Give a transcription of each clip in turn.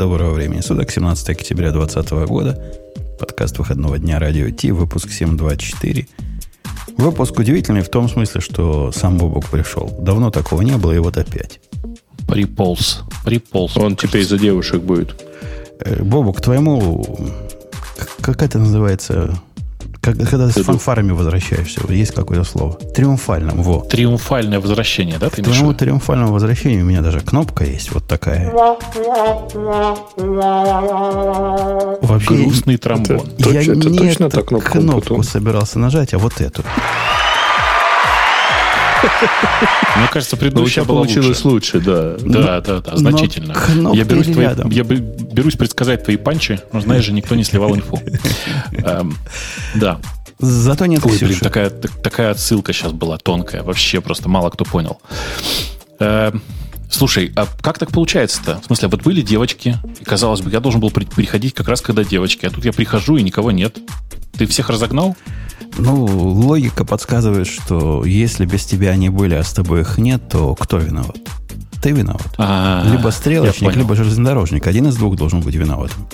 Доброго времени суток, 17 октября 2020 года. Подкаст выходного дня Радио Ти, выпуск 724. Выпуск удивительный в том смысле, что сам Бобук пришел. Давно такого не было, и вот опять. Приполз. Он теперь за девушек будет. Бобук, твоему... Как это называется... Когда ты с фанфарами возвращаешься, есть какое-то слово. Триумфальным, во. Триумфальное возвращение, да? К твоему триумфальному возвращению у меня даже кнопка есть, вот такая. Вообще, грустный тромбон. Я не точно эту кнопку собирался нажать, а вот эту. Мне кажется, предыдущая была получилось лучше, да. Да, значительно. Я берусь предсказать твои панчи, но, знаешь же, никто не сливал инфу. Да. Зато нет Ксюши. Такая отсылка сейчас была тонкая. Вообще просто мало кто понял. Слушай, а как так получается-то? В смысле, вот были девочки, и, казалось бы, я должен был приходить как раз когда девочки, а тут я прихожу, и никого нет. Ты всех разогнал? Ну, логика подсказывает, что если без тебя они были, а с тобой их нет, то кто виноват? Ты виноват. Либо стрелочник, либо железнодорожник. Один из двух должен быть виноватым.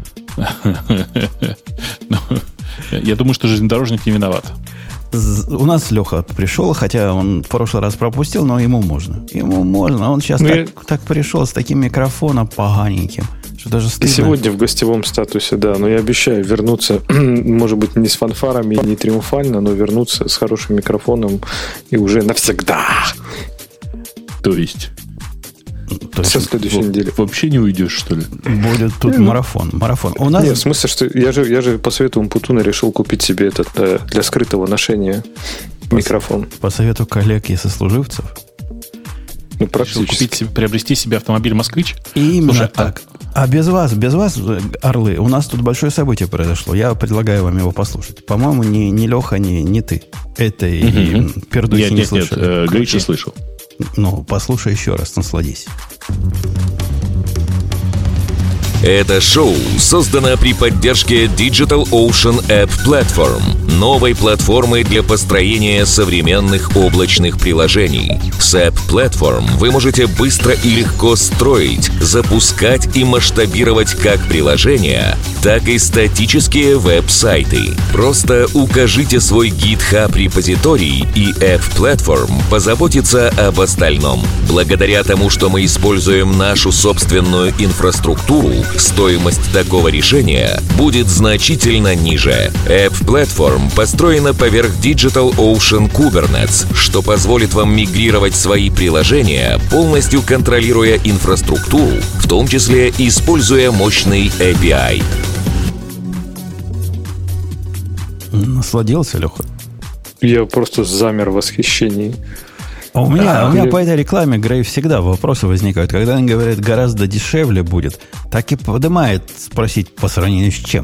Я думаю, что железнодорожник не виноват. У нас Леха пришел, хотя он в прошлый раз пропустил, но ему можно. Ему можно. Он сейчас так пришел с таким микрофоном поганеньким, что даже стыдно. И сегодня в гостевом статусе, да. Но я обещаю вернуться, может быть, не с фанфарами, не триумфально, но вернуться с хорошим микрофоном и уже навсегда. То есть со следующей недели. Вообще не уйдешь, что ли? Будет тут марафон. У нас... Нет, в смысле, что я же по совету Умпутуна решил купить себе этот для скрытого ношения микрофон. По совету коллег и сослуживцев? Ну, практически. Приобрести себе автомобиль «Москвич»? Именно. Слушай, так. А без вас, орлы, у нас тут большое событие произошло. Я предлагаю вам его послушать. По-моему, ни Леха, ни ты. Это и пердухи не слышали. Нет, Гриша слышал. Ну, послушай еще раз, насладись. Это шоу создано при поддержке Digital Ocean App Platform, новой платформы для построения современных облачных приложений. С App Platform вы можете быстро и легко строить, запускать и масштабировать как приложения, так и статические веб-сайты. Просто укажите свой GitHub-репозиторий, и App Platform позаботится об остальном. Благодаря тому, что мы используем нашу собственную инфраструктуру, стоимость такого решения будет значительно ниже. App Platform построена поверх Digital Ocean Kubernetes, что позволит вам мигрировать свои приложения, полностью контролируя инфраструктуру, в том числе используя мощный API. Насладился, Леха? Я просто замер в восхищении. У меня по этой рекламе, Грей, всегда вопросы возникают. Когда они говорят, гораздо дешевле будет, так и поднимает спросить, по сравнению с чем?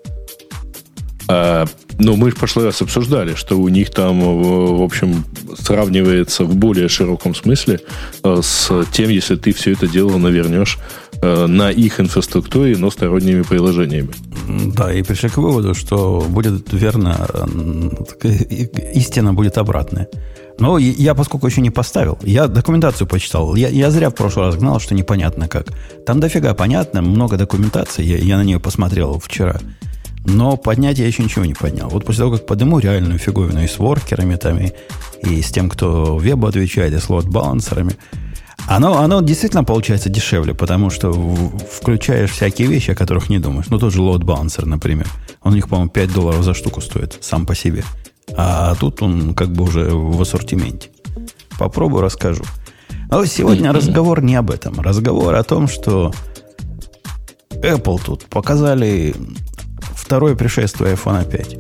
Ну, мы в прошлый раз обсуждали, что у них там, в общем, сравнивается в более широком смысле с тем, если ты все это дело навернешь на их инфраструктуре, но сторонними приложениями. Да, и пришли к выводу, что будет верно, истина будет обратная. Но я, поскольку еще не поставил, я документацию почитал. Я зря в прошлый раз гнал, что непонятно как. Там дофига понятно, много документации. Я на нее посмотрел вчера. Но поднять я еще ничего не поднял. Вот после того, как подниму реальную фиговину и с воркерами, там, и с тем, кто вебу отвечает, и с лоад-балансерами, оно действительно получается дешевле, потому что включаешь всякие вещи, о которых не думаешь. Ну, тот же лоад-балансер, например. Он у них, по-моему, $5 за штуку стоит сам по себе. А тут он как бы уже в ассортименте. Попробую, расскажу. Но сегодня разговор не об этом. Разговор о том, что Apple тут показали второе пришествие iPhone 5.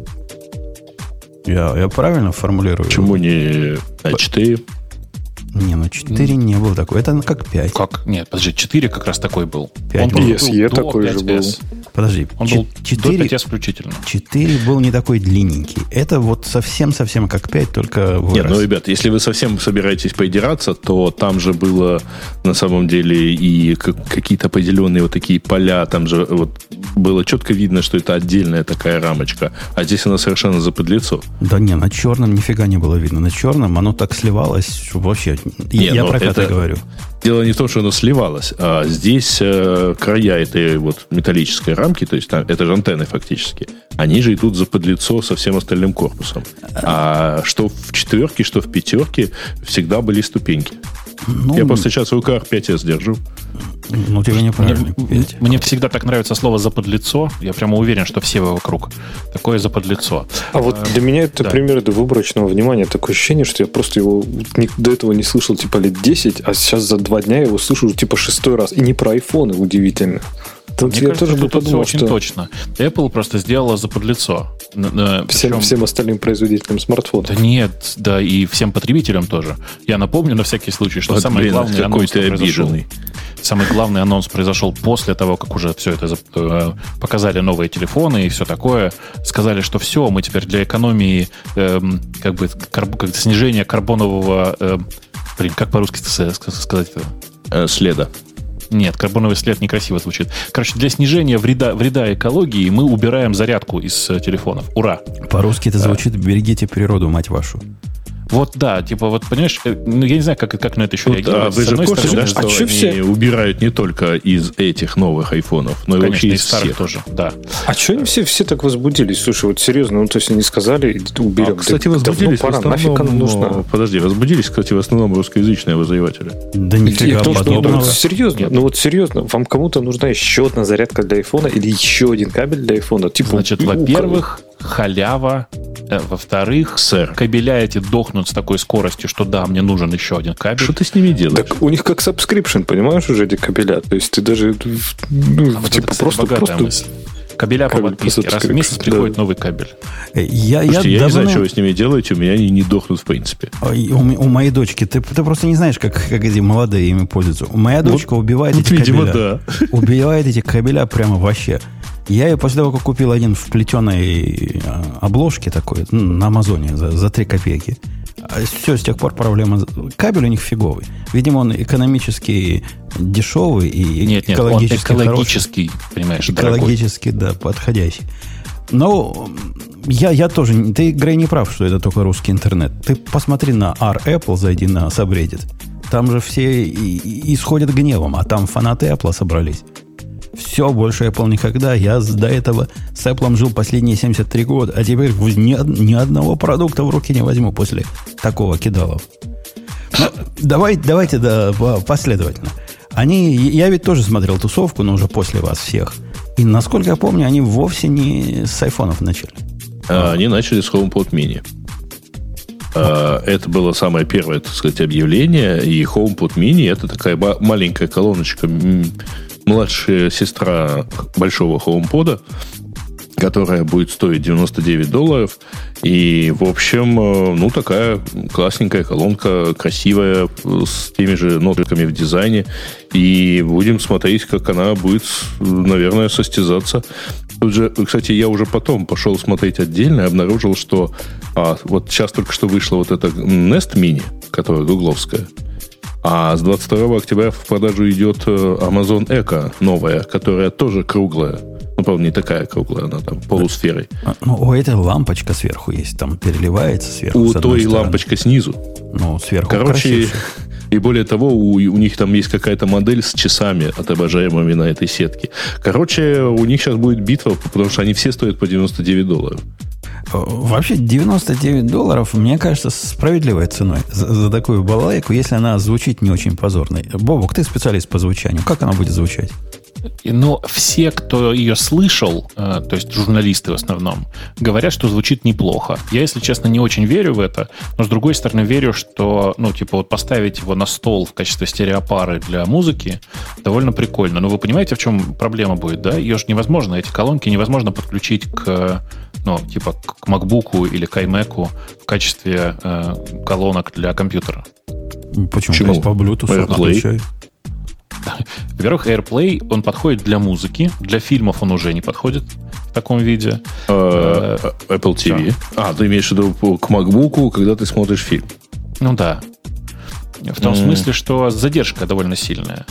Я правильно формулирую? Почему не 4? Не, 4 не было такой. Это как 5. Как? Нет, подожди, 4 как раз такой был. 5 был. SE такой же был. Подожди. Он был 4, до 5S включительно. 4 был не такой длинненький. Это вот совсем-совсем как 5, только вырос. Нет, ну, ребят, если вы совсем собираетесь поидираться, то там же было на самом деле и какие-то определенные вот такие поля. Там же вот было четко видно, что это отдельная такая рамочка. А здесь она совершенно заподлицо. Да не, на черном нифига не было видно. На черном оно так сливалось, что вообще... Я про это говорю. Дело не в том, что оно сливалось, а здесь края этой вот металлической рамки, то есть там, это же антенны фактически, они же идут заподлицо со всем остальным корпусом. А что в 4, что в 5 всегда были ступеньки. Я просто сейчас UKR 5S держу. Ну, тебе неправильно. Мне всегда так нравится слово «заподлицо». Я прямо уверен, что все вокруг такое заподлицо. А вот для меня это пример выборочного внимания. Такое ощущение, что я просто его до этого не слышал типа лет 10, а сейчас за 2 дня я его слышу типа 6-й раз. И не про айфоны, удивительно. Мне кажется, тоже тут все очень точно. Apple просто сделала заподлицо. Всем остальным производителям смартфонов. Да нет, да и всем потребителям тоже. Я напомню на всякий случай, что самый главный анонс произошел. Самый главный анонс произошел после того, как уже все это показали новые телефоны и все такое. Сказали, что все, мы теперь для экономии как снижения карбонового... как по-русски сказать это? Следа. Нет, карбоновый след некрасиво звучит. Короче, для снижения вреда экологии мы убираем зарядку из телефонов. Ура! По-русски это звучит «берегите природу, мать вашу». Вот да, типа вот понимаешь, ну я не знаю, как на это еще реагировать. Вы же в курсе, да, что они все убирают не только из этих новых айфонов, но и вообще из старых тоже, да. А что они все так возбудились? Слушай, вот серьезно, ну то есть они сказали, уберем. Кстати, возбудились в основном... Подожди, возбудились, кстати, в основном русскоязычные обозреватели. Да нифига подобного. Серьезно, ну вот серьезно, вам кому-то нужна еще одна зарядка для айфона или еще один кабель для айфона? Типа, значит, во-первых, халява. Во-вторых, кабеля эти дохнут с такой скоростью, что да, мне нужен еще один кабель. Что ты с ними делаешь? Так у них как subscription, понимаешь, уже эти кабеля. То есть ты даже типа просто мысль. Кабеля по подписке. Раз в месяц приходит новый кабель. Я не знаю, что вы с ними делаете, у меня они не дохнут в принципе. У моей дочки, ты просто не знаешь, как эти молодые ими пользуются. Моя дочка убивает эти кабеля. Убивает эти кабеля прямо вообще. Я ее после того, как купил один в плетеной обложке такой, на Амазоне за 3 копейки. Все, с тех пор проблема. Кабель у них фиговый. Видимо, он экономически дешевый и экологически он экологический, хороший. Понимаешь, экологически, дорогой. Да, подходящий. Но я тоже... Ты, Грей, не прав, что это только русский интернет. Ты посмотри на R-Apple, зайди на subreddit. Там же все исходят гневом, а там фанаты Apple собрались. Все, больше Apple никогда. Я до этого с Apple жил последние 73 года, а теперь ни одного продукта в руки не возьму после такого кидалов. Давайте последовательно. Я ведь тоже смотрел тусовку, но уже после вас всех. И, насколько я помню, они вовсе не с айфонов начали. Они начали с HomePod Mini. Это было самое первое, так сказать, объявление. И HomePod Mini — это такая маленькая колоночка, младшая сестра большого HomePod, которая будет стоить $99. И, в общем, такая классненькая колонка, красивая, с теми же нотками в дизайне. И будем смотреть, как она будет, наверное, состязаться. Тут же, кстати, я уже потом пошел смотреть отдельно и обнаружил, что вот сейчас только что вышла вот эта Nest Mini, которая гугловская. А с 22 октября в продажу идет Amazon Echo новая, которая тоже круглая. Ну, правда, не такая круглая, она там полусферой. У этой лампочка сверху есть, там переливается сверху. У той лампочка снизу. Сверху. Короче, и более того, у них там есть какая-то модель с часами, отображаемыми на этой сетке. Короче, у них сейчас будет битва, потому что они все стоят по $99. Вообще $99, мне кажется, справедливой ценой за такую балалайку, если она звучит не очень позорной. Бобок, ты специалист по звучанию. Как она будет звучать? Но все, кто ее слышал, то есть журналисты в основном, говорят, что звучит неплохо. Я, если честно, не очень верю в это, но, с другой стороны, верю, что, поставить его на стол в качестве стереопары для музыки довольно прикольно. Но вы понимаете, в чем проблема будет, да? Ее же невозможно, эти колонки невозможно подключить к MacBook или к iMac в качестве колонок для компьютера. Почему? По Bluetooth подключай. Во-первых, AirPlay, он подходит для музыки, для фильмов он уже не подходит в таком виде. Apple TV. Ты имеешь в виду к MacBook, когда ты смотришь фильм? Ну да. В том смысле, что задержка довольно сильная.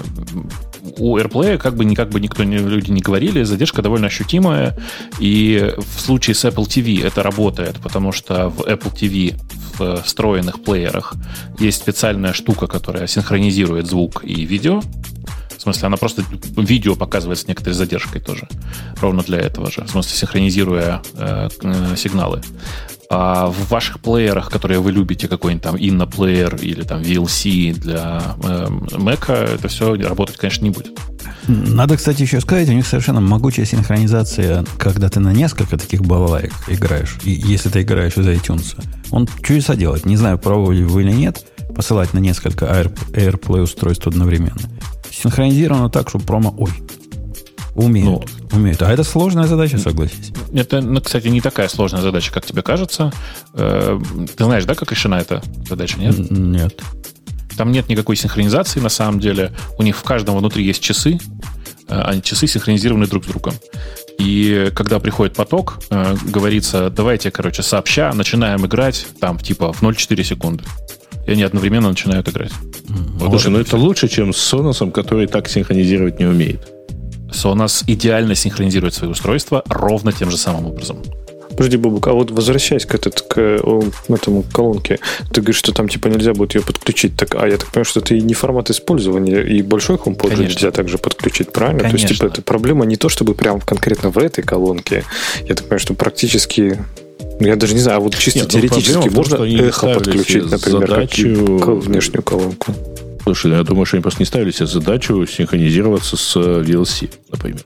У AirPlay люди не говорили, задержка довольно ощутимая. И в случае с Apple TV это работает, потому что в Apple TV в встроенных плеерах есть специальная штука, которая синхронизирует звук и видео. В смысле, она просто видео показывает с некоторой задержкой тоже. Ровно для этого же. В смысле, синхронизируя сигналы. А в ваших плеерах, которые вы любите, какой-нибудь там Inna Player или там VLC для Mac, это все работать, конечно, не будет. Надо, кстати, еще сказать, у них совершенно могучая синхронизация, когда ты на несколько таких балалаек играешь, и если ты играешь из iTunes. Он чудеса делает. Не знаю, пробовали вы или нет, посылать на несколько AirPlay устройств одновременно. Синхронизировано так, что промо... Умеют. А это сложная задача, согласись. Это, кстати, не такая сложная задача, как тебе кажется. Ты знаешь, да, как решена эта задача, нет? Нет. Там нет никакой синхронизации, на самом деле. У них в каждом внутри есть часы, а часы синхронизированы друг с другом. И когда приходит поток, говорится, давайте, сообща начинаем играть там типа в 0,4 секунды. И они одновременно начинают играть. Слушай, это лучше, чем с Sonos, который так синхронизировать не умеет. Sonos идеально синхронизирует свои устройства ровно тем же самым образом. Подожди, Бобук, а вот возвращаясь к этому колонке, ты говоришь, что там типа нельзя будет ее подключить. Я так понимаю, что это и не формат использования, и большой HomePod нельзя также подключить, правильно? Конечно. То есть, типа, это проблема не то, чтобы прям конкретно в этой колонке. Я так понимаю, что практически... я даже не знаю, а вот чисто теоретически можно эхо подключить, например, как внешнюю колонку. Слушай, я думаю, что они просто не ставили себе задачу синхронизироваться с VLC, например.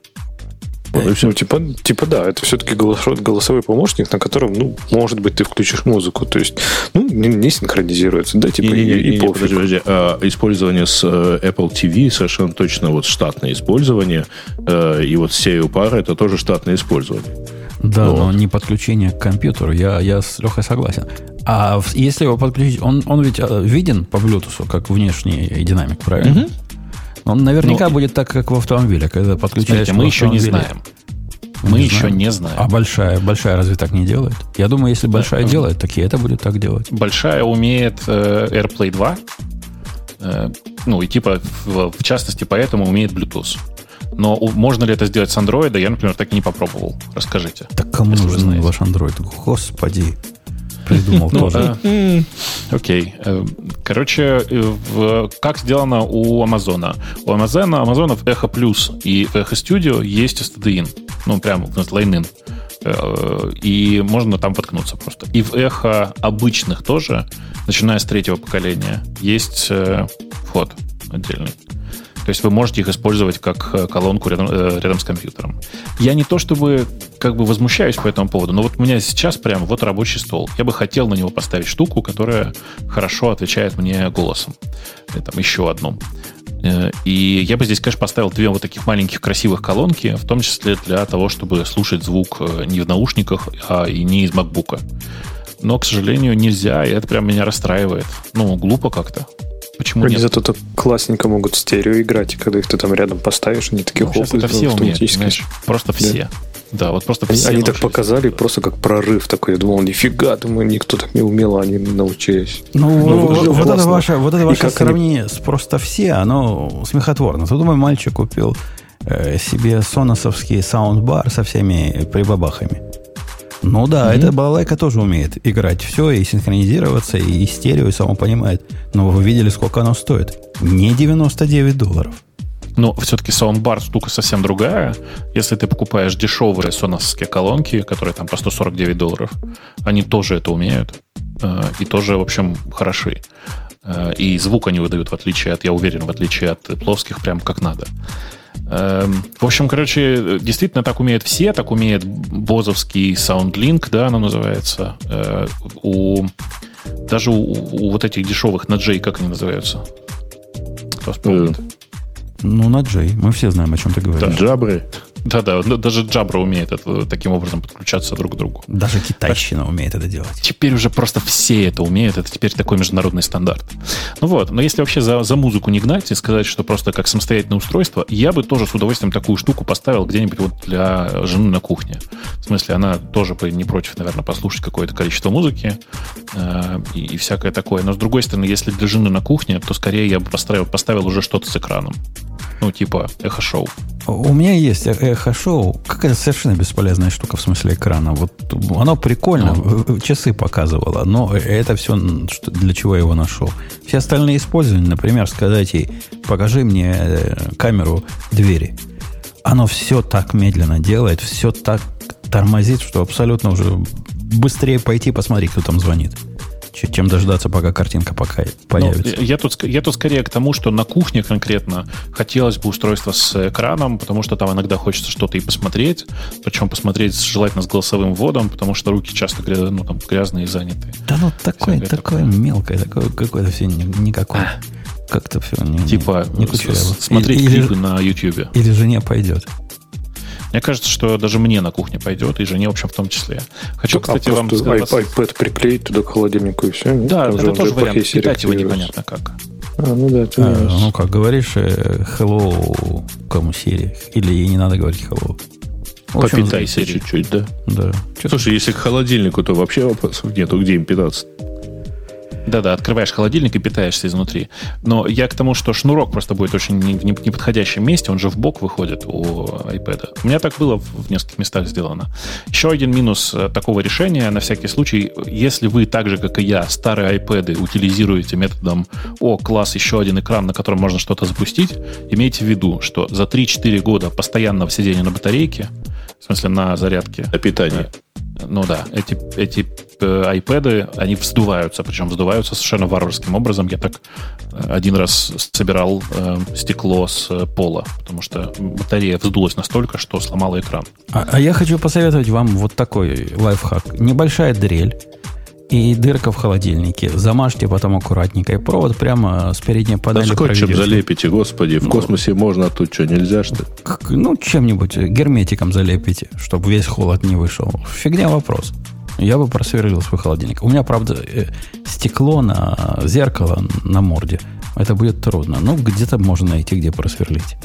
Да, это все-таки голосовой помощник, на котором, может быть, ты включишь музыку. То есть, не синхронизируется, да, типа и пофиг. Подожди. Использование с Apple TV совершенно точно штатное использование, и Stereo пара это тоже штатное использование. Да, но не подключение к компьютеру, я с Лехой согласен. А если его подключить, он ведь виден по Bluetooth, как внешний динамик, правильно? Угу. Он наверняка будет так, как в автомобиле, когда подключаешь. Смотрите, мы еще не знаем. Мы еще не знаем. А большая разве так не делает? Я думаю, если большая делает, так и это будет так делать. Большая умеет AirPlay 2. И типа, в частности, поэтому умеет Bluetooth. Но можно ли это сделать с Android? Я, например, так и не попробовал. Расскажите. Так кому нужен ваш Android? Господи. Придумал тоже. Окей. Как сделано у Амазона? У Амазона в Echo Plus и в Echo Studio есть STD-in. Прямо line-in. И можно там воткнуться просто. И в Echo обычных тоже, начиная с 3-го поколения, есть вход отдельный. То есть вы можете их использовать как колонку рядом с компьютером. Я не то чтобы возмущаюсь по этому поводу, но у меня сейчас прям рабочий стол. Я бы хотел на него поставить штуку, которая хорошо отвечает мне голосом. Там еще одну. И я бы здесь, конечно, поставил 2 таких маленьких красивых колонки, в том числе для того, чтобы слушать звук не в наушниках, а и не из MacBook'а. Но, к сожалению, нельзя, и это прям меня расстраивает. Глупо как-то. Почему они зато так классненько могут в стерео играть, и когда их ты там рядом поставишь, они такие сейчас это все умеют, просто все. Да, просто все. Они так показали, просто как прорыв такой. Я думал, нифига, никто так не умел, они научились. Вот это ваше сравнение с просто все, оно смехотворно. Тут мой мальчик купил себе соносовский саундбар со всеми прибабахами. Эта балалайка тоже умеет играть все и синхронизироваться, и стерео, и само понимает. Но вы видели, сколько оно стоит? Не $99. Но все-таки саундбар штука совсем другая. Если ты покупаешь дешевые соносовские колонки, которые там по $149, они тоже это умеют. И тоже, в общем, хороши. И звук они выдают, я уверен, в отличие от плоских, прям как надо. В общем, действительно так умеют все. Так умеет бозовский SoundLink, да, оно называется. Даже у этих дешевых на J, как они называются? Кто вспомнит? На J. Мы все знаем, о чем ты говоришь. Да, Джабры. Да, даже Jabra умеет таким образом подключаться друг к другу. Даже китайщина умеет это делать. Теперь уже просто все это умеют. Это теперь такой международный стандарт. Но если вообще за музыку не гнать и сказать, что просто как самостоятельное устройство, я бы тоже с удовольствием такую штуку поставил где-нибудь для жены на кухне. В смысле, она тоже не против, наверное, послушать какое-то количество музыки и всякое такое. Но с другой стороны, если для жены на кухне, то скорее я бы поставил уже что-то с экраном. Ну, типа эхо-шоу. У меня есть эхо-шоу. Какая-то совершенно бесполезная штука в смысле экрана. Вот оно прикольно, часы показывало, но это все, для чего я его нашел. Все остальные использования, например, сказать ей, покажи мне камеру двери. Оно все так медленно делает, все так тормозит, что абсолютно уже быстрее пойти посмотреть, кто там звонит, чем дождаться, пока картинка появится. Я тут скорее к тому, что на кухне конкретно хотелось бы устройство с экраном, потому что там иногда хочется что-то и посмотреть, причем посмотреть желательно с голосовым вводом, потому что руки часто грязные и занятые. Да ну такое мелкое, такое какое-то все никакое. Как-то все не кучеряво. Смотреть клипы на YouTube. Или жене пойдет. Мне кажется, что даже мне на кухне пойдет, и жене, в общем, в том числе. Хочу, кстати, вам сказать... iPad приклеить туда к холодильнику и все? Нет? Да, это тоже вариант. Питать его непонятно как. Ну, как говоришь, hello, кому Siri. Или ей не надо говорить hello. Попитайся чуть-чуть, да? Да. Слушай, если к холодильнику, то вообще вопросов нету. Где им питаться? Да-да, открываешь холодильник и питаешься изнутри. Но я к тому, что шнурок просто будет очень в неподходящем месте, он же в бок выходит у iPad. У меня так было в нескольких местах сделано. Еще один минус такого решения, на всякий случай, если вы так же, как и я, старые iPad утилизируете методом класс, еще один экран, на котором можно что-то запустить, имейте в виду, что за 3-4 года постоянного сидения на батарейке, в смысле на зарядке... На питании. Ну да, эти iPad, они вздуваются, причем вздуваются совершенно варварским образом. Я так один раз собирал стекло с пола, потому что батарея вздулась настолько, что сломала экран. А я хочу посоветовать вам вот такой лайфхак. Небольшая дрель и дырка в холодильнике. Замажьте потом аккуратненько. И провод прямо с передней панели. Да скотчем залепите, господи. В космосе можно, а тут что, нельзя, что ли? Ну, чем-нибудь герметиком залепите, чтобы весь холод не вышел. Фигня вопрос. Я бы просверлил свой холодильник. У меня, правда, стекло на зеркало на морде. Это будет трудно. Но где-то можно найти, где просверлить.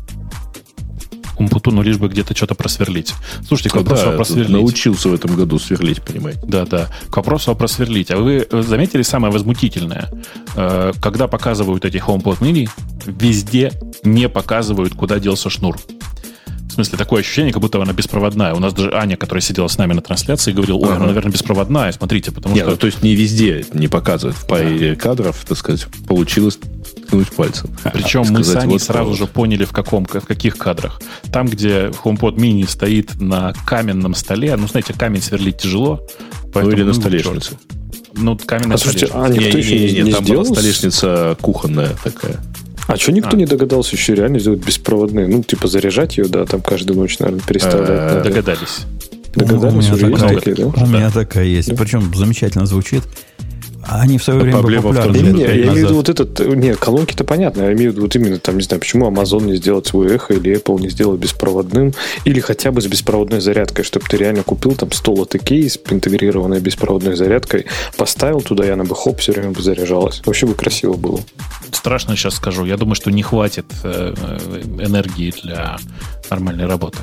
Умпутуну лишь бы где-то что-то просверлить. Слушайте, к вопросу о просверлить. Научился в этом году сверлить, понимаете. Да. К вопросу о просверлить. А вы заметили самое возмутительное? Когда показывают эти HomePod mini, везде не показывают, куда делся шнур. В смысле, такое ощущение, как будто она беспроводная. У нас даже Аня, которая сидела с нами на трансляции, говорила, она, наверное, беспроводная, смотрите, потому что... Ну, то есть не везде не показывают. В паре кадров, так сказать, получилось ткнуть пальцем. Причем мы с Аней сразу же поняли, в каких кадрах. Там, где HomePod mini стоит на каменном столе, ну, знаете, камень сверлить тяжело. Ну, или на столешнице. Ну, каменная столешница. Не, там была столешница кухонная такая. А что никто не догадался еще реально сделать беспроводные? Ну, типа заряжать ее, да, там каждую ночь, наверное, переставлять. Догадались. Догадались? У меня такая есть. Причем замечательно звучит. Они в свое время были популярны. Я имею в виду колонки-то понятно. Я имею в виду вот именно там, не знаю, почему Amazon не сделал свой эхо или Apple не сделал беспроводным, или хотя бы с беспроводной зарядкой, чтобы ты реально купил там стол кейс, интегрированной беспроводной зарядкой, поставил туда, и она бы все время бы заряжалась. Вообще бы красиво было. Страшно сейчас скажу. Я думаю, что не хватит энергии для нормальной работы.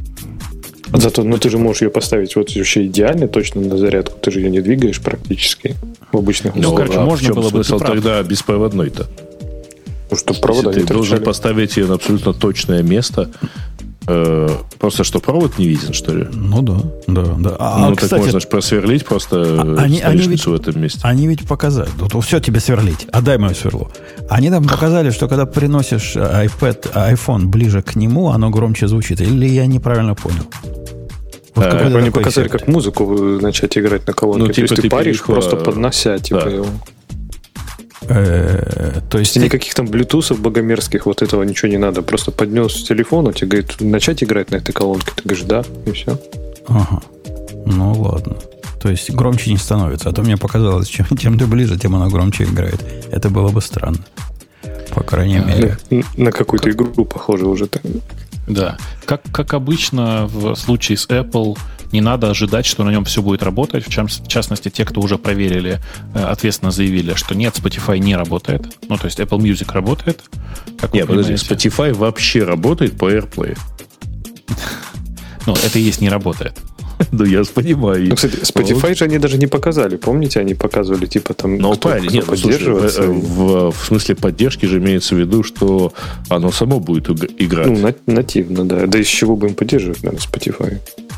Зато, ты же можешь ее поставить вот вообще идеально, точно на зарядку. Ты же ее не двигаешь практически в обычных условиях. Можно было бы тогда беспроводной-то. Ну, что провода ты должен поставить ее на абсолютно точное место. Просто что провод не виден, что ли? Ну да. Кстати, так можно же просверлить просто столешницу в этом месте. Они ведь показали. Все тебе сверлить. Отдай мое сверло. Они там показали, что когда приносишь iPhone ближе к нему, оно громче звучит. Или я неправильно понял? Они показали, как музыку начать играть на колонке. То есть ты паришь, просто поднося его. То есть никаких там блютусов богомерзких, вот этого ничего не надо. Просто поднес телефон, он тебе говорит, начать играть на этой колонке. Ты говоришь, да, и все. Ага. Ну ладно. То есть громче не становится. А то мне показалось, чем ты ближе, тем она громче играет. Это было бы странно. По крайней мере. На какую-то игру похоже уже так. Да. Как обычно в случае с Apple, не надо ожидать, что на нем все будет работать. В частности, те, кто уже проверили, ответственно заявили, что нет, Spotify не работает. Ну, то есть Apple Music работает. Нет, подожди, Spotify вообще работает по AirPlay. Ну, это и есть не работает. Ну, я понимаю. Ну, кстати, Spotify же они даже не показали. Помните, они показывали, типа, там, кто поддерживается. В смысле поддержки же имеется в виду, что оно само будет играть. Ну, нативно, да. Да из чего бы им поддерживать, наверное, Spotify?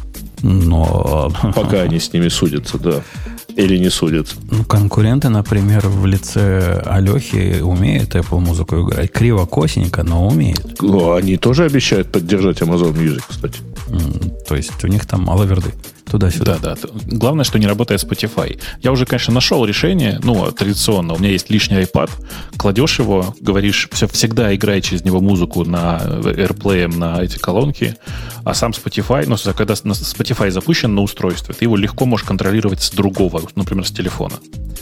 Но... Пока они с ними судятся, да. Или не судятся. Ну, конкуренты, например, в лице Алехи умеют Apple музыку играть. Криво-косенько, но умеют. Ну, они тоже обещают поддержать Amazon Music, кстати. То есть у них там алаверды. Туда-сюда. Да. Главное, что не работает Spotify. Я уже, конечно, нашел решение. Ну, традиционно. У меня есть лишний iPad. Кладешь его, говоришь, всегда играй через него музыку на AirPlay, на эти колонки. А сам Spotify, ну, когда Spotify запущен на устройстве, ты его легко можешь контролировать с другого, например, с телефона.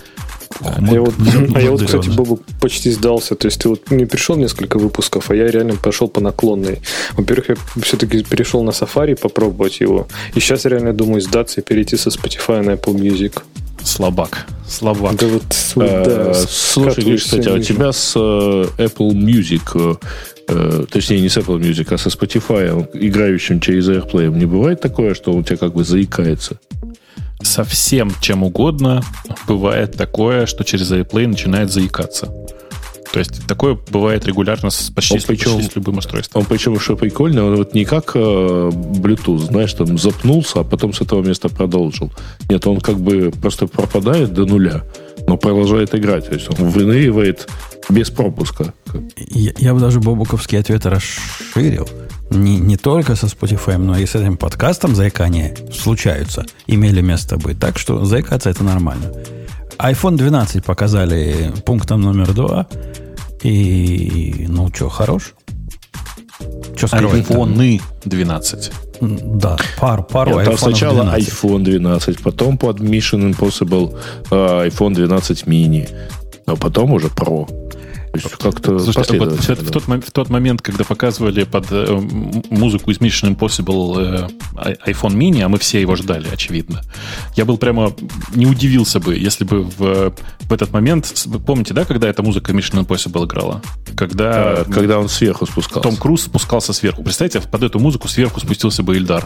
Я вот, кстати, Бобу почти сдался. То есть ты вот не пришел несколько выпусков, а я реально пошел по наклонной. Во-первых, я все-таки перешел на Safari попробовать его. И сейчас реально думаю сдаться и перейти со Spotify на Apple Music. Слабак. Да вот, да, слушай, Гриш, кстати, а у тебя с Apple Music, точнее, не с Apple Music, а со Spotify, играющим через AirPlay, не бывает такое, что он у тебя как бы заикается? Со всем чем угодно бывает такое, что через AirPlay начинает заикаться. То есть такое бывает регулярно почти с любым устройством. Он причем, что прикольно, он вот не как Bluetooth, знаешь, там запнулся, а потом с этого места продолжил. Нет, он как бы просто пропадает до нуля, но продолжает играть. То есть он выныривает без пропуска. Я бы даже бобуковский ответ расширил. Не только со Spotify, но и с этим подкастом заикания случаются, имели место быть. Так что заикаться это нормально. iPhone 12 показали пунктом номер 2. И, ну, что, хорош? Что скрывать? iPhone 12. Да, пару iPhone сначала 12. iPhone 12, потом под Mission Impossible iPhone 12 mini, а потом уже Pro. Как-то слушайте, вот в тот момент, когда показывали под музыку из Mission Impossible iPhone mini, а мы все его ждали, очевидно, я был прямо не удивился бы, если бы в этот момент, вы помните, да, когда эта музыка Mission Impossible играла? Когда он сверху спускался. Том Круз спускался сверху. Представьте, под эту музыку сверху спустился бы Ильдар.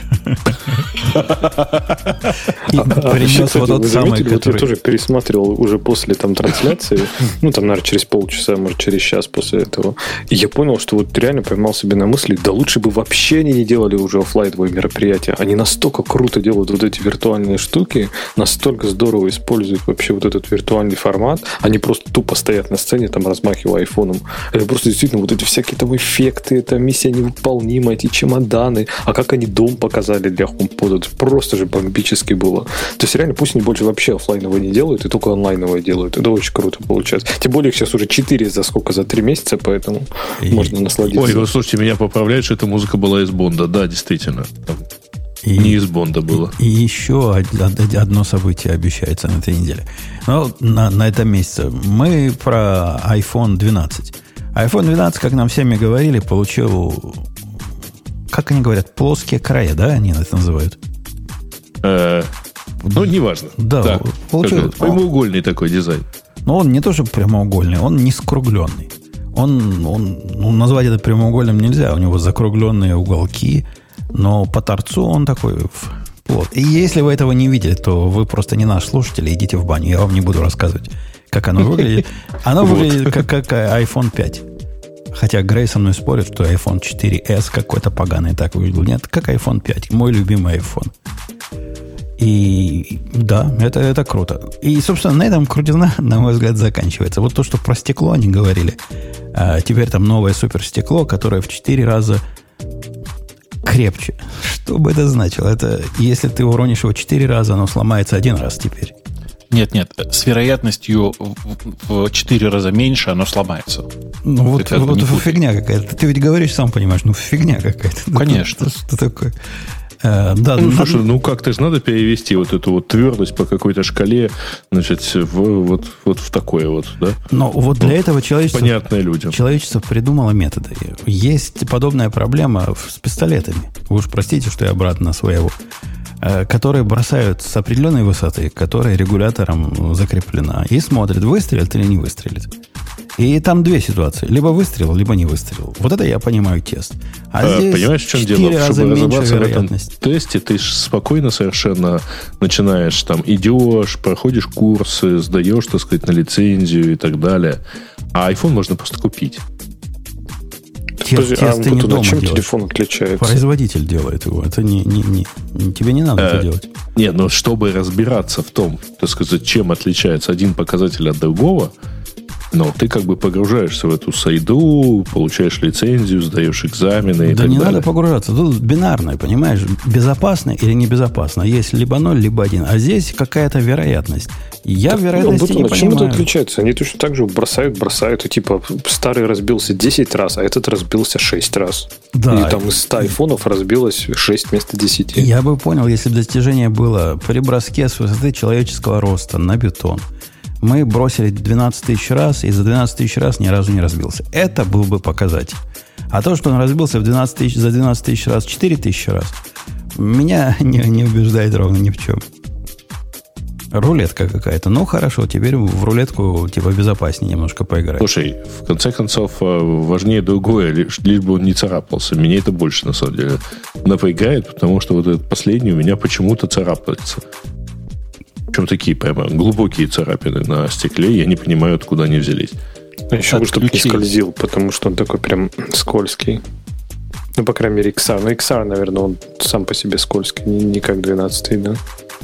Принес вот тот самый, который... Я тоже пересматривал уже после там трансляции, ну, там, наверное, через полчаса, может, через час после этого. И я понял, что вот реально поймал себе на мысли, да лучше бы вообще они не делали уже офлайновые мероприятия. Они настолько круто делают вот эти виртуальные штуки, настолько здорово используют вообще вот этот виртуальный формат. Они просто тупо стоят на сцене, там, размахивая айфоном. Это просто действительно вот эти всякие там эффекты, это миссия невыполнима, эти чемоданы. А как они дом показали для HomePod, это просто же бомбически было. То есть реально пусть они больше вообще офлайновые не делают, и только онлайновые делают. Это очень круто получается. Тем более их сейчас уже 4 за 3 месяца, поэтому можно насладиться. Ой, вы слушайте, меня поправляют, что эта музыка была из Бонда. Да, действительно. Не из Бонда было. И еще одно событие обещается на этой неделе. Ну, на этом месяце. Мы про iPhone 12. iPhone 12, как нам всеми говорили, получил... Как они говорят? Плоские края, да? Они это называют? Ну, неважно. Да, получил... Прямоугольный такой дизайн. Но он не то, что прямоугольный, он не скругленный. Он назвать это прямоугольным нельзя. У него закругленные уголки, но по торцу он такой плот. И если вы этого не видели, то вы просто не наш слушатель, идите в баню. Я вам не буду рассказывать, как оно выглядит. Оно выглядит как iPhone 5. Хотя Грей со мной спорит, что iPhone 4S какой-то поганый так выглядел. Нет, как iPhone 5. Мой любимый iPhone. И да, это круто. И, собственно, на этом крутизна, на мой взгляд, заканчивается. Вот то, что про стекло они говорили. Теперь там новое суперстекло, которое в 4 раза крепче. Что бы это значило? Это если ты уронишь его 4 раза, оно сломается 1 раз теперь. Нет, с вероятностью в 4 раза меньше оно сломается. Ну, вот фигня какая-то. Ты ведь говоришь, сам понимаешь, фигня какая-то. Конечно. Что такое? Да, слушай, как-то же надо перевести вот эту вот твердость по какой-то шкале, значит, вот в такое вот, да? Но вот для этого понятное людям. Человечество придумало методы. Есть подобная проблема с пистолетами. Вы уж простите, что я обратно своего. Которые бросают с определенной высоты, которая регулятором закреплена, и смотрят, выстрелит или не выстрелит. И там две ситуации. Либо выстрелил, либо не выстрелил. Вот это я понимаю тест. А здесь понимаешь, в чем дело? 4 раза Чтобы меньше разобраться в этом вероятность. тесте, ты спокойно совершенно начинаешь, там, идешь, проходишь курсы, сдаешь, так сказать, на лицензию и так далее. А iPhone можно просто купить. Тест ты не дома чем делаешь. телефон отличается? Производитель делает его. Это тебе не надо это делать. Нет, но чтобы разбираться в том, так сказать, чем отличается один показатель от другого, но ты как бы погружаешься в эту сайду, получаешь лицензию, сдаешь экзамены и Да так не далее. надо погружаться. Тут бинарное, понимаешь? Безопасно или небезопасно. Есть либо 0, либо 1. А здесь какая-то вероятность. Я вероятности не Чем это понимаю. отличается? Они точно так же бросают, и типа старый разбился 10 раз, а этот разбился 6 раз. Да. И там из 100 айфонов разбилось 6 вместо 10. Я бы понял, если бы достижение было при броске с высоты человеческого роста на бетон. Мы бросили 12 тысяч раз, и за 12 тысяч раз ни разу не разбился. Это был бы показатель. А то, что он разбился за 12 тысяч раз 4 тысячи раз, меня не убеждает ровно ни в чем. Рулетка какая-то. Ну, хорошо, теперь в рулетку типа безопаснее немножко поиграть. Слушай, в конце концов, важнее другое, лишь бы он не царапался. Меня это больше, на самом деле, напрягает, потому что вот этот последний у меня почему-то царапается. Причем такие прямо глубокие царапины на стекле. Я не понимаю, откуда они взялись. Еще бы, чтобы не ключей. скользил, потому что он такой прям скользкий. Ну, по крайней мере, XR. Ну, XR, наверное, он сам по себе скользкий, не как 12-й, да?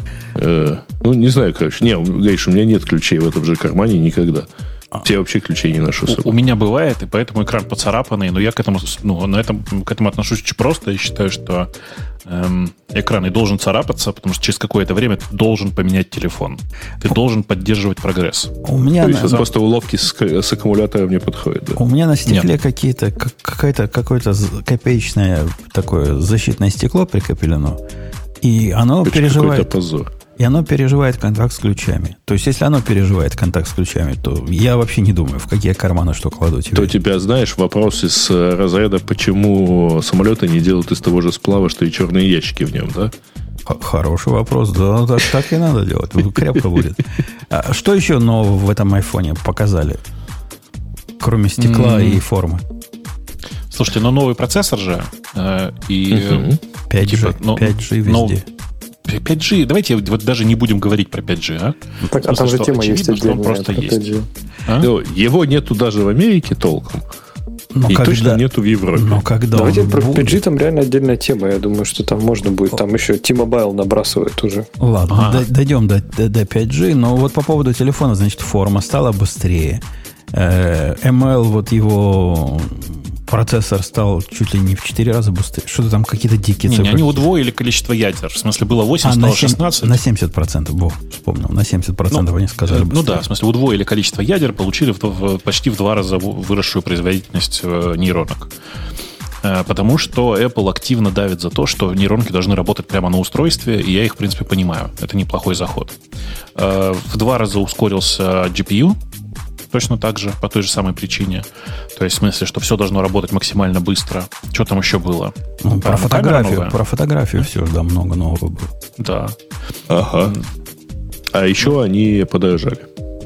Ну, не знаю, короче. Не, Гриш, у меня нет ключей в этом же кармане никогда. Я вообще ключей не ношу с У собой. меня бывает, и поэтому экран поцарапанный, но я к этому отношусь очень просто. Я считаю, что экран и должен царапаться, потому что через какое-то время ты должен поменять телефон. Ты должен поддерживать прогресс. У меня, Сейчас просто уловки с аккумулятором не подходят. Да. у меня на стекле какое-то копеечное такое защитное стекло прикреплено, и оно переживает. Какой-то позор. И оно переживает контакт с ключами. То есть, если оно переживает контакт с ключами, то я вообще не думаю, в какие карманы что кладу тебе. То у тебя, знаешь, вопрос из разряда, почему самолеты не делают из того же сплава, что и черные ящики в нем, да? Хороший вопрос. Да, так и надо делать. Крепко будет. А что еще нового в этом айфоне показали? Кроме стекла и формы. Слушайте, но новый процессор же, и 5G. типа, 5G везде. 5G, давайте вот даже не будем говорить про 5G, а? Так, а там же тема есть очевидно, что он отдельная. просто опять есть. же. А? Ну, его нету даже в Америке толком. Но И когда- точно нету в Европе. Но когда Давайте он про будет? 5G там реально отдельная тема. Я думаю, что там можно будет. Там еще T-Mobile набрасывает уже. Ладно, Ага. дойдем до 5G, но вот по поводу телефона, значит, форма стала быстрее. ML, вот его процессор стал чуть ли не в 4 раза быстрее. Что-то там какие-то дикие Не, цифры. они удвоили количество ядер. В смысле, было 8, стало 16. На 70%, вспомнил. На 70% они сказали быстрее. Ну да, в смысле, удвоили количество ядер, получили почти в 2 раза выросшую производительность нейронок. Потому что Apple активно давит за то, что нейронки должны работать прямо на устройстве, и я их, в принципе, понимаю. Это неплохой заход. В 2 раза ускорился GPU, точно так же, по той же самой причине. То есть, в смысле, что все должно работать максимально быстро. Что там еще было? Ну, про камера новая. фотографию все, да, много нового было. Да. Ага. А еще они подорожали.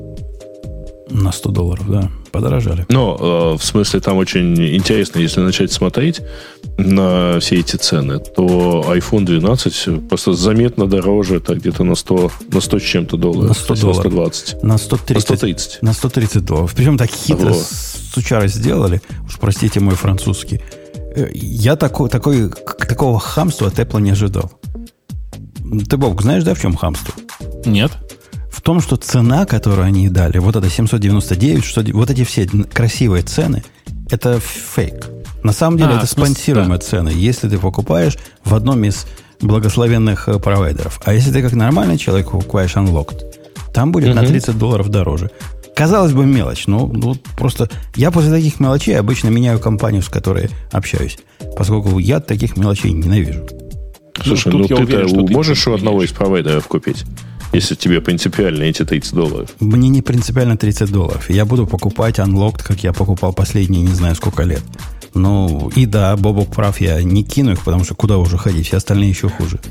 На $100, да, подорожали. Но, в смысле, там очень интересно, если начать смотреть на все эти цены, то iPhone 12 просто заметно дороже, это где-то на 100 с чем-то долларов. На $100. 120. На 130. На $130. Причем так хитро Вот. сучары сделали. Уж простите мой французский. Я такого хамства от Apple не ожидал. Ты, Бог, знаешь, да, в чем хамство? Нет? В том, что цена, которую они дали, вот это 799, вот эти все красивые цены, это фейк. На самом деле, это в смысле, спонсируемые цены, если ты покупаешь в одном из благословенных провайдеров. А если ты как нормальный человек покупаешь Unlocked, там будет на $30 дороже. Казалось бы, мелочь, но просто я после таких мелочей обычно меняю компанию, с которой общаюсь, поскольку я таких мелочей ненавижу. Слушай, тут ну я ты-то уверен, что ты можешь у их одного меняешь. из провайдеров купить, если тебе принципиально эти $30. Мне не принципиально $30. Я буду покупать Unlocked, как я покупал последние не знаю сколько лет. Ну, и да, Бобок прав, я не кину их, потому что куда уже ходить, все остальные еще хуже.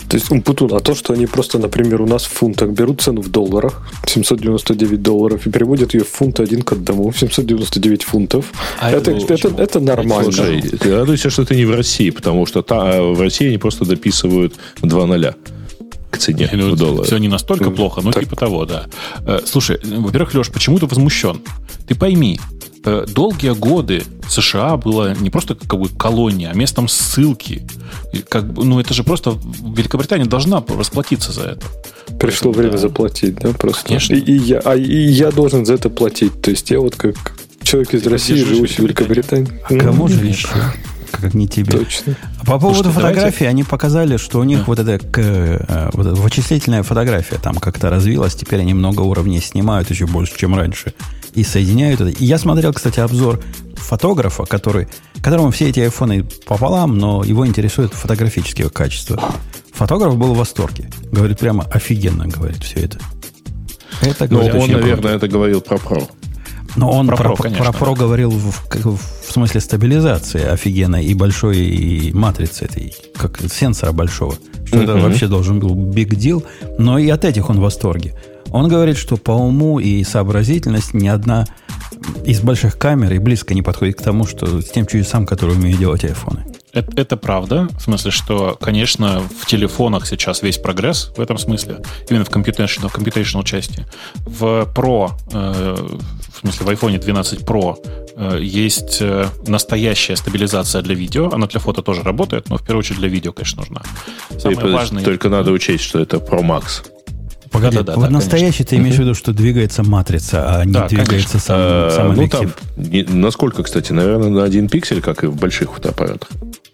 То есть, Умпутун, а то, что они просто, например, у нас в фунтах берут цену в долларах, $799, и переводят ее в фунты 1 к 1, 799 фунтов, это нормально. Слушай, ты радуйся, что ты не в России, потому что в России они просто дописывают 2 0 к цене в долларе. Все не настолько плохо, но типа того, да. Слушай, во-первых, Леш, почему ты возмущен? Ты пойми, долгие годы США была не просто как бы колония, а местом ссылки. Это же просто Великобритания должна расплатиться за это. Пришло время заплатить, да, просто. Конечно. И я должен за это платить. То есть я вот как человек из России, живущий в Великобритании. Кому же еще? Как не тебе. Точно. По поводу фотографии, они показали, что у них вот эта вычислительная фотография там как-то развилась. Теперь они много уровней снимают еще больше, чем раньше. И соединяют это. И я смотрел, кстати, обзор фотографа, которому все эти айфоны пополам, но его интересует фотографические качества. Фотограф был в восторге. Говорит, прямо офигенно, говорит, все это. Но он, наверное, это говорил про Pro. Но он про Pro говорил в смысле стабилизации офигенной и большой и матрицы этой, как сенсора большого. Что это вообще должен был big deal. Но и от этих он в восторге. Он говорит, что по уму и сообразительность ни одна из больших камер и близко не подходит к тому, что с тем чудесам, которые умеют делать айфоны. Это правда. В смысле, что, конечно, в телефонах сейчас весь прогресс в этом смысле. Именно в computational части. В Pro, в смысле, в iPhone 12 Pro есть настоящая стабилизация для видео. Она для фото тоже работает, но в первую очередь для видео, конечно, нужна. Только надо учесть, что это Pro Max. Погоди, вот настоящий ты имеешь в виду, что двигается матрица, а не двигается сам объектив? Там, насколько, кстати, наверное, на 1 пиксель, как и в больших фотоаппаратах.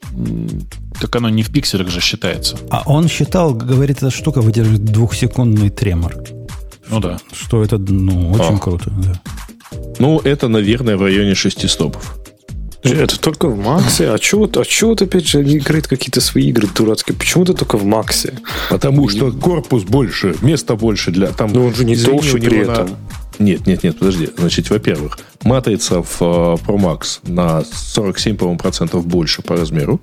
Так оно не в пикселях же считается. А он считал, говорит, эта штука выдержит 2-секундный тремор. Ну да. Что это, очень круто. Да. Это, наверное, в районе 6 стопов. Это только в Максе? А чего вот опять же они играют какие-то свои игры дурацкие? Почему это только в Максе? Потому что корпус больше, места больше для... Но он же не толще при этом. Нет, подожди. Значит, во-первых, матрица в Pro Max на 47, по-моему, процентов больше по размеру,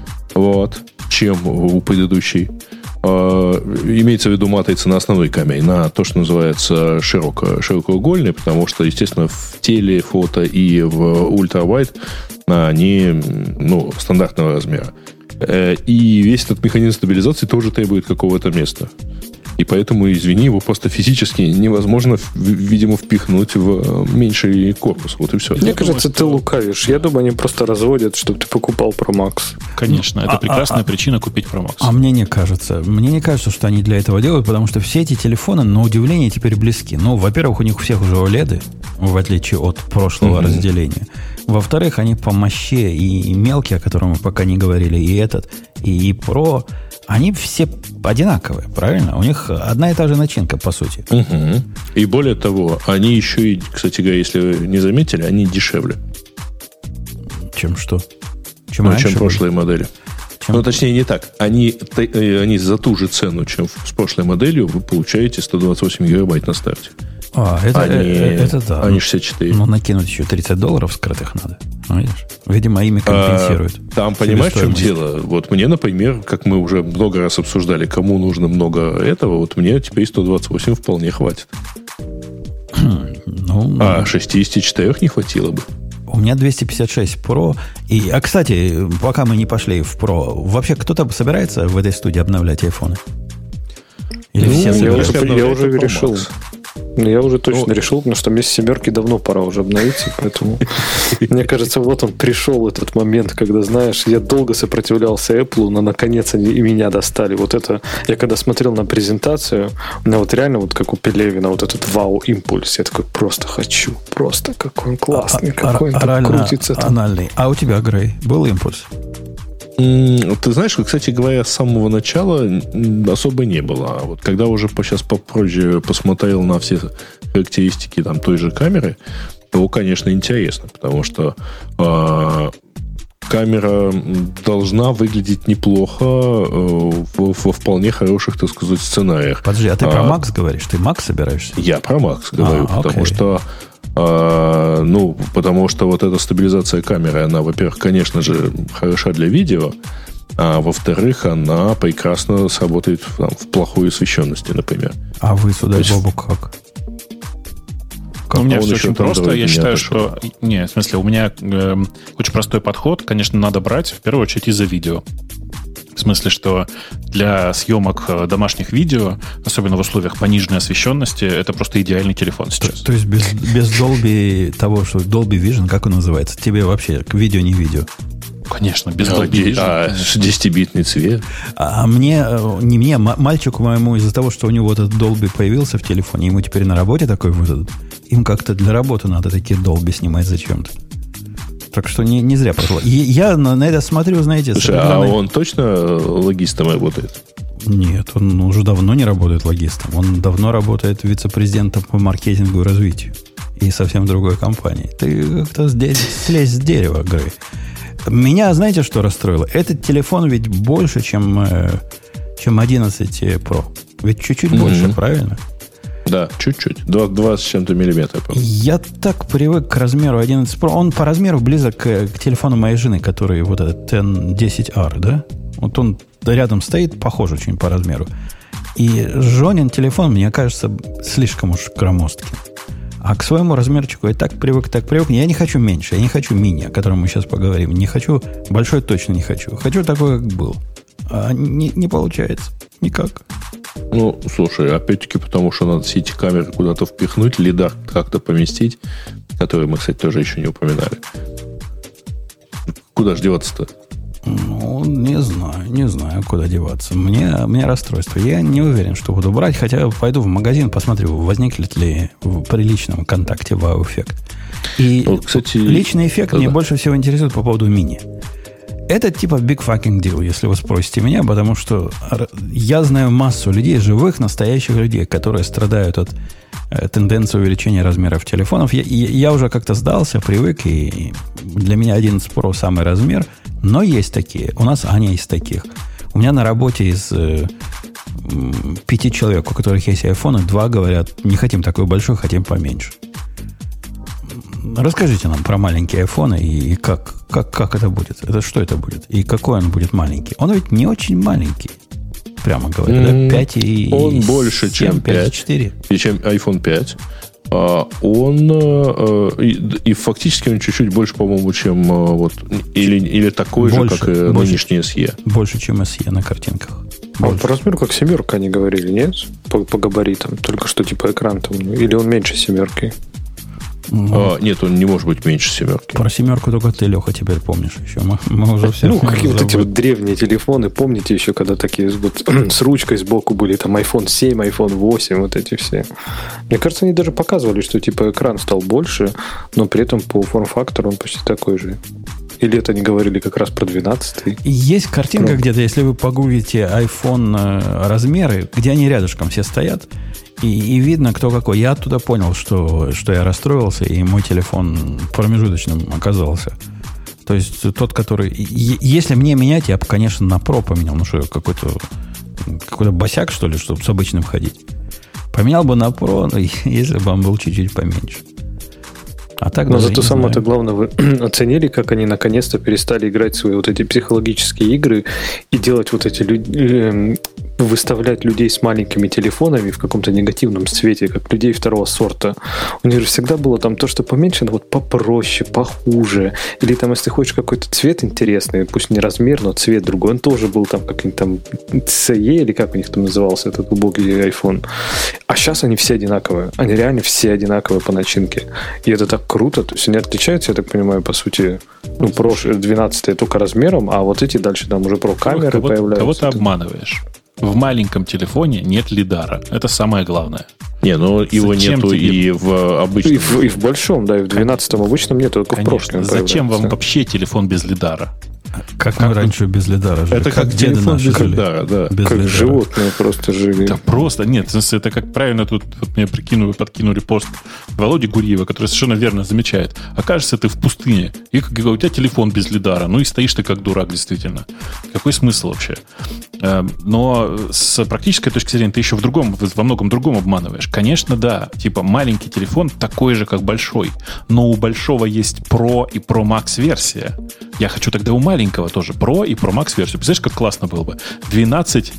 чем у предыдущей. Имеется в виду матрица на основной камере, на то, что называется широкоугольной, потому что, естественно, в телефото и в ультравайд они стандартного размера. И весь этот механизм стабилизации тоже требует какого-то места. И поэтому, извини, его просто физически невозможно, видимо, впихнуть в меньший корпус. Вот и все. Мне кажется, ты лукавишь. Я думаю, они просто разводят, чтобы ты покупал Pro Max. Конечно, это прекрасная причина купить Pro Max. А мне не кажется. Мне не кажется, что они для этого делают, потому что все эти телефоны, на удивление, теперь близки. Во-первых, у них у всех уже OLED, в отличие от прошлого разделения. Во-вторых, они по мощи и мелкие, о котором мы пока не говорили, и и Pro... Они все одинаковые, правильно? У них одна и та же начинка, по сути. Угу. И более того, они еще и, кстати говоря, если вы не заметили, они дешевле. Чем что? Чем прошлые модели. Точнее, не так. Они за ту же цену, чем с прошлой моделью, вы получаете 128 гигабайт на старте. Это да. Они 64. Накинуть еще $30 скрытых надо. Видишь? Видимо, ими компенсируют. Там, понимаешь, в чем дело? Вот мне, например, как мы уже много раз обсуждали, кому нужно много этого, вот мне теперь 128 вполне хватит. 64 не хватило бы. У меня 256 Pro. Кстати, пока мы не пошли в Pro, вообще кто-то собирается в этой студии обновлять айфоны? Или все собираются? Я уже решил. Я уже точно решил, потому что мне с 7 давно пора уже обновиться, поэтому мне кажется, вот он пришел этот момент, когда, знаешь, я долго сопротивлялся Apple, но наконец они и меня достали. Вот это, я когда смотрел на презентацию, у меня вот реально, вот как у Пелевина, вот этот вау-импульс, я такой просто хочу, просто какой он классный, какой он так крутится. Анальный. А у тебя, Грей, был импульс? Ты знаешь, кстати говоря, с самого начала особо не было. А вот когда уже сейчас попозже посмотрел на все характеристики там, той же камеры, то, конечно, интересно, потому что камера должна выглядеть неплохо во вполне хороших, так сказать, сценариях. Подожди, а ты про Max говоришь? Ты Max собираешься? Я про Max говорю, потому что потому что вот эта стабилизация камеры, она, во-первых, конечно же, хороша для видео, А во-вторых, она прекрасно сработает в плохой освещенности, например. А вы, сударь Бобук, как? У меня все очень просто. Я считаю, что... Не, в смысле, у меня очень простой подход. Конечно, надо брать, в первую очередь, из-за видео. В смысле, что для съемок домашних видео, особенно в условиях пониженной освещенности, это просто идеальный телефон сейчас. То есть без Dolby того, что Dolby Vision, как он называется? Тебе вообще к видео не видео? Конечно, без Dolby Vision. 10-битный цвет. А мне, не мне, мальчику моему, из-за того, что у него вот этот Dolby появился в телефоне, ему теперь на работе такой вот, им как-то для работы надо такие Dolby снимать зачем-то. Так что не зря прошло. И я на это смотрю, знаете... Слушай, а он точно логистом работает? Нет, он уже давно не работает логистом. Он давно работает вице-президентом по маркетингу и развитию. И совсем другой компании. Ты как-то слезь с дерева, Грей. Меня, знаете, что расстроило? Этот телефон ведь больше, чем 11 Pro. Ведь чуть-чуть больше, правильно? Да, чуть-чуть. 2 с чем-то миллиметра. Я так привык к размеру 11 Pro. Он по размеру близок к телефону моей жены, который вот этот 10R, да? Вот он рядом стоит, похож очень по размеру. И Женин телефон, мне кажется, слишком уж громоздкий. А к своему размерчику я так привык. Я не хочу меньше, я не хочу мини, о котором мы сейчас поговорим. Не хочу, большой точно не хочу. Хочу такой, как был. А не получается. Никак. Ну, слушай, опять-таки, потому что надо все эти камеры куда-то впихнуть, лидар как-то поместить, который мы, кстати, тоже еще не упоминали. Куда же деваться-то? Ну, не знаю, куда деваться. Мне расстройство. Я не уверен, что буду брать, хотя пойду в магазин, посмотрю, возникнет ли в приличном контакте вау-эффект. И вот, кстати, личный эффект мне больше всего интересует по поводу мини. Это типа big fucking deal, если вы спросите меня, потому что я знаю массу людей, живых, настоящих людей, которые страдают от тенденции увеличения размеров телефонов. Я уже как-то сдался, привык, и для меня 11 Pro самый размер, но есть такие. У нас Аня из таких. У меня на работе из 5 человек, у которых есть айфоны, 2 говорят, не хотим такой большой, хотим поменьше. Расскажите нам про маленькие айфоны и как это будет. Что это будет? И какой он будет маленький? Он ведь не очень маленький, прямо говоря. Да? 5 и он больше, 7, чем 5. 4. И чем iPhone 5. И фактически он чуть-чуть больше, по-моему, чем вот или такой больше, же, как и нынешний SE. Больше, чем SE на картинках. А по размеру как семерка они говорили, нет? По габаритам. Только что типа экран там. Или он меньше семерки? Нет, он не может быть меньше семерки. Про семерку только ты, Леха, теперь помнишь еще. Мы уже все. Ну, какие вот эти вот древние телефоны, помните еще, когда такие вот с ручкой сбоку были, там iPhone 7, iPhone 8, вот эти все. Мне кажется, они даже показывали, что типа экран стал больше, но при этом по форм-фактору он почти такой же. Или это они говорили как раз про 12-й? Есть картинка где-то, если вы погуглите iPhone размеры, где они рядышком все стоят, и видно, кто какой. Я оттуда понял, что я расстроился, и мой телефон промежуточным оказался. То есть тот, который... Если мне менять, я бы, конечно, на Pro поменял. Ну что, какой-то босяк, что ли, чтобы с обычным ходить. Поменял бы на Pro, если бы он был чуть-чуть поменьше. А так но зато самое-то главное, вы оценили, как они наконец-то перестали играть свои вот эти психологические игры и делать вот эти выставлять людей с маленькими телефонами в каком-то негативном цвете, как людей второго сорта. У них же всегда было там то, что поменьше, но вот попроще, похуже. Или там, если хочешь какой-то цвет интересный, пусть не размер, но цвет другой, он тоже был там какой-нибудь там CE, или как у них там назывался этот убогий iPhone. А сейчас они все одинаковые. Они реально все одинаковые по начинке. И это так круто. То есть они отличаются, я так понимаю, по сути, ну, Pro 12 только размером, а вот эти дальше там уже Pro камеры появляются. Кого ты обманываешь? В маленьком телефоне нет лидара. Это самое главное. Не, ну его нету и в обычном. И в большом, да, и в 12-м обычном нету, только в прошлом. Зачем вам вообще телефон без лидара? Как мы раньше без лидара жили. Это как деды наши жили. Да. Как лидара. Животные просто жили. Да просто, нет, это как правильно тут вот мне подкинули пост Володи Гурьева, который совершенно верно замечает. Окажется, ты в пустыне, и у тебя телефон без лидара, ну и стоишь ты как дурак, действительно. Какой смысл вообще? Но с практической точки зрения ты еще во многом другом обманываешь. Конечно, да, типа маленький телефон такой же, как большой, но у большого есть Pro и Pro Max версия. Я хочу тогда у маленького тоже Pro и Pro Max версию. Представляешь, как классно было бы? 12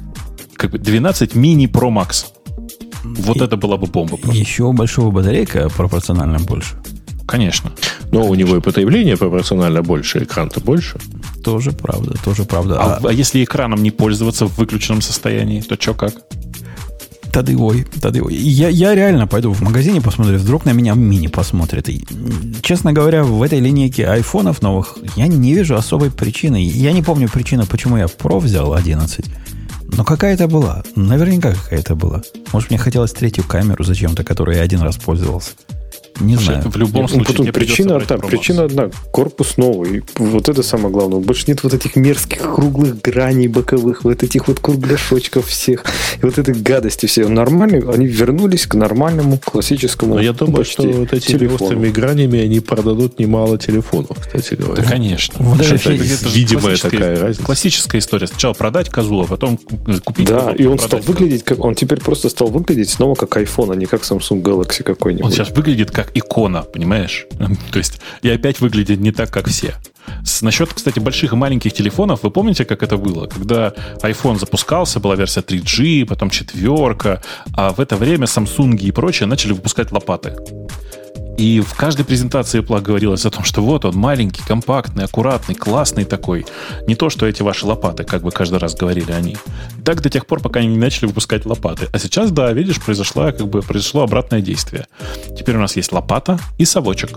мини Pro Max. Вот это была бы бомба просто. Еще у большого батарейка пропорционально больше. Конечно. Но у него и потребление пропорционально больше, экран-то больше. Тоже правда. А если экраном не пользоваться в выключенном состоянии, то что, как? Тады ой. Я реально пойду в магазине посмотрю, вдруг на меня мини посмотрит. И, честно говоря, в этой линейке айфонов новых я не вижу особой причины. Я не помню причину, почему я Pro взял 11. Но какая-то была. Наверняка какая-то была. Может, мне хотелось третью камеру зачем-то, которой я один раз пользовался. Не знаю. В любом случае, причина одна. Корпус новый. Вот это самое главное. Больше нет вот этих мерзких круглых граней боковых, вот этих вот кругляшочков всех. И вот этой гадости все. Нормально, они вернулись к нормальному классическому. Но я думаю, что вот этими острыми гранями они продадут немало телефонов, кстати говоря. Да, конечно. Вот это видимая такая разница. Классическая история. Сначала продать козу, а потом купить козу. Да, и он стал выглядеть, он теперь просто стал выглядеть снова как iPhone, а не как Samsung Galaxy какой-нибудь. Он сейчас выглядит как икона, понимаешь? То есть, и опять выглядит не так, как все. Насчет, кстати, больших и маленьких телефонов, вы помните, как это было? Когда iPhone запускался, была версия 3G, потом 4, а в это время Samsung и прочее начали выпускать лопаты. И в каждой презентации Apple говорилось о том, что вот он маленький, компактный, аккуратный, классный такой. Не то, что эти ваши лопаты, как бы каждый раз говорили они. Так до тех пор, пока они не начали выпускать лопаты. А сейчас, да, видишь, произошло обратное действие. Теперь у нас есть лопата и совочек.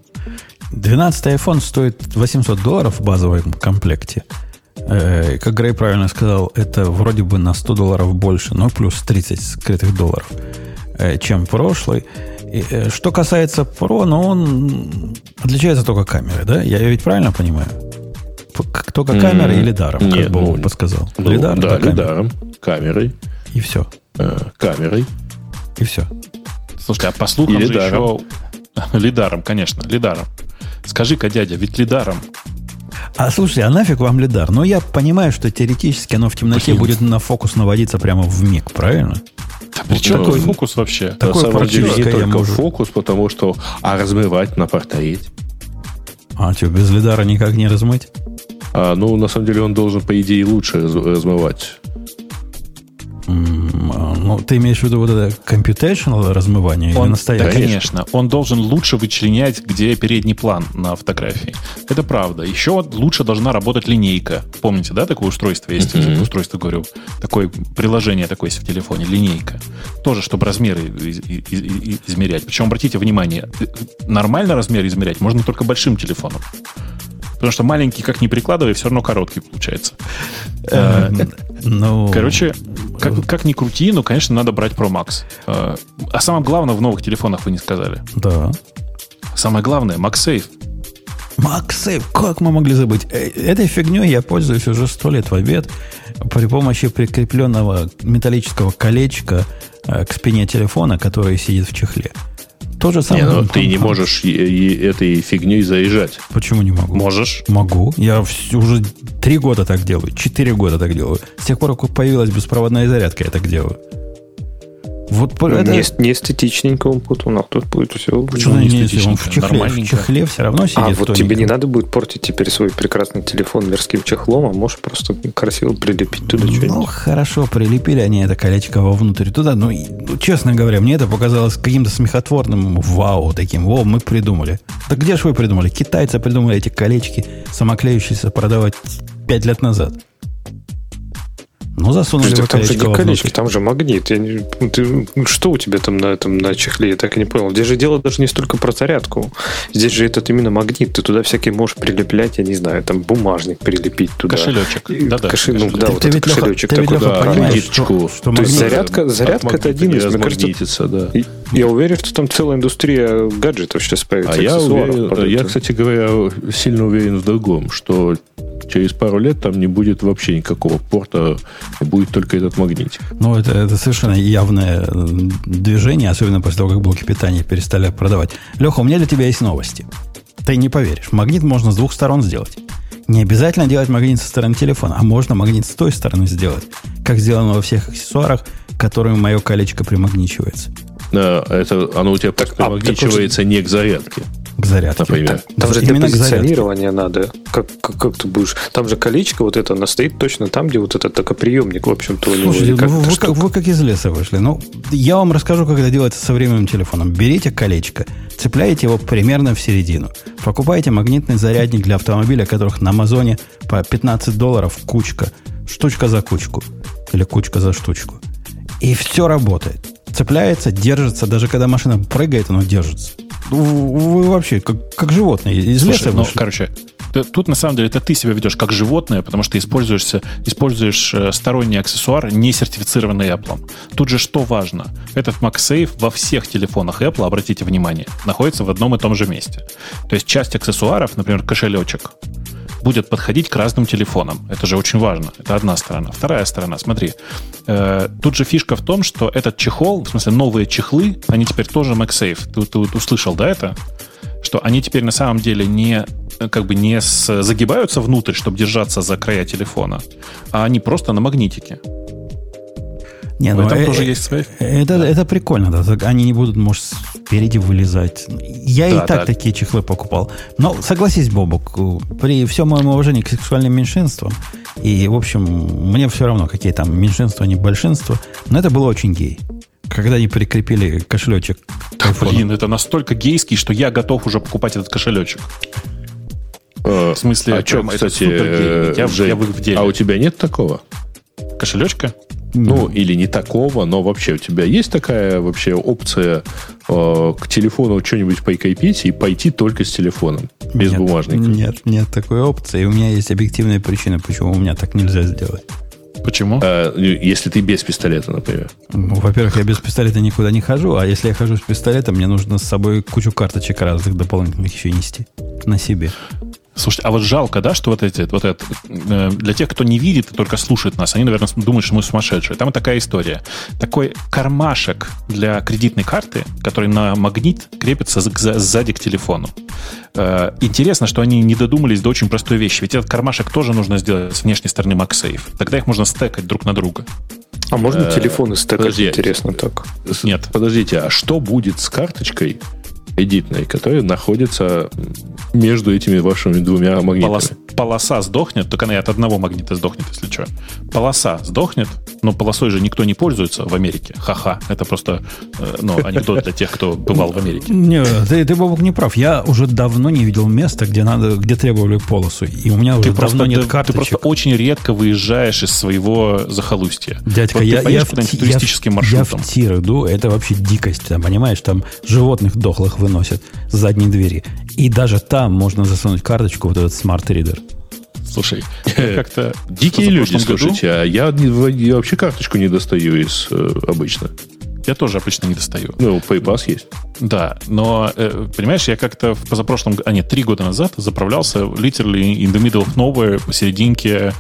12-й iPhone стоит $800 в базовом комплекте. Как Грей правильно сказал, это вроде бы на $100 больше, но плюс 30 скрытых долларов, чем прошлый. Что касается Pro, но он отличается только камерой, да? Я ведь правильно понимаю? Только камерой или лидаром, как бы он подсказал. Лидаром, да, лидаром, камерой. И все. Камерой. И все. Слушайте, а по слухам же еще... Лидаром, конечно, лидаром. Скажи-ка, дядя, ведь лидаром. А слушай, а нафиг вам лидар? Ну, я понимаю, что теоретически оно в темноте будет на фокус наводиться прямо в миг, правильно? Да причем такой фокус вообще? На самом деле не только фокус, потому что... А размывать на портрете? А что, без лидара никак не размыть? Ну, на самом деле он должен, по идее, лучше размывать. Ну, ты имеешь в виду вот это computational размывание или настоящее? Да, конечно. Он должен лучше вычленять, где передний план на фотографии. Это правда. Еще лучше должна работать линейка. Помните, да, такое устройство есть? Устройство, говорю, такое приложение такое есть в телефоне. Линейка. Тоже, чтобы размеры измерять. Причем, обратите внимание, нормально размер измерять можно только большим телефоном. Потому что маленький, как ни прикладывай, все равно короткий получается. Короче, как ни крути, но, конечно, надо брать Pro Max. А самое главное в новых телефонах вы не сказали. Да. Самое главное, MagSafe. MagSafe, как мы могли забыть? Этой фигней я пользуюсь уже 100 лет в обед при помощи прикрепленного металлического колечка к спине телефона, который сидит в чехле. То же самое. Ты не можешь этой фигней заезжать. Почему не могу? Можешь. Могу. Я уже 3 года так делаю, 4 года так делаю. С тех пор, как появилась беспроводная зарядка, я так делаю. Вот это... Не эстетичненько он будет, у нас тут будет все. Почему не эстетичненько? В чехле все равно сидит. А вот тебе не надо будет портить теперь свой прекрасный телефон мирским чехлом, а можешь просто красиво прилепить туда что-нибудь. Ну, хорошо, прилепили они это колечко вовнутрь туда. Ну, честно говоря, мне это показалось каким-то смехотворным вау таким. Во, мы придумали. Так где же вы придумали? Китайцы придумали эти колечки самоклеющиеся продавать 5 лет назад. Ну, засунули в там же не колечки, там же магнит. Что у тебя там на чехле? Я так и не понял. Здесь же дело даже не столько про зарядку. Здесь же этот именно магнит. Ты туда всякие можешь прилеплять, я не знаю, там бумажник прилепить туда. Кошелечек. Да, вот этот кошелечек такой. То есть зарядка это один из, мне кажется, да. Я уверен, что там целая индустрия гаджетов сейчас появится. А я, кстати говоря, сильно уверен в другом, что через пару лет там не будет вообще никакого порта, будет только этот магнитик. Ну, это совершенно явное движение, особенно после того, как блоки питания перестали продавать. Леха, у меня для тебя есть новости. Ты не поверишь. Магнит можно с 2 сторон сделать. Не обязательно делать магнит со стороны телефона, а можно магнит с той стороны сделать, как сделано во всех аксессуарах, которыми мое колечко примагничивается. Да, это оно у тебя примагничивается не к зарядке. К зарядке. Например. Там же для позиционирования надо. Как ты будешь? Там же колечко вот это, оно стоит точно там, где вот этот токоприемник, в общем-то, у него. Слушайте, вы как из леса вышли. Ну, я вам расскажу, как это делается современным телефоном. Берите колечко, цепляете его примерно в середину. Покупаете магнитный зарядник для автомобиля, которых на Амазоне по $15 кучка. Штучка за кучку. Или кучка за штучку. И все работает. Цепляется, держится. Даже когда машина прыгает, оно держится. Вы вообще как животное из леса вышли. Короче, тут на самом деле это ты себя ведешь как животное, потому что используешь сторонний аксессуар, не сертифицированный Apple. Тут же что важно? Этот MagSafe во всех телефонах Apple, обратите внимание, находится в одном и том же месте. То есть часть аксессуаров, например, кошелечек, будет подходить к разным телефонам. Это же очень важно. Это одна сторона. Вторая сторона, смотри. Тут же фишка в том, что этот чехол, в смысле новые чехлы, они теперь тоже MagSafe. Ты услышал, да, это? Что они теперь на самом деле не загибаются внутрь, чтобы держаться за края телефона, а они просто на магнитике. Не, в этом тоже есть свои. Это прикольно, да. Они не будут, может, спереди вылезать. Я такие чехлы покупал. Но согласись, Бобок, при всем моем уважении к сексуальным меньшинствам, и, в общем, мне все равно, какие там меньшинства, не большинства, но это было очень гей. Когда они прикрепили кошелечек к айфону. Блин, это настолько гейский, что я готов уже покупать этот кошелечек. В смысле, а что, кстати, я в деле. А у тебя нет такого? Кошелечка? Ну, или не такого, но вообще у тебя есть такая вообще опция к телефону что-нибудь прикрепить и пойти только с телефоном, без бумажника? Нет такой опции. И у меня есть объективные причины, почему у меня так нельзя сделать. Почему? Если ты без пистолета, например. Ну, во-первых, я без пистолета никуда не хожу, а если я хожу с пистолетом, мне нужно с собой кучу карточек разных дополнительных еще нести на себе. Слушайте, а вот жалко, да, что вот это для тех, кто не видит и только слушает нас, они, наверное, думают, что мы сумасшедшие. Там и такая история. Такой кармашек для кредитной карты, который на магнит крепится сзади к телефону. Интересно, что они не додумались до очень простой вещи. Ведь этот кармашек тоже нужно сделать с внешней стороны MagSafe. Тогда их можно стекать друг на друга. А можно телефоны стекать? Интересно так. Нет. Подождите, а что будет с карточкой кредитной, которая находится между этими вашими двумя магнитами? Полоса сдохнет, только она и от одного магнита сдохнет, если что. Полоса сдохнет, но полосой же никто не пользуется в Америке. Ха-ха. Это просто анекдот для тех, кто бывал в Америке. Не, ты, Бобок, не прав. Я уже давно не видел места, где требовали полосу. И у меня уже давно нет карточек. Ты просто очень редко выезжаешь из своего захолустья. Дядька, вот я туристическим маршрутом. Я в тир иду, это вообще дикость. Там, понимаешь, там животных дохлых выносят с задней двери. И даже там можно засунуть карточку, вот этот смарт-ридер. Слушай, как-то... Дикие люди, слушайте, а я вообще карточку не достаю обычно. Я тоже обычно не достаю. Ну, PayPass есть. Да, но, понимаешь, я как-то в позапрошлом... 3 года назад заправлялся literally in the middle of nowhere, посерединке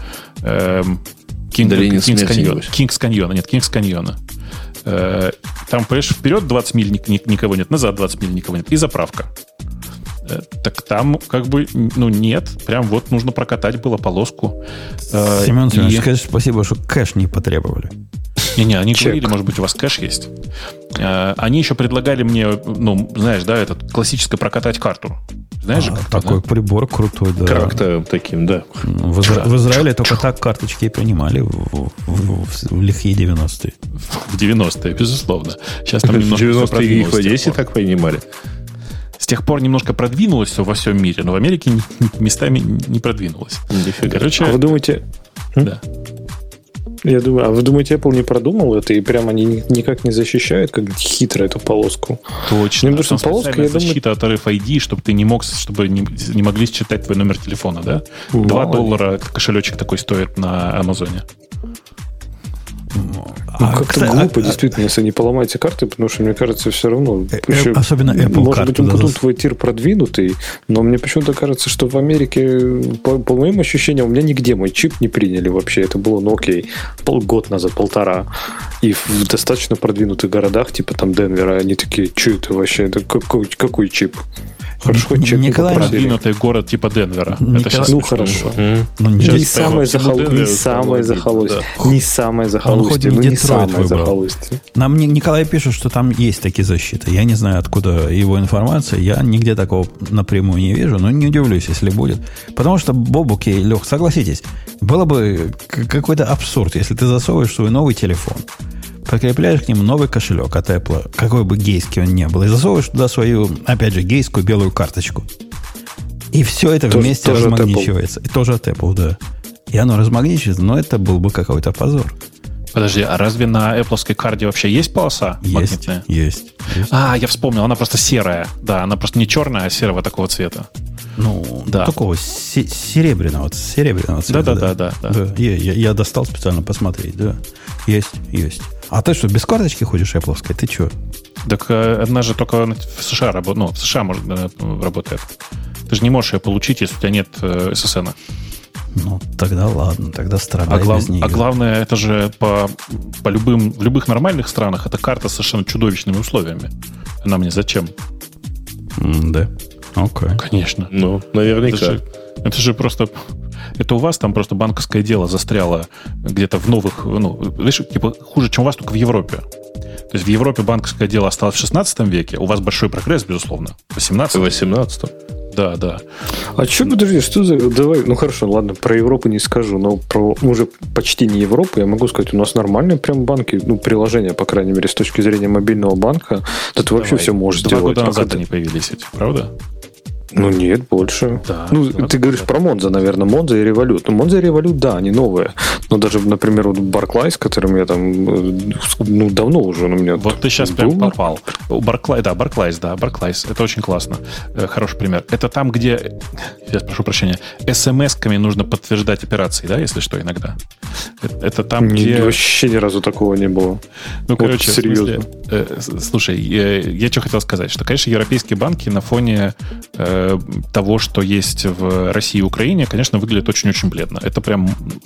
Кингс каньона. Там, понимаешь, вперед 20 миль никого нет, назад 20 миль никого нет. И заправка. Так там как бы, нет. Прям вот нужно прокатать было полоску. Семен Семенович, скажи спасибо, что кэш не потребовали. Не, они говорили, может быть, у вас кэш есть. Они еще предлагали мне, знаешь, да, классическое прокатать карту. Знаешь же, как такой прибор крутой, да. Как-то таким, да. В Израиле только так карточки и принимали в лихие 90-е. В 90-е, безусловно. Сейчас там немножко в 90-е их в Одессе так принимали. С тех пор немножко продвинулось все во всем мире, но в Америке местами не продвинулось. Короче, а вы думаете... Да. Я думаю, а вы думаете, Apple не продумал это и прям они никак не защищают, как хитро эту полоску? Точно. Потому что полоска, я думаю... защита от RFID, чтобы ты не могли считать твой номер телефона, да? $2 кошелечек такой стоит на Амазоне. Как-то глупо, действительно, если не поломаете карты, потому что, мне кажется, все равно... Особенно Apple может карты. быть, он твой тир продвинутый, но мне почему-то кажется, что в Америке, по моим ощущениям, у меня нигде мой чип не приняли вообще. Это было, окей, год назад, 1,5. И в достаточно продвинутых городах, типа там Денвера, они такие, что это вообще? Это какой чип? Хорошо, Николай, продвинутый город типа Денвера. Это сейчас хорошо. Не самое захолустье. Не самое захолустье. Не самое захолустье. Нам Николай пишет, что там есть такие защиты. Я не знаю, откуда его информация. Я нигде такого напрямую не вижу, но не удивлюсь, если будет. Потому что, Бобук и Лех, согласитесь, было бы какой-то абсурд, если ты засовываешь свой новый телефон, прикрепляешь к нему новый кошелек от Apple, какой бы гейский он ни был, и засовываешь туда свою, опять же, гейскую белую карточку. И все это вместе размагничивается. И тоже от Apple, да. И оно размагничивается, но это был бы какой-то позор. Подожди, а разве на Apple'овской карте вообще есть полоса магнитная? Есть. Я вспомнил, она просто серая. Да, она просто не черная, а серого такого цвета. Ну, да. Такого серебряного цвета. Да. Я достал специально посмотреть, да. Есть. А ты что, без карточки ходишь Apple'овской? Ты что? Так она же только в США работает. Ну, в США работает. Ты же не можешь ее получить, если у тебя нет SSN. Ну, тогда ладно, тогда страдай без нее. А главное, это же в любых нормальных странах это карта с совершенно чудовищными условиями. Она мне зачем? Да. Окей. Конечно. Ну, наверняка. Это же просто... Это у вас там просто банковское дело застряло где-то в новых... видишь, типа хуже, чем у вас, только в Европе. То есть в Европе банковское дело осталось в 16 веке. У вас большой прогресс, безусловно. В 18-м. Да. А что, подожди, что за... Давай, хорошо, ладно, про Европу не скажу, но про уже почти не Европу я могу сказать, у нас нормальные прям банки, приложения, по крайней мере, с точки зрения мобильного банка, да ты вообще все можешь 2 сделать. 2 года назад они появились эти, правда? Нет, больше. Да, ты говоришь про Монза, наверное, Монза и Revolut. Монза и Revolut, да, они новые. Но даже, например, вот Barclays, с которым я там, давно уже у меня... Вот ты сейчас прям попал. Barclays, это очень классно. Хороший пример. Это там, где, я прошу прощения, смс-ками нужно подтверждать операции, да, если что, иногда. Это там, где... Вообще ни разу такого не было. Короче, серьезно. Слушай, я что хотел сказать, что, конечно, европейские банки на фоне того, что есть в России и Украине, конечно, выглядит очень-очень бледно. Это прям,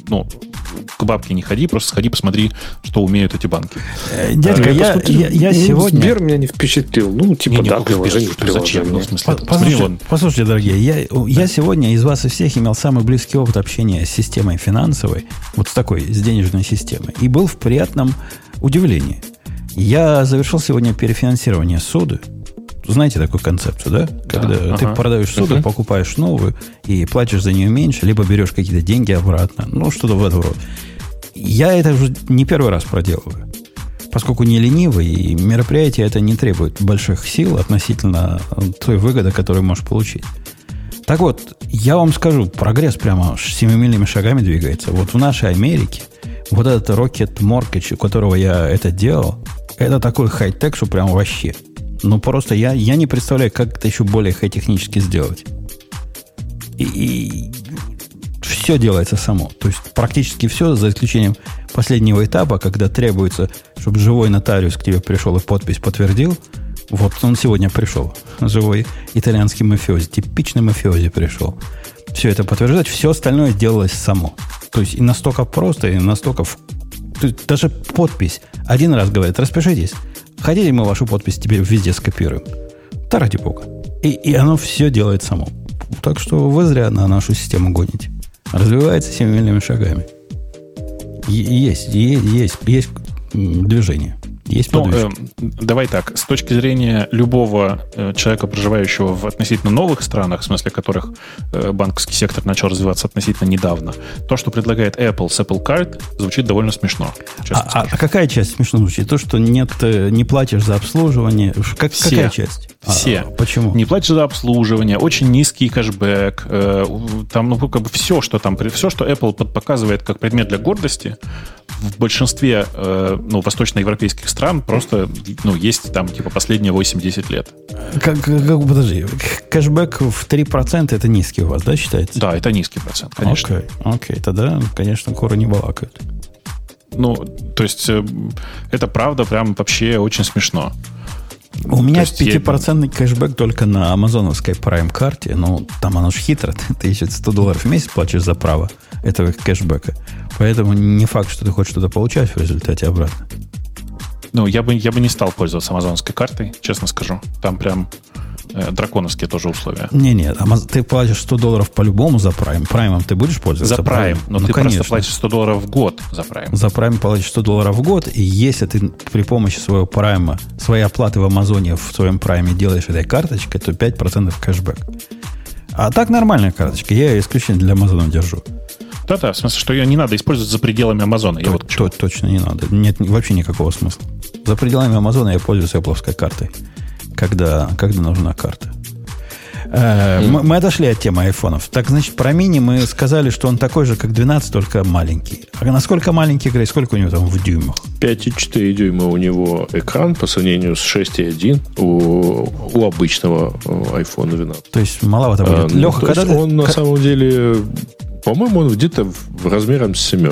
к бабке не ходи, просто сходи, посмотри, что умеют эти банки. Дядька, я сегодня... Сбер меня не впечатлил. Приложение. Зачем? Послушайте, дорогие, я сегодня из вас и всех имел самый близкий опыт общения с системой финансовой, вот с денежной системой, и был в приятном удивлении. Я завершил сегодня перефинансирование суды. Знаете такую концепцию, да? Когда ты продаешь суду, покупаешь новую и платишь за нее меньше, либо берешь какие-то деньги обратно. Что-то в этом роде. Я это уже не первый раз проделываю. Поскольку не ленивый, и мероприятие это не требует больших сил относительно той выгоды, которую можешь получить. Так вот, я вам скажу, прогресс прямо семимильными шагами двигается. Вот в нашей Америке вот этот Rocket Mortgage, у которого я это делал, это такой хай-тек, что прям вообще... просто я не представляю, как это еще более хай-технически сделать. И все делается само. То есть практически все, за исключением последнего этапа, когда требуется, чтобы живой нотариус к тебе пришел и подпись подтвердил. Вот он сегодня пришел. Живой итальянский мафиози. Типичный мафиози пришел. Все это подтверждать. Все остальное делалось само. То есть и настолько просто, и настолько... Даже подпись. Один раз говорит, распишитесь. Хотите, мы вашу подпись теперь везде скопируем? Да ради бога. И оно все делает само. Так что вы зря на нашу систему гоните. Развивается семимильными шагами. Есть движение. Есть давай так. С точки зрения любого человека, проживающего в относительно новых странах, в смысле которых банковский сектор начал развиваться относительно недавно, то, что предлагает Apple с Apple Card, звучит довольно смешно. А какая часть смешно звучит? То, что не платишь за обслуживание? Какая часть? Все. Почему? Не платишь за обслуживание, очень низкий кэшбэк. Там, все, что Apple показывает как предмет для гордости, в большинстве восточноевропейских стран просто есть там последние 8-10 лет. Подожди, кэшбэк в 3% это низкий у вас, да, считается? Да, это низкий процент, конечно. Окей, тогда, конечно, куры не балакают. Ну, то есть, это правда прям вообще очень смешно. У меня 5% кэшбэк только на амазоновской Prime-карте. Ну, там оно ж хитро. Ты еще $100 в месяц платишь за право этого кэшбэка. Поэтому не факт, что ты хочешь что-то получать в результате обратно. Ну, я бы не стал пользоваться амазоновской картой, честно скажу. Там прям драконовские тоже условия. Не, ты платишь $100 по-любому за Prime. Праймом ты будешь пользоваться? За Prime. Но ты конечно. просто платишь $100 в год за Prime. За Prime платишь $100 в год, и если ты при помощи своего Prime, своей оплаты в Амазоне в своем Prime делаешь этой карточкой, то 5% кэшбэк. А так нормальная карточка. Я ее исключительно для Амазона держу. Да-да, в смысле, что ее не надо использовать за пределами Амазона. Точно не надо. Нет вообще никакого смысла. За пределами Амазона я пользуюсь Apple-овской картой, когда нужна карта. Мы отошли от темы айфонов. Так, значит, про мини мы сказали, что он такой же, как 12, только маленький. А насколько маленький, Грей, сколько у него там в дюймах? 5,4 дюйма у него экран по сравнению с 6,1 у обычного iPhone 12. То есть маловато будет. Леха, когда он на самом деле... По-моему, он где-то размером с 7.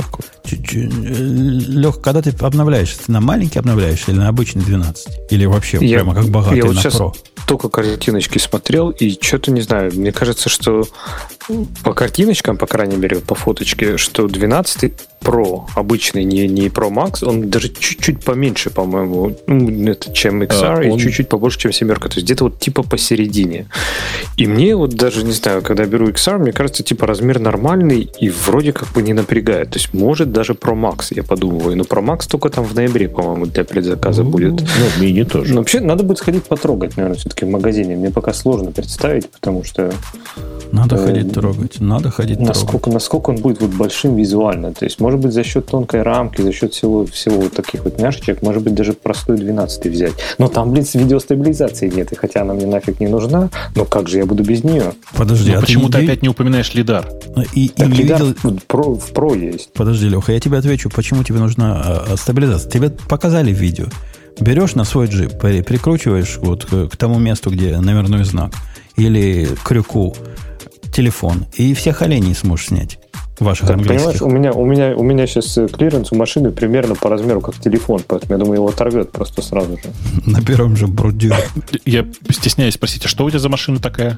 Лех, когда ты обновляешься, ты на маленький обновляешься или на обычный 12? Или вообще прямо как богатый я вот на сейчас Pro? Только картиночки смотрел, и что-то не знаю. Мне кажется, что по картиночкам, по крайней мере, по фоточке, что 12 Pro, обычный, не Pro Max, он даже чуть-чуть поменьше, по-моему, чем XR, и чуть-чуть побольше, чем 7. То есть где-то вот типа посередине. И мне вот даже, не знаю, когда я беру XR, мне кажется, типа размер нормальный и вроде как бы не напрягает. То есть может даже Pro Max, я подумываю. Но Pro Max только там в ноябре, по-моему, для предзаказа будет. Ну, мини тоже. Но вообще надо будет сходить потрогать, наверное, все-таки в магазине. Мне пока сложно представить, потому что... Надо ходить трогать. Насколько он будет вот большим визуально. То есть, может быть, за счет тонкой рамки, за счет всего вот таких вот няшечек, может быть, даже простой 12 взять. Но там, блин, видеостабилизации нет. И хотя она мне нафиг не нужна, но как же я буду без нее? Подожди, почему ты опять не упоминаешь лидар? Так лидар в Pro есть. Подожди, Леха, я тебе отвечу, почему тебе нужна стабилизация. Тебе показали видео. Берешь на свой джип, прикручиваешь вот к тому месту, где номерной знак, или к крюку телефон, и всех оленей сможешь снять. Ваших так, английских. Понимаешь, у меня сейчас клиренс у машины примерно по размеру как телефон, поэтому я думаю, его оторвет просто сразу же. На первом же брудю. Я стесняюсь спросить, а что у тебя за машина такая?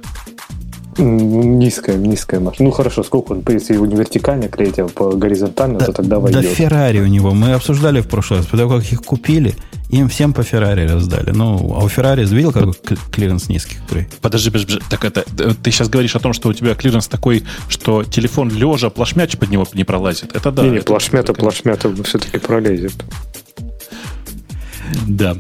Низкая машина. Ну хорошо, сколько он, если его не вертикально клеить, а по горизонтально, то тогда войдет. Да Феррари у него. Мы обсуждали в прошлый раз. Потому как их купили, им всем по Феррари раздали. Ну, а у Феррари видел, как клиренс низкий? Подожди. Так это ты сейчас говоришь о том, что у тебя клиренс такой, что телефон лежа плашмя под него не пролазит. Это да. Не, плашмя-то все-таки пролезет. Да.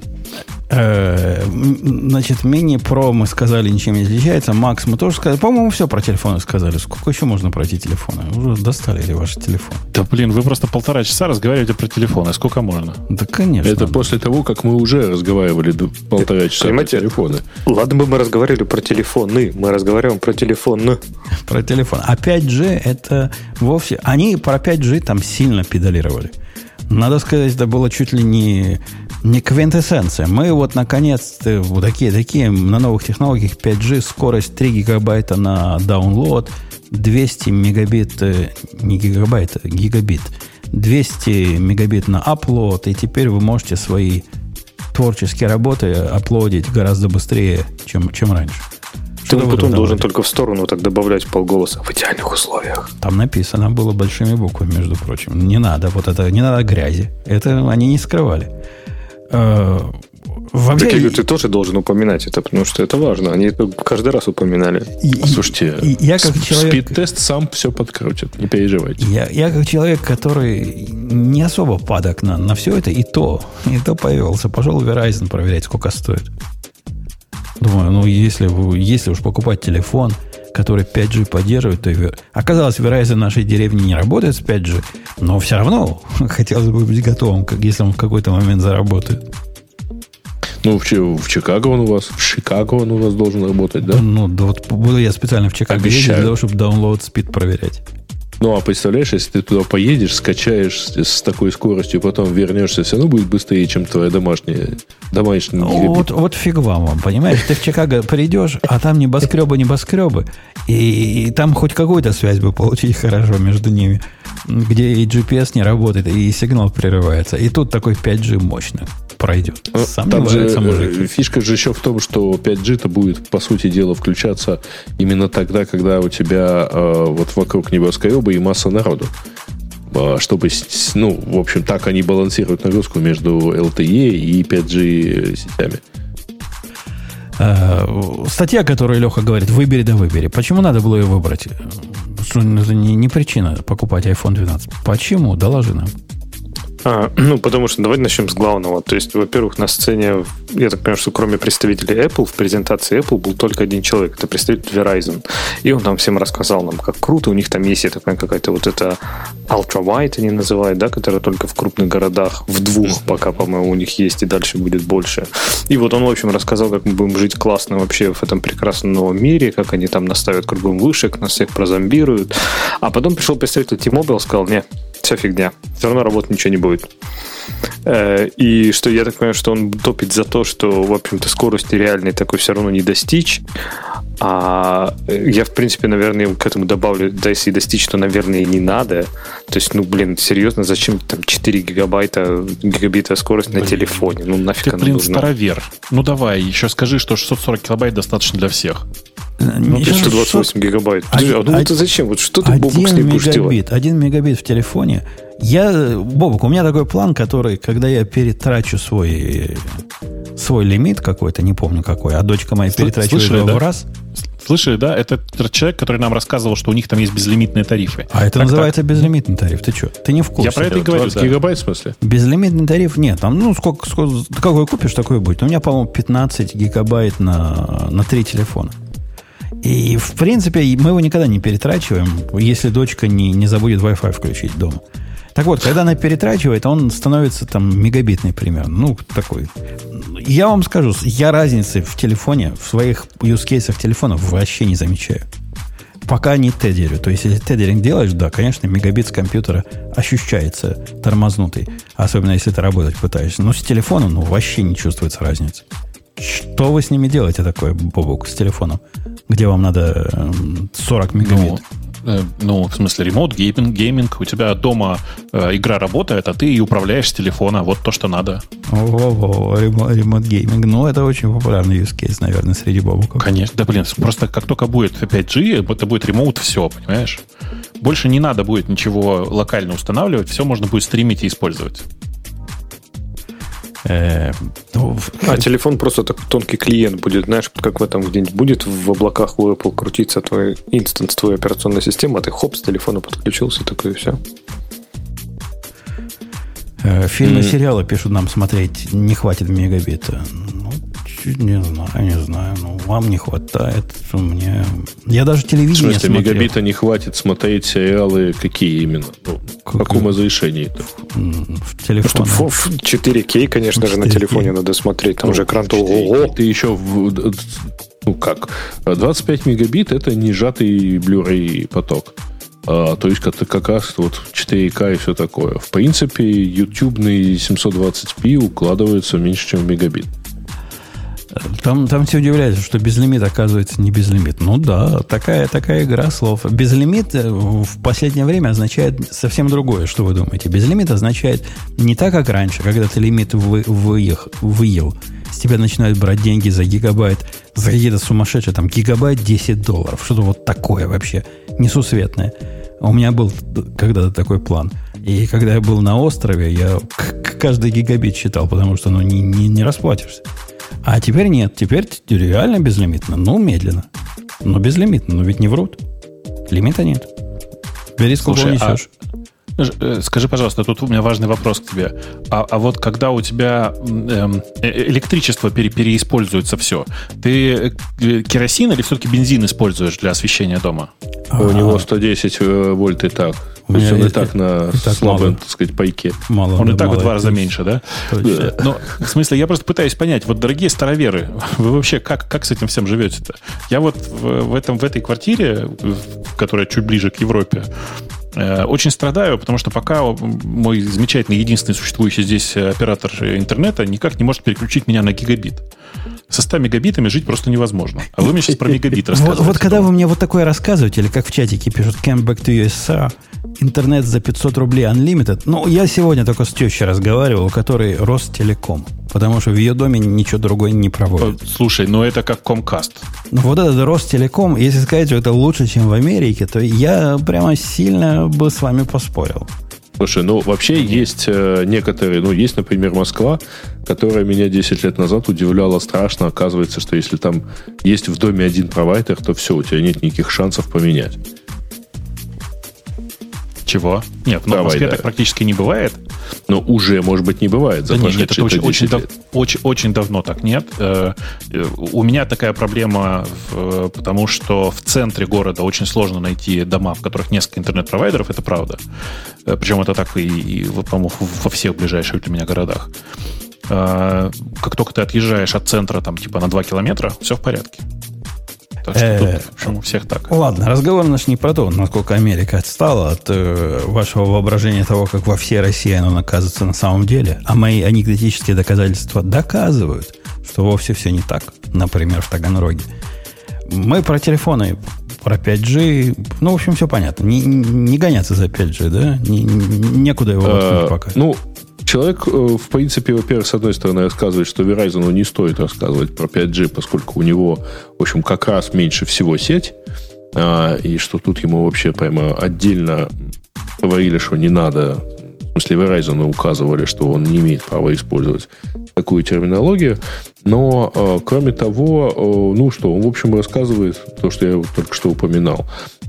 Значит, Mini Pro мы сказали, ничем не отличается. Max мы тоже сказали. По-моему, все про телефоны сказали. Сколько еще можно пройти телефоны? Уже достали ли ваши телефоны? Да, блин, вы просто 1,5 часа разговариваете про телефоны. Сколько можно? Да, конечно. Это после того, как мы уже разговаривали 1,5 часа про телефоны. Ладно бы мы разговаривали про телефоны. Мы разговариваем про телефон. Про телефон. А 5G это вовсе... Они про 5G там сильно педалировали. Надо сказать, это было чуть ли не квинтэссенция. Мы вот наконец-то вот такие на новых технологиях 5G, скорость 3 гигабайта на download, 200 мегабит, не гигабайт, а гигабит, 200 мегабит на upload, и теперь вы можете свои творческие работы аплодить гораздо быстрее, чем раньше. Ты потом должен только в сторону так добавлять полголоса в идеальных условиях. Там написано было большими буквами, между прочим. Не надо вот это, не надо грязи. Это они не скрывали. Вообще, так, ты тоже должен упоминать это, потому что это важно. Они это каждый раз упоминали. Слушайте, я как человек... спид-тест сам все подкрутит, не переживайте. Я как человек, который не особо падок на все это, и то повелся. Пошел в Verizon проверять, сколько стоит. Думаю, ну, если уж покупать телефон, который 5G поддерживает, то... Оказалось, Verizon в нашей деревне не работает с 5G, но все равно хотелось бы быть готовым, если он в какой-то момент заработает. Ну, в Чикаго он у вас, должен работать, да? Ну, да вот буду я специально в Чикаго ездить для того, чтобы download speed проверять. Ну, а представляешь, если ты туда поедешь, скачаешь с такой скоростью, потом вернешься, все равно будет быстрее, чем твоя домашняя гигабит. Вот фиг вам, понимаешь? Ты в Чикаго придешь, а там небоскребы, и там хоть какую-то связь бы получить хорошо между ними, где и GPS не работает, и сигнал прерывается. И тут такой 5G мощный пройдет. Там же фишка же еще в том, что 5G-то будет, по сути дела, включаться именно тогда, когда у тебя вот вокруг небоскреба и масса народу. Чтобы, ну, в общем, так они балансируют нагрузку между LTE и 5G сетями. Статья, которую Леха говорит, выбери да выбери. Почему надо было ее выбрать? Что это не причина покупать iPhone 12. Почему? Доложи нам. Ну, потому что давайте начнем с главного. То есть, во-первых, на сцене, я так понимаю, что кроме представителей Apple, в презентации Apple был только один человек. Это представитель Verizon. И он там всем рассказал нам, как круто. У них там есть, я так понимаю, какая-то вот эта ultra-wide они называют, да, которая только в крупных городах, в 2 пока, по-моему, у них есть, и дальше будет больше. И вот он, в общем, рассказал, как мы будем жить классно вообще в этом прекрасном новом мире, как они там наставят кругом вышек, нас всех прозомбируют. А потом пришел представитель T-Mobile и сказал, не, вся фигня. Все равно работать ничего не будет. И что я так понимаю, что он топит за то, что, в общем-то, скорости реальной такой все равно не достичь. А я, в принципе, наверное, к этому добавлю, да, если достичь, то, наверное, и не надо. То есть, ну, блин, серьезно, зачем там 4 гигабита скорость на телефоне? Ну, нафиг она нужна? Ты, старовер. Ну, давай, еще скажи, что 640 килобайт достаточно для всех. Ну, 128 гигабайт. Это зачем? Вот что ты, Бобук, с ней будешь делать? 1 мегабит в телефоне. Бобук, у меня такой план, который, когда я перетрачу свой лимит какой-то, не помню какой, а дочка моя перетрачивает его в раз. Слышали, да? Это человек, который нам рассказывал, что у них там есть безлимитные тарифы. А это называется безлимитный тариф. Ты что? Ты не в курсе? Я про это и говорю. 20 гигабайт в смысле? Безлимитный тариф нет. Там, ну, сколько какой купишь, такой будет. У меня, по-моему, 15 гигабайт на 3 телефона. И, в принципе, мы его никогда не перетрачиваем, если дочка не забудет Wi-Fi включить дома. Так вот, когда она перетрачивает, он становится там мегабитный примерно. Ну, такой. Я вам скажу, я разницы в телефоне, в своих юзкейсах телефонов вообще не замечаю. Пока не тедерю. То есть, если тедеринг делаешь, да, конечно, мегабит с компьютера ощущается тормознутый. Особенно, если ты работать пытаешься. Но с телефоном, вообще не чувствуется разницы. Что вы с ними делаете такое, Бобук, с телефоном? Где вам надо 40 мегабит? Ну, в смысле, ремоут, гейминг. У тебя дома игра работает, а ты и управляешь с телефона. Вот то, что надо. Ремоут гейминг. Ну, это очень популярный use case, наверное, среди бобуков. Конечно. Да, блин, просто как только будет 5G, это будет ремоут все, понимаешь? Больше не надо будет ничего локально устанавливать. Все можно будет стримить и использовать. Телефон просто так тонкий клиент будет, знаешь, как в этом где-нибудь будет в облаках у Apple крутиться твой инстанс, твоя операционная система, а ты хоп, с телефона подключился, такое и все. Фильмы и сериалы пишут нам смотреть, не хватит мегабита. Ну, не знаю. Ну, вам не хватает. Мне... Я даже телевидение смотрел. В смысле, мегабита не хватит смотреть сериалы какие именно? Ну, в каком разрешении-то? В телефоне. 4К, конечно же, на телефоне надо смотреть. Там же экран-то ого. Ты еще... Ну как? 25 мегабит это не сжатый Blu-ray поток. То есть как раз вот 4К и все такое. В принципе, ютубный 720p укладывается меньше, чем в мегабит. Там все удивляются, что безлимит оказывается не безлимит. Ну да, такая игра слов. Безлимит в последнее время означает совсем другое. Что вы думаете? Безлимит означает не так, как раньше, когда ты лимит выел. С тебя начинают брать деньги за гигабайт, за какие-то сумасшедшие, там, гигабайт $10. Что-то вот такое вообще несусветное. У меня был когда-то такой план. И когда я был на острове, я каждый гигабит считал, потому что не расплатишься. А теперь нет. Теперь реально безлимитно. Ну, медленно. Но безлимитно. Но ведь не врут. Лимита нет. Бери сколько несешь. Скажи, пожалуйста, тут у меня важный вопрос к тебе. А вот когда у тебя электричество переиспользуется все, ты керосин или все-таки бензин используешь для освещения дома? У него 110 вольт и так. То есть он и так на слабом, так сказать, пайке. Он и так в 2 раза меньше, да? Но, в смысле, я просто пытаюсь понять, вот, дорогие староверы, вы вообще как с этим всем живете-то? Я вот в этой квартире, которая чуть ближе к Европе, Очень страдаю, потому что пока мой замечательный, единственный существующий здесь оператор интернета никак не может переключить меня на гигабит. Со 100 мегабитами жить просто невозможно. А вы мне сейчас про мегабит рассказываете. Вот когда вы мне вот такое рассказываете, или как в чатике пишут «Came back to USA», интернет за 500 рублей unlimited. Ну, я сегодня только с тещей разговаривал, у которой Ростелеком. Потому что в ее доме ничего другое не проводит. Слушай, ну это как Comcast. Ну, вот этот Ростелеком, если сказать, что это лучше, чем в Америке, то я прямо сильно бы с вами поспорил. Слушай, ну вообще есть некоторые, ну есть, например, Москва, которая меня 10 лет назад удивляла страшно. Оказывается, что если там есть в доме один провайдер, то все, у тебя нет никаких шансов поменять. Чего? Нет, в Москве так практически не бывает. Но уже, может быть, не бывает. Да нет, это очень давно так нет. У меня такая проблема, потому что в центре города очень сложно найти дома, в которых несколько интернет-провайдеров, это правда. Причем это так и по-моему, во всех ближайших для меня городах. Как только ты отъезжаешь от центра там, типа на 2 километра, все в порядке. Так что тут, в общем, у всех так. Ладно, разговор наш не про то, насколько Америка отстала от вашего воображения того, как во всей России оно оказывается на самом деле. А мои анекдотические доказательства доказывают, что вовсе все не так. Например, в Таганроге. Мы про телефоны, про 5G. Ну, в общем, все понятно. Не гоняться за 5G, да? Некуда его воткнуть пока. Ну, человек, в принципе, во-первых, с одной стороны, рассказывает, что Verizon не стоит рассказывать про 5G, поскольку у него, в общем, как раз меньше всего сеть, и что тут ему вообще прямо отдельно говорили, что не надо, в смысле, Verizon указывали, что он не имеет права использовать такую терминологию. Но, кроме того, ну что, он, в общем, рассказывает то, что я только что упоминал.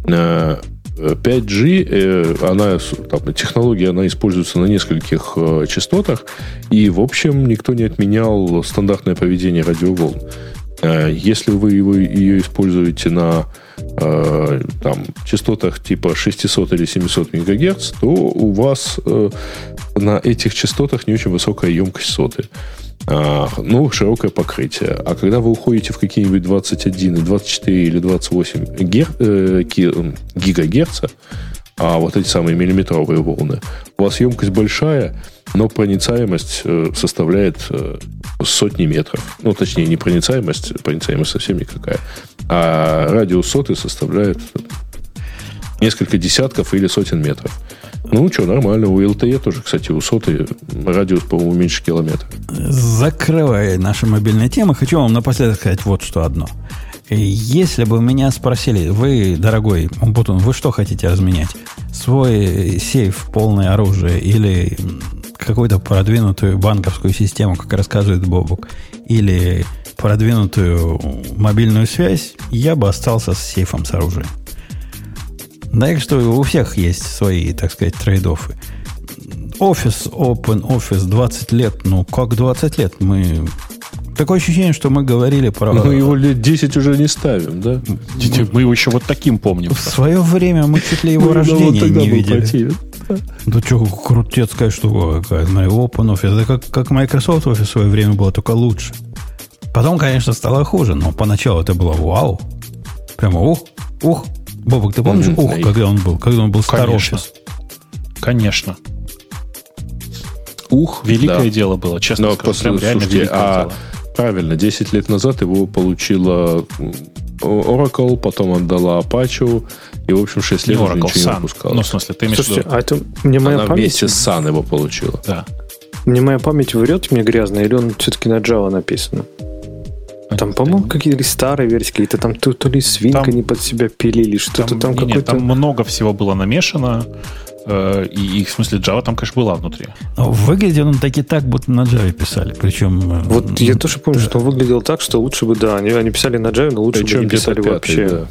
5G, она, там, технология, она используется на нескольких частотах, и, в общем, никто не отменял стандартное поведение радиоволн. Если вы ее используете на там, частотах типа 600 или 700 МГц, то у вас на этих частотах не очень высокая емкость соты. Ну, широкое покрытие. А когда вы уходите в какие-нибудь 21, 24 или 28 гигагерца, а вот эти самые миллиметровые волны, у вас емкость большая, но проницаемость составляет сотни метров. Ну, точнее, не проницаемость совсем никакая. А радиус соты составляет несколько десятков или сотен метров. Ну, что, нормально. У LTE тоже, кстати, у соты радиус, по-моему, меньше километра. Закрывая наши мобильные темы, хочу вам напоследок сказать вот что одно. Если бы меня спросили, вы, дорогой Умпутун, вы что хотите разменять? Свой сейф, полное оружие или какую-то продвинутую банковскую систему, как рассказывает Бобук, или продвинутую мобильную связь, я бы остался с сейфом с оружием. Так что у всех есть свои, так сказать, трейд-оффы. Офис, Open Office 20 лет. Ну, как 20 лет? Мы... Такое ощущение, что мы говорили про... Мы его лет 10 уже не ставим, да? Мы его еще вот таким помним. В свое время мы чуть ли его рождения не видели. Да что, крутецкая штука какая-то. Open Office. Это как Microsoft Office в свое время было, только лучше. Потом, конечно, стало хуже, но поначалу это было вау. Прямо ух. Бобок, ты помнишь когда он был? Когда он был Star-Office? Конечно. Великое дело было, честно скажу. Прям реально великое дело. Правильно, 10 лет назад его получила Oracle, потом отдала Apache, и, в общем, 6 лет уже ничего не выпускала. Ну, в смысле, ты имеешь в виду... Она вместе с Sun его получила. Да. Мне моя память врет мне грязно, или он все-таки на Java написано? Там, по-моему, какие-то старые версии, какие-то там то ли свинка не под себя пилили, что-то там какое-то... Там много всего было намешано, и в смысле Java там, конечно, была внутри. Выглядел он таки так, будто на Java писали, причем... Вот я тоже помню, что он выглядел так, что лучше бы, да, они писали на Java, но лучше бы не писали вообще. Да.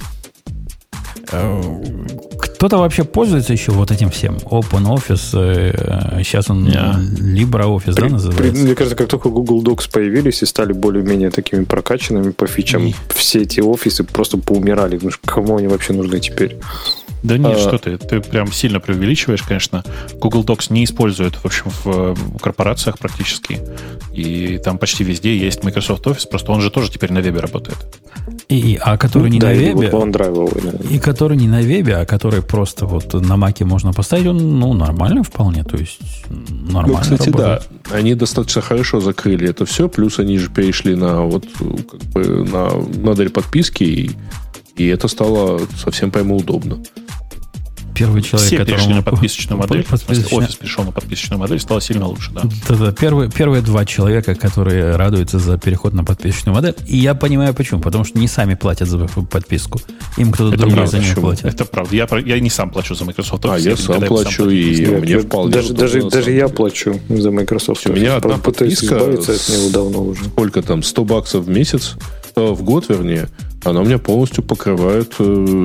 Кто-то вообще пользуется еще вот этим всем? OpenOffice, сейчас он LibreOffice, да, называется? Мне кажется, как только Google Docs появились и стали более-менее такими прокачанными по фичам, все эти офисы просто поумирали. Ну, кому они вообще нужны теперь? Да нет, что ты прям сильно преувеличиваешь, конечно. Google Docs не используют, в общем, в корпорациях практически. И там почти везде есть Microsoft Office, просто он же тоже теперь на вебе работает. А который не на вебе, и который не на вебе, а который просто вот на Маке можно поставить, он нормально вполне, то есть нормально. Кстати, работает. да, они достаточно хорошо закрыли это все, плюс они же перешли на на модель подписки, и это стало совсем прямо удобно. Первый человек, все перешли на которому подписочную модель. Офис перешел на подписочную модель, стало сильно лучше, да. Да, первые два человека, которые радуются за переход на подписочную модель. И я понимаю почему. Потому что не сами платят за подписку. Им кто-то другой за нее платит. Это правда. Я не сам плачу за Microsoft Office. Я сам плачу, и мне вполне... Даже я плачу за Microsoft Office. У меня одна подписка... избавиться от него давно уже. Сколько там? $100 в месяц? В год, вернее. Она у меня полностью покрывает...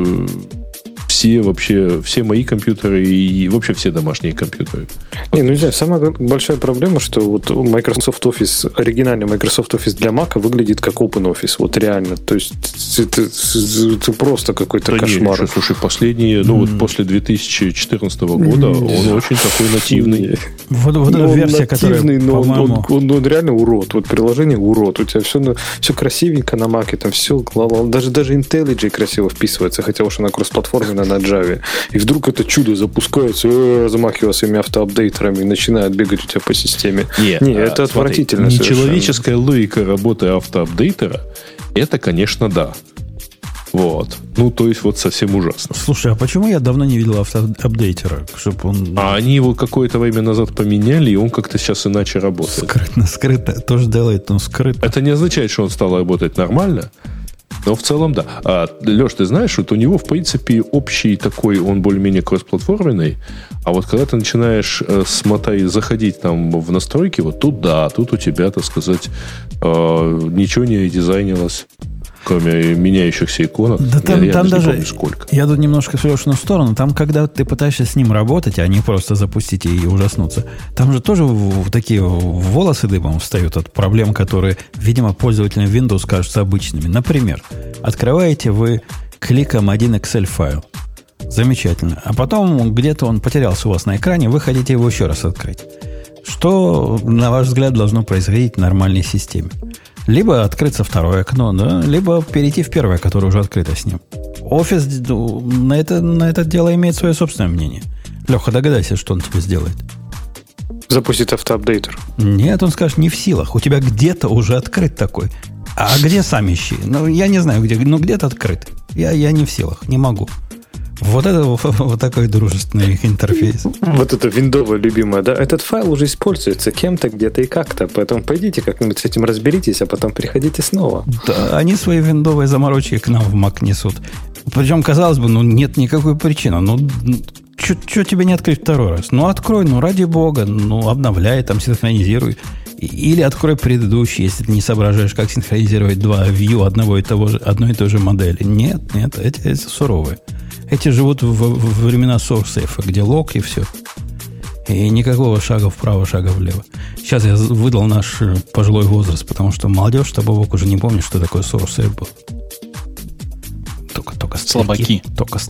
все мои компьютеры и вообще все домашние компьютеры. Не знаю, самая большая проблема, что вот Microsoft Office, оригинальный Microsoft Office для Mac выглядит как OpenOffice. Вот реально. То есть это просто какой-то кошмар. Нет, слушай, последние, вот после 2014 года он очень такой нативный. Вот эта версия, которая, по-моему... Он реально урод. Вот приложение урод. У тебя все красивенько на Mac, там все, даже IntelliJ красиво вписывается, хотя уж она кроссплатформенная на Java. И вдруг это чудо запускается, замахивая своими автоапдейтерами и начинает бегать у тебя по системе. Это отвратительно. Нечеловеческая логика работы автоапдейтера, это, конечно, да. Вот. То есть, вот совсем ужасно. Слушай, а почему я давно не видел автоапдейтера? Чтобы он... А они его какое-то время назад поменяли, и он как-то сейчас иначе работает. Скрытно. Тоже делает, но скрытно. Это не означает, что он стал работать нормально. Но в целом, да. Леш, ты знаешь, вот у него, в принципе, общий такой, он более-менее кроссплатформенный. А вот когда ты начинаешь заходить там в настройки, вот тут у тебя, так сказать, ничего не редизайнилось, кроме меняющихся иконок. Да там даже, не помню, сколько. Я тут немножко в Лешину сторону. Там, когда ты пытаешься с ним работать, а не просто запустить и ужаснуться, там же тоже такие волосы дыбом встают от проблем, которые, видимо, пользователям Windows кажутся обычными. Например, открываете вы кликом один Excel-файл. Замечательно. А потом где-то он потерялся у вас на экране, вы хотите его еще раз открыть. Что, на ваш взгляд, должно происходить в нормальной системе? Либо открыться второе окно, да, либо перейти в первое, которое уже открыто с ним. Офис на это дело имеет свое собственное мнение. Леха, догадайся, что он тебе сделает. Запустит автоапдейтер. Нет, он скажет, не в силах. У тебя где-то уже открыт такой. А где сам ищи? Я не знаю, где, но где-то открыт. Я не в силах, не могу. Вот это вот такой дружественный интерфейс. Вот это виндовое любимое, да? Этот файл уже используется кем-то, где-то и как-то. Поэтому пойдите как-нибудь с этим разберитесь, а потом приходите снова. Да, они свои виндовые заморочки к нам в Mac несут. Причем, казалось бы, нет никакой причины. Что тебе не открыть второй раз? Открой, ради бога. Обновляй, там, синхронизируй. Или открой предыдущий, если ты не соображаешь, как синхронизировать два view одной и той же модели. Нет, эти суровые. Эти живут в времена SourceSafe, где лог и все. И никакого шага вправо, шага влево. Сейчас я выдал наш пожилой возраст, потому что молодежь-то, Бобок, уже не помнит, что такое SourceSafe был. Только слабаки. Только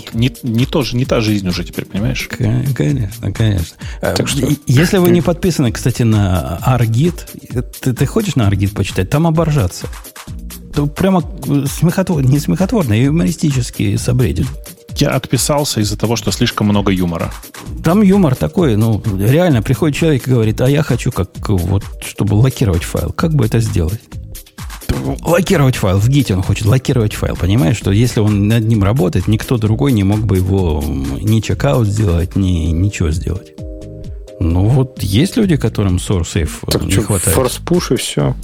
не та жизнь уже теперь, понимаешь? Конечно. Так что... Если вы не подписаны, кстати, на ARGit, ты хочешь на ARGit почитать? Там оборжаться. То прямо не смехотворно, а юмористически собреден. Я отписался из-за того, что слишком много юмора. Там юмор такой, реально приходит человек и говорит, а я хочу, чтобы локировать файл. Как бы это сделать? Локировать файл. В Git он хочет локировать файл. Понимаешь, что если он над ним работает, никто другой не мог бы его ни чекаут сделать, ни ничего сделать. Есть люди, которым SourceSafe не хватает. Форс-пуш и все.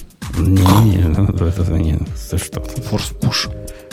Что? Форс-пуш.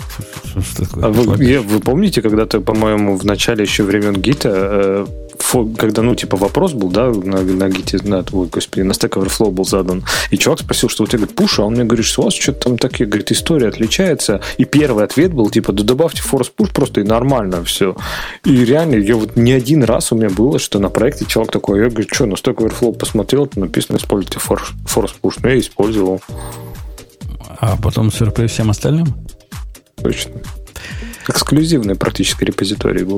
Вы помните, когда-то, по-моему, в начале еще времен Гита, когда, вопрос был, да, на Гите, на Stack Overflow был задан, и чувак спросил, что у тебя, говорит, пуш, а он мне говорит, что у вас что-то там такие, говорит, история отличается, и первый ответ был, да добавьте форс-пуш просто, и нормально все. И реально, не один раз у меня было, что на проекте человек такой, я говорю, что, на Stack Overflow посмотрел, там написано, используйте форс-пуш, я использовал. А потом сюрприз всем остальным? Точно. Эксклюзивный практически репозиторий был.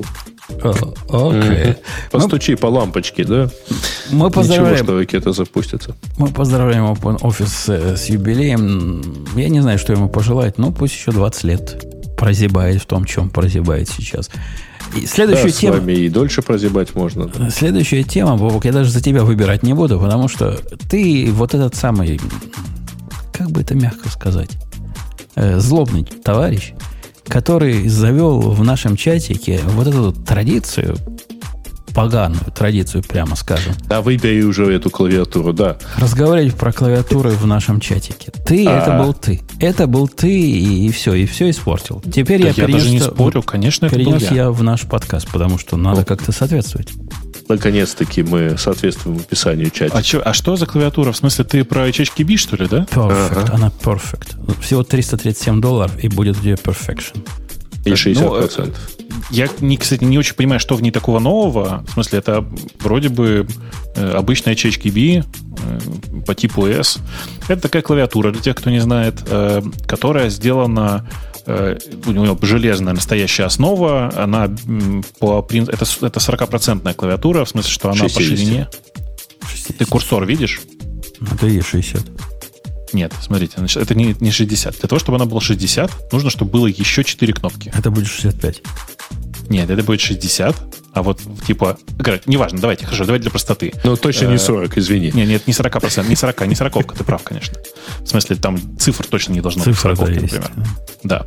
Окей. Постучи по лампочке, да? Мы поздравляем. Ничего, что ракета запустится. Мы поздравляем OpenOffice с юбилеем. Я не знаю, что ему пожелать, но пусть еще 20 лет прозябает в том, чем прозябает сейчас. И следующая тема. С вами и дольше прозябать можно. Да. Следующая тема, Бобок, я даже за тебя выбирать не буду, потому что ты вот этот самый, как бы это мягко сказать, злобный товарищ, который завел в нашем чатике вот эту традицию, поганую традицию, прямо скажем. Да, выбери уже эту клавиатуру, да. Разговаривать про клавиатуры в нашем чатике. Это был ты. Это был ты, и все испортил. Теперь я перенес... даже не спорю, конечно, это был я в наш подкаст, потому что надо как-то соответствовать. Наконец-таки мы соответствуем описанию чатика. А что за клавиатура? В смысле, ты про HHKB, что ли, да? Perfect. Она perfect. Всего $337, и будет у тебя perfection. И 60%. Я, кстати, не очень понимаю, что в ней такого нового. В смысле, это вроде бы обычная HHKB по типу S. Это такая клавиатура, для тех, кто не знает, которая сделана... У нее железная настоящая основа. Она это 40% клавиатура, в смысле, что она 60. по ширине. 60. Ты курсор видишь? Это и 60. Нет, смотрите, это не 60. Для того, чтобы она была 60, нужно, чтобы было еще 4 кнопки. Это будет 65. Нет, это будет 60. А вот типа... Неважно, давайте для простоты. Ну, точно не 40, извини. Нет, не 40%, не 40, не 40, ты прав, конечно. В смысле, там цифр точно не должно быть 40, например. Да.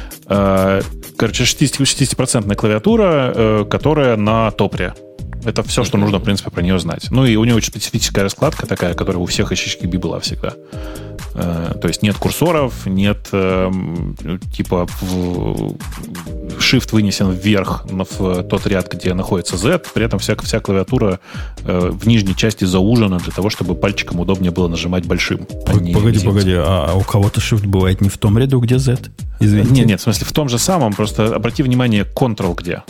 60% клавиатура, которая на топре. Это все, что нужно, в принципе, про нее знать. Ну, и у нее очень специфическая раскладка такая, которая у всех HHKB была всегда. То есть нет курсоров, нет типа shift вынесен вверх в тот ряд, где находится Z, при этом вся клавиатура в нижней части заужена для того, чтобы пальчиком удобнее было нажимать большим. Погоди, а у кого-то shift бывает не в том ряду, где Z? Извините. Нет, в смысле, в том же самом, просто обрати внимание, Ctrl где.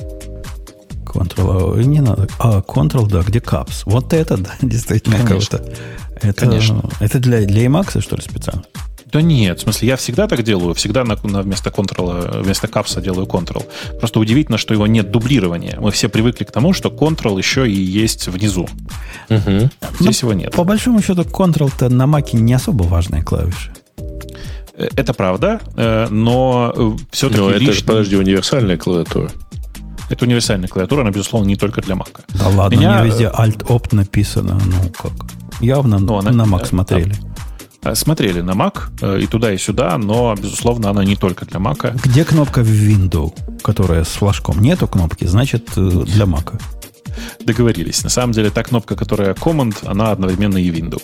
Ctrl, не надо. Ctrl, да, где caps. Вот это, да, действительно. Конечно. Конечно. Это для Emacs, что ли, специально? Да нет, в смысле, я всегда так делаю. Всегда вместо Ctrl, вместо капса делаю Ctrl. Просто удивительно, что его нет дублирования. Мы все привыкли к тому, что Ctrl еще и есть внизу. Угу. Здесь его нет. По большому счету, Ctrl-то на Маке не особо важная клавиша. Это правда, но все-таки это, подожди, универсальная клавиатура. Это универсальная клавиатура, она, безусловно, не только для Mac. Да ладно, у меня везде Alt-Opt написано. Ну, как? Явно на Mac смотрели. Смотрели на Mac и туда, и сюда, но, безусловно, она не только для Mac. Где кнопка в Windows, которая с флажком? Нету кнопки, значит, для Mac. Договорились. На самом деле, та кнопка, которая Command, она одновременно и Windows.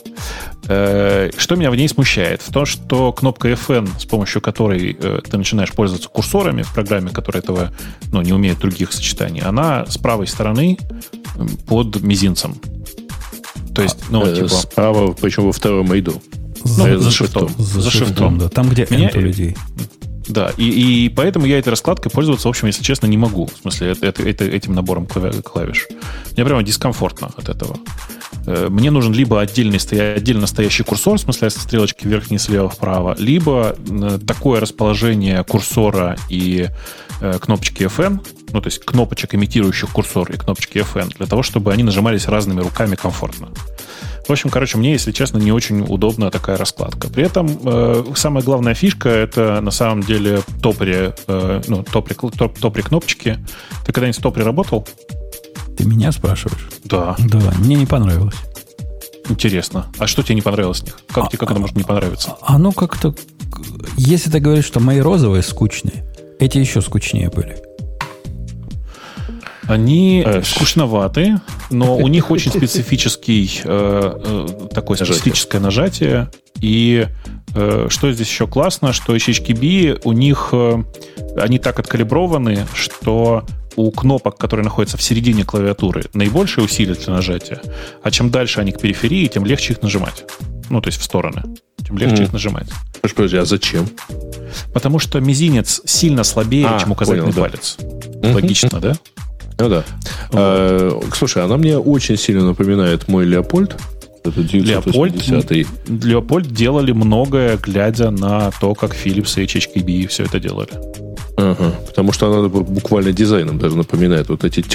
Что меня в ней смущает? В том, что кнопка FN, с помощью которой ты начинаешь пользоваться курсорами в программе, которая этого не умеет других сочетаний, она с правой стороны под мизинцем. То есть, справа, причем во втором ряду. За шифтом. За шифтом, да. Там, где N у людей. Да, и поэтому я этой раскладкой пользоваться, в общем, если честно, не могу. В смысле, этим набором клавиш. Мне прямо дискомфортно от этого. Мне нужен либо отдельно стоящий курсор, в смысле, стрелочки вверх-вниз, слева-вправо, либо такое расположение курсора и кнопочки FN, то есть кнопочек, имитирующих курсор, и кнопочки FN, для того, чтобы они нажимались разными руками комфортно. В общем, мне, если честно, не очень удобна такая раскладка. При этом самая главная фишка — это на самом деле топри кнопочки. Ты когда-нибудь в топре работал? Ты меня спрашиваешь? Да. Да, мне не понравилось. Интересно. А что тебе не понравилось с них? Как это может не понравиться? Как-то... Если ты говоришь, что мои розовые скучные, эти еще скучнее были. Они скучноваты, но у них очень специфическое нажатие. И что здесь еще классно, что HHKB у них они так откалиброваны, что у кнопок, которые находятся в середине клавиатуры, наибольшее усилие для нажатия. А чем дальше они к периферии, тем легче их нажимать. То есть в стороны. Тем легче их нажимать. Подожди, а зачем? Потому что мизинец сильно слабее, чем указательный палец. Логично, да? Ну да. Слушай, она мне очень сильно напоминает мой Леопольд. Это 980-й. Леопольд делали многое, глядя на то, как Philips и HHKB все это делали. Ага, потому что она буквально дизайном даже напоминает. Вот эти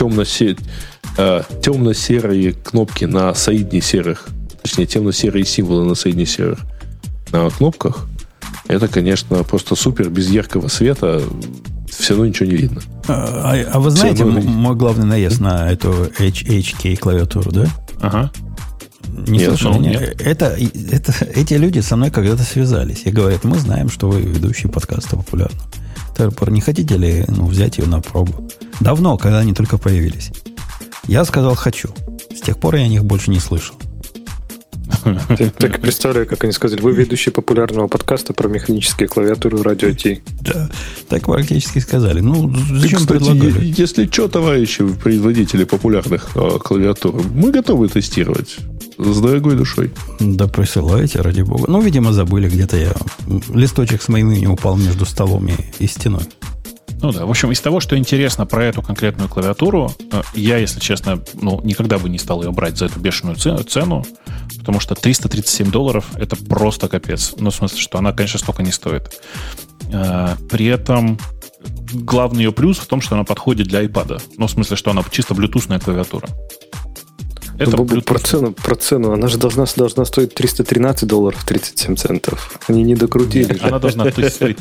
темно-серые кнопки на соединесерых, точнее, темно-серые символы на соединесерых на кнопках. Это, конечно, просто супер. Без яркого света все равно ничего не видно. А вы знаете, мой главный наезд на эту HK клавиатуру, да? Ага. Не слышал? Нет. Эти люди со мной когда-то связались и говорят, мы знаем, что вы ведущий подкаста популярный. Не хотите ли взять ее на пробу? Давно, когда они только появились. Я сказал, хочу. С тех пор я о них больше не слышал. Так представляю, как они сказали, вы ведущий популярного подкаста про механические клавиатуры радио Ти. Да, так практически сказали. Зачем кстати, предлагали? Если что, товарищи производители популярных клавиатур, мы готовы тестировать с дорогой душой. Да присылайте, ради бога. Видимо, забыли, где-то я листочек с моим именем упал между столом и стеной. Ну да, в общем, из того, что интересно про эту конкретную клавиатуру, я, если честно, никогда бы не стал ее брать за эту бешеную цену, потому что $337 это просто капец. В смысле, что она, конечно, столько не стоит. При этом главный ее плюс в том, что она подходит для iPad. В смысле, что она чисто блютусная клавиатура. Это про цену. Она же должна стоить $313 37 центов. Они не докрутили. Она должна стоить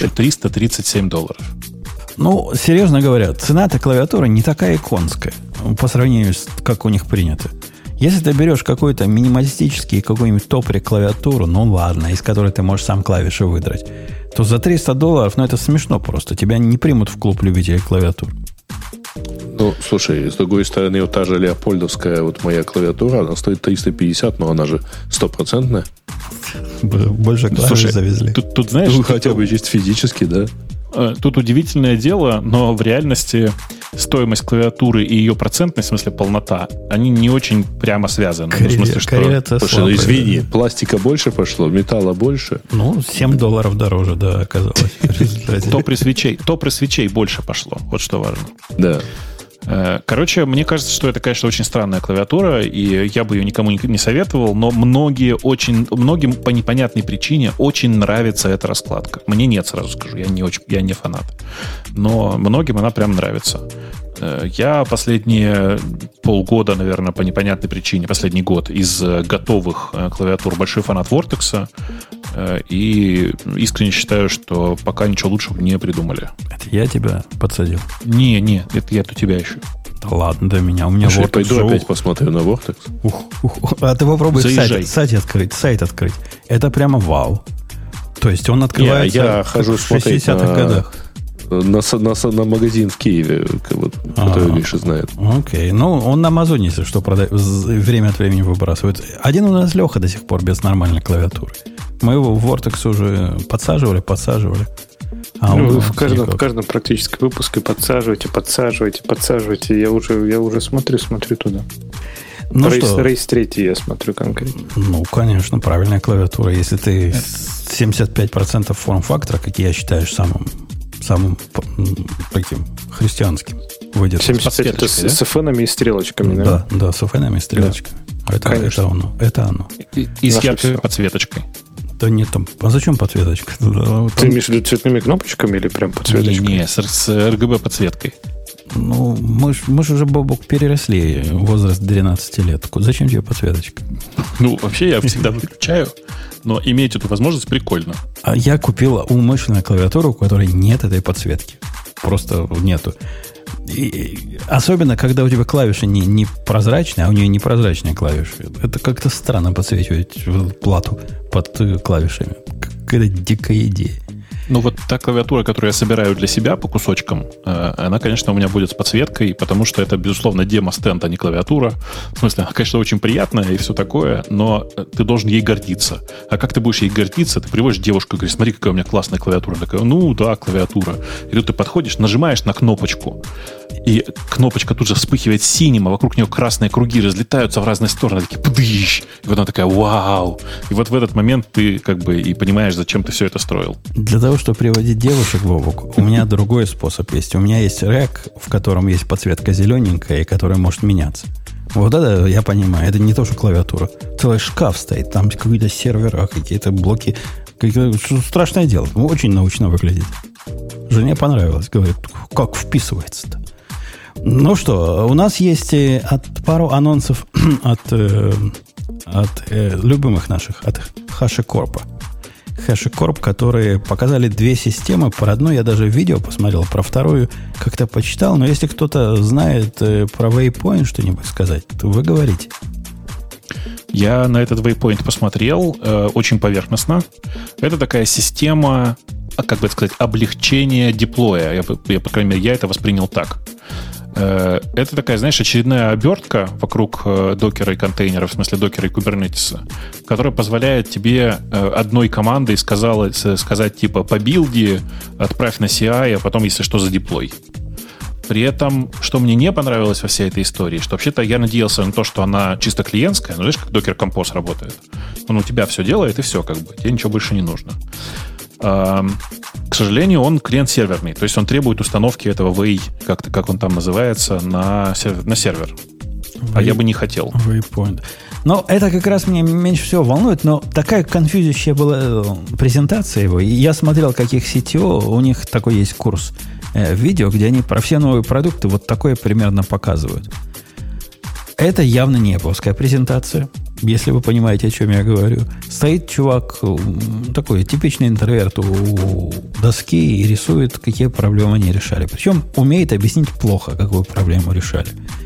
$1337. Серьезно говоря, цена этой клавиатуры не такая иконская по сравнению с как у них принято. Если ты берешь какой-то минималистический какой-нибудь топрик клавиатуру, ладно, из которой ты можешь сам клавиши выдрать, то за $300, это смешно просто. Тебя не примут в клуб любителей клавиатур. Слушай, с другой стороны, та же леопольдовская моя клавиатура, она стоит 350, но она же 100%. Больше клавиш завезли. Тут знаешь... хотя бы чисто физически, да? Тут удивительное дело, но в реальности стоимость клавиатуры и ее процентность, в смысле полнота, они не очень прямо связаны. В смысле, что... Слушай, извини, пластика больше пошло, металла больше. $7 дороже, да, оказалось. Топры свечей больше пошло, вот что важно. Да. Короче, мне кажется, что это, конечно, очень странная клавиатура, и я бы ее никому не советовал, но многим по непонятной причине очень нравится эта раскладка. Мне нет, сразу скажу, я не фанат. Но многим она прям нравится. Я последние полгода, наверное, по непонятной причине, последний год из готовых клавиатур большой фанат Vortex, и искренне считаю, что пока ничего лучшего не придумали. Это я тебя подсадил? Не, это я у тебя еще. Да ладно, до меня. У меня Vortex. Пойду опять посмотрю на Vortex. А ты попробуй сайт открыть. Это прямо вау. То есть он открывается я хожу в 60-х годах. На магазин в Киеве, который Миша знает. Окей. Он на Амазоне, если что, время от времени выбрасывает. Один у нас Леха до сих пор без нормальной клавиатуры. Мы его в Vortex уже подсаживали. Вы в каждом практически выпуске подсаживаете. Я уже смотрю туда. Рейс 3 я смотрю конкретно. Конечно, правильная клавиатура. Если ты 75% форм-фактора, как я считаю, самым таким христианским выйдет. 75 это с фенами и стрелочками, да? Да, с фенами и стрелочками. Да. Это оно. И с яркой подсветочкой. Да нет, там. А зачем подсветочка? Ты имеешь в виду цветными кнопочками или прям подсветочкой? Не, с RGB подсветкой. Мы же уже, Бобок, переросли возраст 12 лет. Зачем тебе подсветочка? Вообще я всегда выключаю, но иметь эту возможность прикольно. А я купил умышленную клавиатуру, у которой нет этой подсветки. Просто нету. И особенно, когда у тебя клавиши не прозрачные, а у нее непрозрачные клавиши. Это как-то странно подсвечивать плату под клавишами. Какая-то дикая идея. Та клавиатура, которую я собираю для себя по кусочкам, она, конечно, у меня будет с подсветкой, потому что это, безусловно, демо-стенд, а не клавиатура. В смысле, она, конечно, очень приятная и все такое, но ты должен ей гордиться. А как ты будешь ей гордиться? Ты приводишь девушку и говоришь, смотри, какая у меня классная клавиатура. Она такая, да, клавиатура. И тут ты подходишь, нажимаешь на кнопочку, и кнопочка тут же вспыхивает синим, а вокруг нее красные круги разлетаются в разные стороны, такие пдыщ. И вот она такая, вау. И вот в этот момент ты и понимаешь, зачем ты все это строил. Для того, чтобы приводить девушек в обук, у меня другой способ есть. У меня есть рэк, в котором есть подсветка зелененькая, и которая может меняться. Вот это я понимаю. Это не то, что клавиатура. Целый шкаф стоит. Там какие-то сервера, какие-то блоки. Страшное дело. Очень научно выглядит. Жене понравилось. Говорит, как вписывается-то. Ну что, у нас есть пару анонсов от любимых наших, от HashiCorp. HashiCorp, которые показали две системы. Про одну я даже видео посмотрел, про вторую как-то почитал. Но если кто-то знает про Waypoint что-нибудь сказать, то вы говорите. Я на этот Waypoint посмотрел очень поверхностно. Это такая система, как бы сказать, облегчения деплоя. По крайней мере, я это воспринял так. Это такая, знаешь, очередная обертка вокруг докера и контейнера, в смысле докера и кубернетиса, которая позволяет тебе одной командой сказать типа по билде, отправь на CI, а потом, если что, задеплой. При этом, что мне не понравилось во всей этой истории, что вообще-то я надеялся на то, что она чисто клиентская, ну, знаешь, как Docker Compose работает. Он у тебя все делает, и все, как бы, тебе ничего больше не нужно. К сожалению, он клиент-серверный, то есть он требует установки этого Way, как он там называется, на сервер. А я бы не хотел. Waypoint. Но это как раз меня меньше всего волнует, но такая конфьюзящая была презентация его. И я смотрел, каких CTO, у них такой есть курс видео, где они про все новые продукты вот такое примерно показывают. Это явно не Apple-ская презентация, если вы понимаете, о чем я говорю. Стоит чувак, такой типичный интроверт у доски и рисует, какие проблемы они решали. Причем умеет объяснить плохо, какую проблему решали.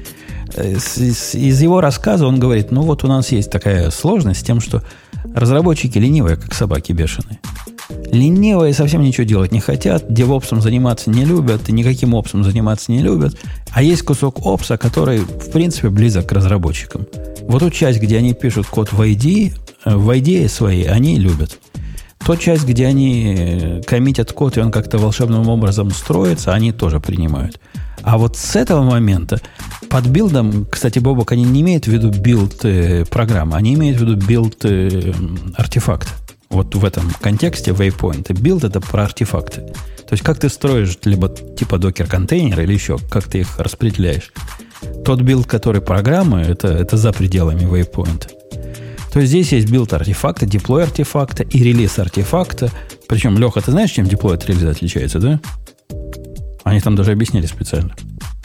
Из его рассказа он говорит, ну вот у нас есть такая сложность с тем, что разработчики ленивые, как собаки бешеные. Ленивые совсем ничего делать не хотят, девопсом заниматься не любят, и никаким опсом заниматься не любят. А есть кусок опса, который, в принципе, близок к разработчикам. Вот ту часть, где они пишут код в IDE свои, они любят. Ту часть, где они коммитят код, и он как-то волшебным образом строится, они тоже принимают. А вот с этого момента под билдом, кстати, Бобок, они не имеют в виду билд программы, они имеют в виду билд артефакта. Вот в этом контексте Waypoint. Билд — это про артефакты. То есть, как ты строишь либо типа докер-контейнер или еще, как ты их распределяешь. Тот билд, который программы, это за пределами Waypoint. То есть, здесь есть билд артефакта, деплой артефакта и релиз артефакта. Причем, Леха, ты знаешь, чем деплой от релиза отличается, да? Они там даже объяснили специально.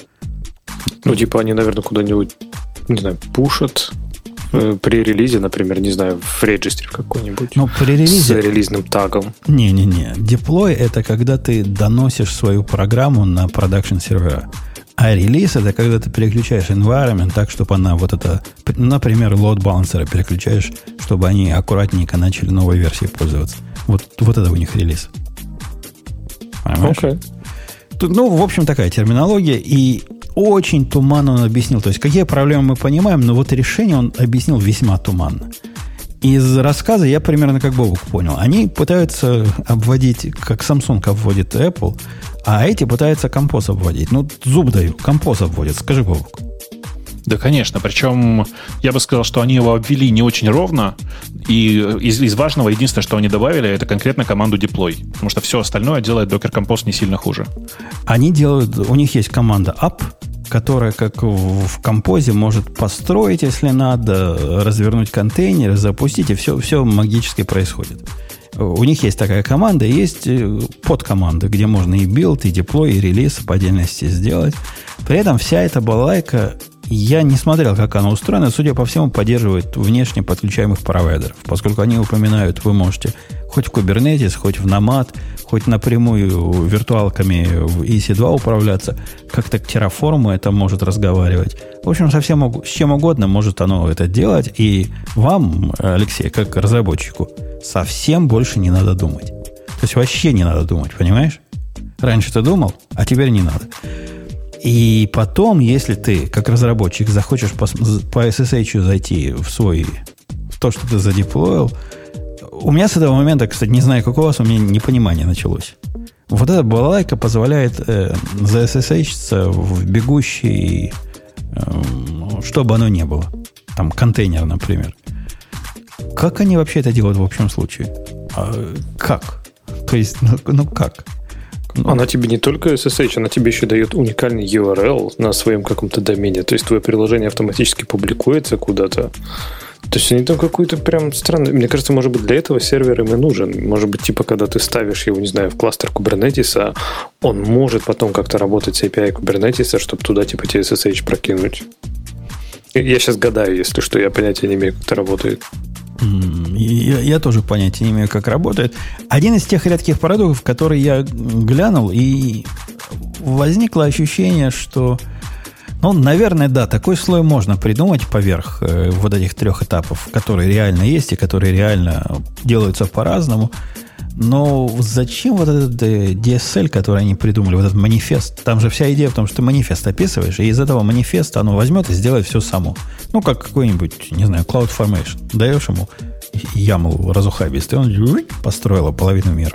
Ну, типа, они, наверное, куда-нибудь, не знаю, пушат при релизе, например, не знаю, в регистре какой-нибудь. Ну, при релизе... С релизным тагом. Не-не-не. Деплой — это когда ты доносишь свою программу на продакшн-сервера. А релиз — это когда ты переключаешь environment так, чтобы она вот это... Например, load balancer переключаешь, чтобы они аккуратненько начали новой версией пользоваться. Вот это у них релиз. Понимаешь? Okay. Ну, в общем, такая терминология. И очень туманно он объяснил. То есть, какие проблемы мы понимаем, но вот решение он объяснил весьма туманно. Из рассказа я примерно как Бобук понял. Они пытаются обводить, как Samsung обводит Apple, а эти пытаются Compose обводить. Ну, зуб даю, Compose обводит. Скажи, Бобук. Да, конечно. Причем я бы сказал, что они его обвели не очень ровно. И из важного единственное, что они добавили, это конкретно команду deploy. Потому что все остальное делает Docker Compose не сильно хуже. Они делают... У них есть команда up, которая, как в композе, может построить, если надо, развернуть контейнеры, запустить, и все магически происходит. У них есть такая команда, и есть подкоманда, где можно и билд, и деплой, и релиз по отдельности сделать. При этом вся эта балалайка, я не смотрел, как она устроена, судя по всему, поддерживает внешне подключаемых провайдеров, поскольку они упоминают, вы можете хоть в Kubernetes, хоть в Nomad, хоть напрямую виртуалками в EC2 управляться, как-то к Terraform это может разговаривать. В общем, совсем с чем угодно может оно это делать, и вам, Алексей, как разработчику, совсем больше не надо думать. То есть вообще не надо думать, понимаешь? Раньше ты думал, а теперь не надо. И потом, если ты, как разработчик, захочешь по SSH зайти в то, что ты задеплоил, у меня с этого момента, кстати, не знаю, как у вас, у меня непонимание началось. Вот эта балалайка позволяет за SSH в бегущий, что бы оно ни было. Там контейнер, например. Как они вообще это делают в общем случае? Как? То есть, ну как? Она тебе не только SSH, она тебе еще дает уникальный URL на своем каком-то домене. То есть твое приложение автоматически публикуется куда-то. То есть они там какую-то прям странную... Мне кажется, может быть, для этого сервер им и нужен. Может быть, типа, когда ты ставишь его, не знаю, в кластер Kubernetes, он может потом как-то работать с API Kubernetes, чтобы туда, типа, тебе SSH прокинуть. Я сейчас гадаю, если что, я понятия не имею, как это работает. Я тоже понятия не имею, как работает. Один из тех редких продуктов, который я глянул, и возникло ощущение, что, ну, наверное, да, такой слой можно придумать поверх вот этих 3 этапов, которые реально есть и которые реально делаются по-разному. Но зачем вот этот DSL, который они придумали, вот этот манифест? Там же вся идея в том, что ты манифест описываешь, и из этого манифеста оно возьмет и сделает все само. Ну, как какой-нибудь, не знаю, CloudFormation. Даешь ему YAML разухабистый, он построил половину мира.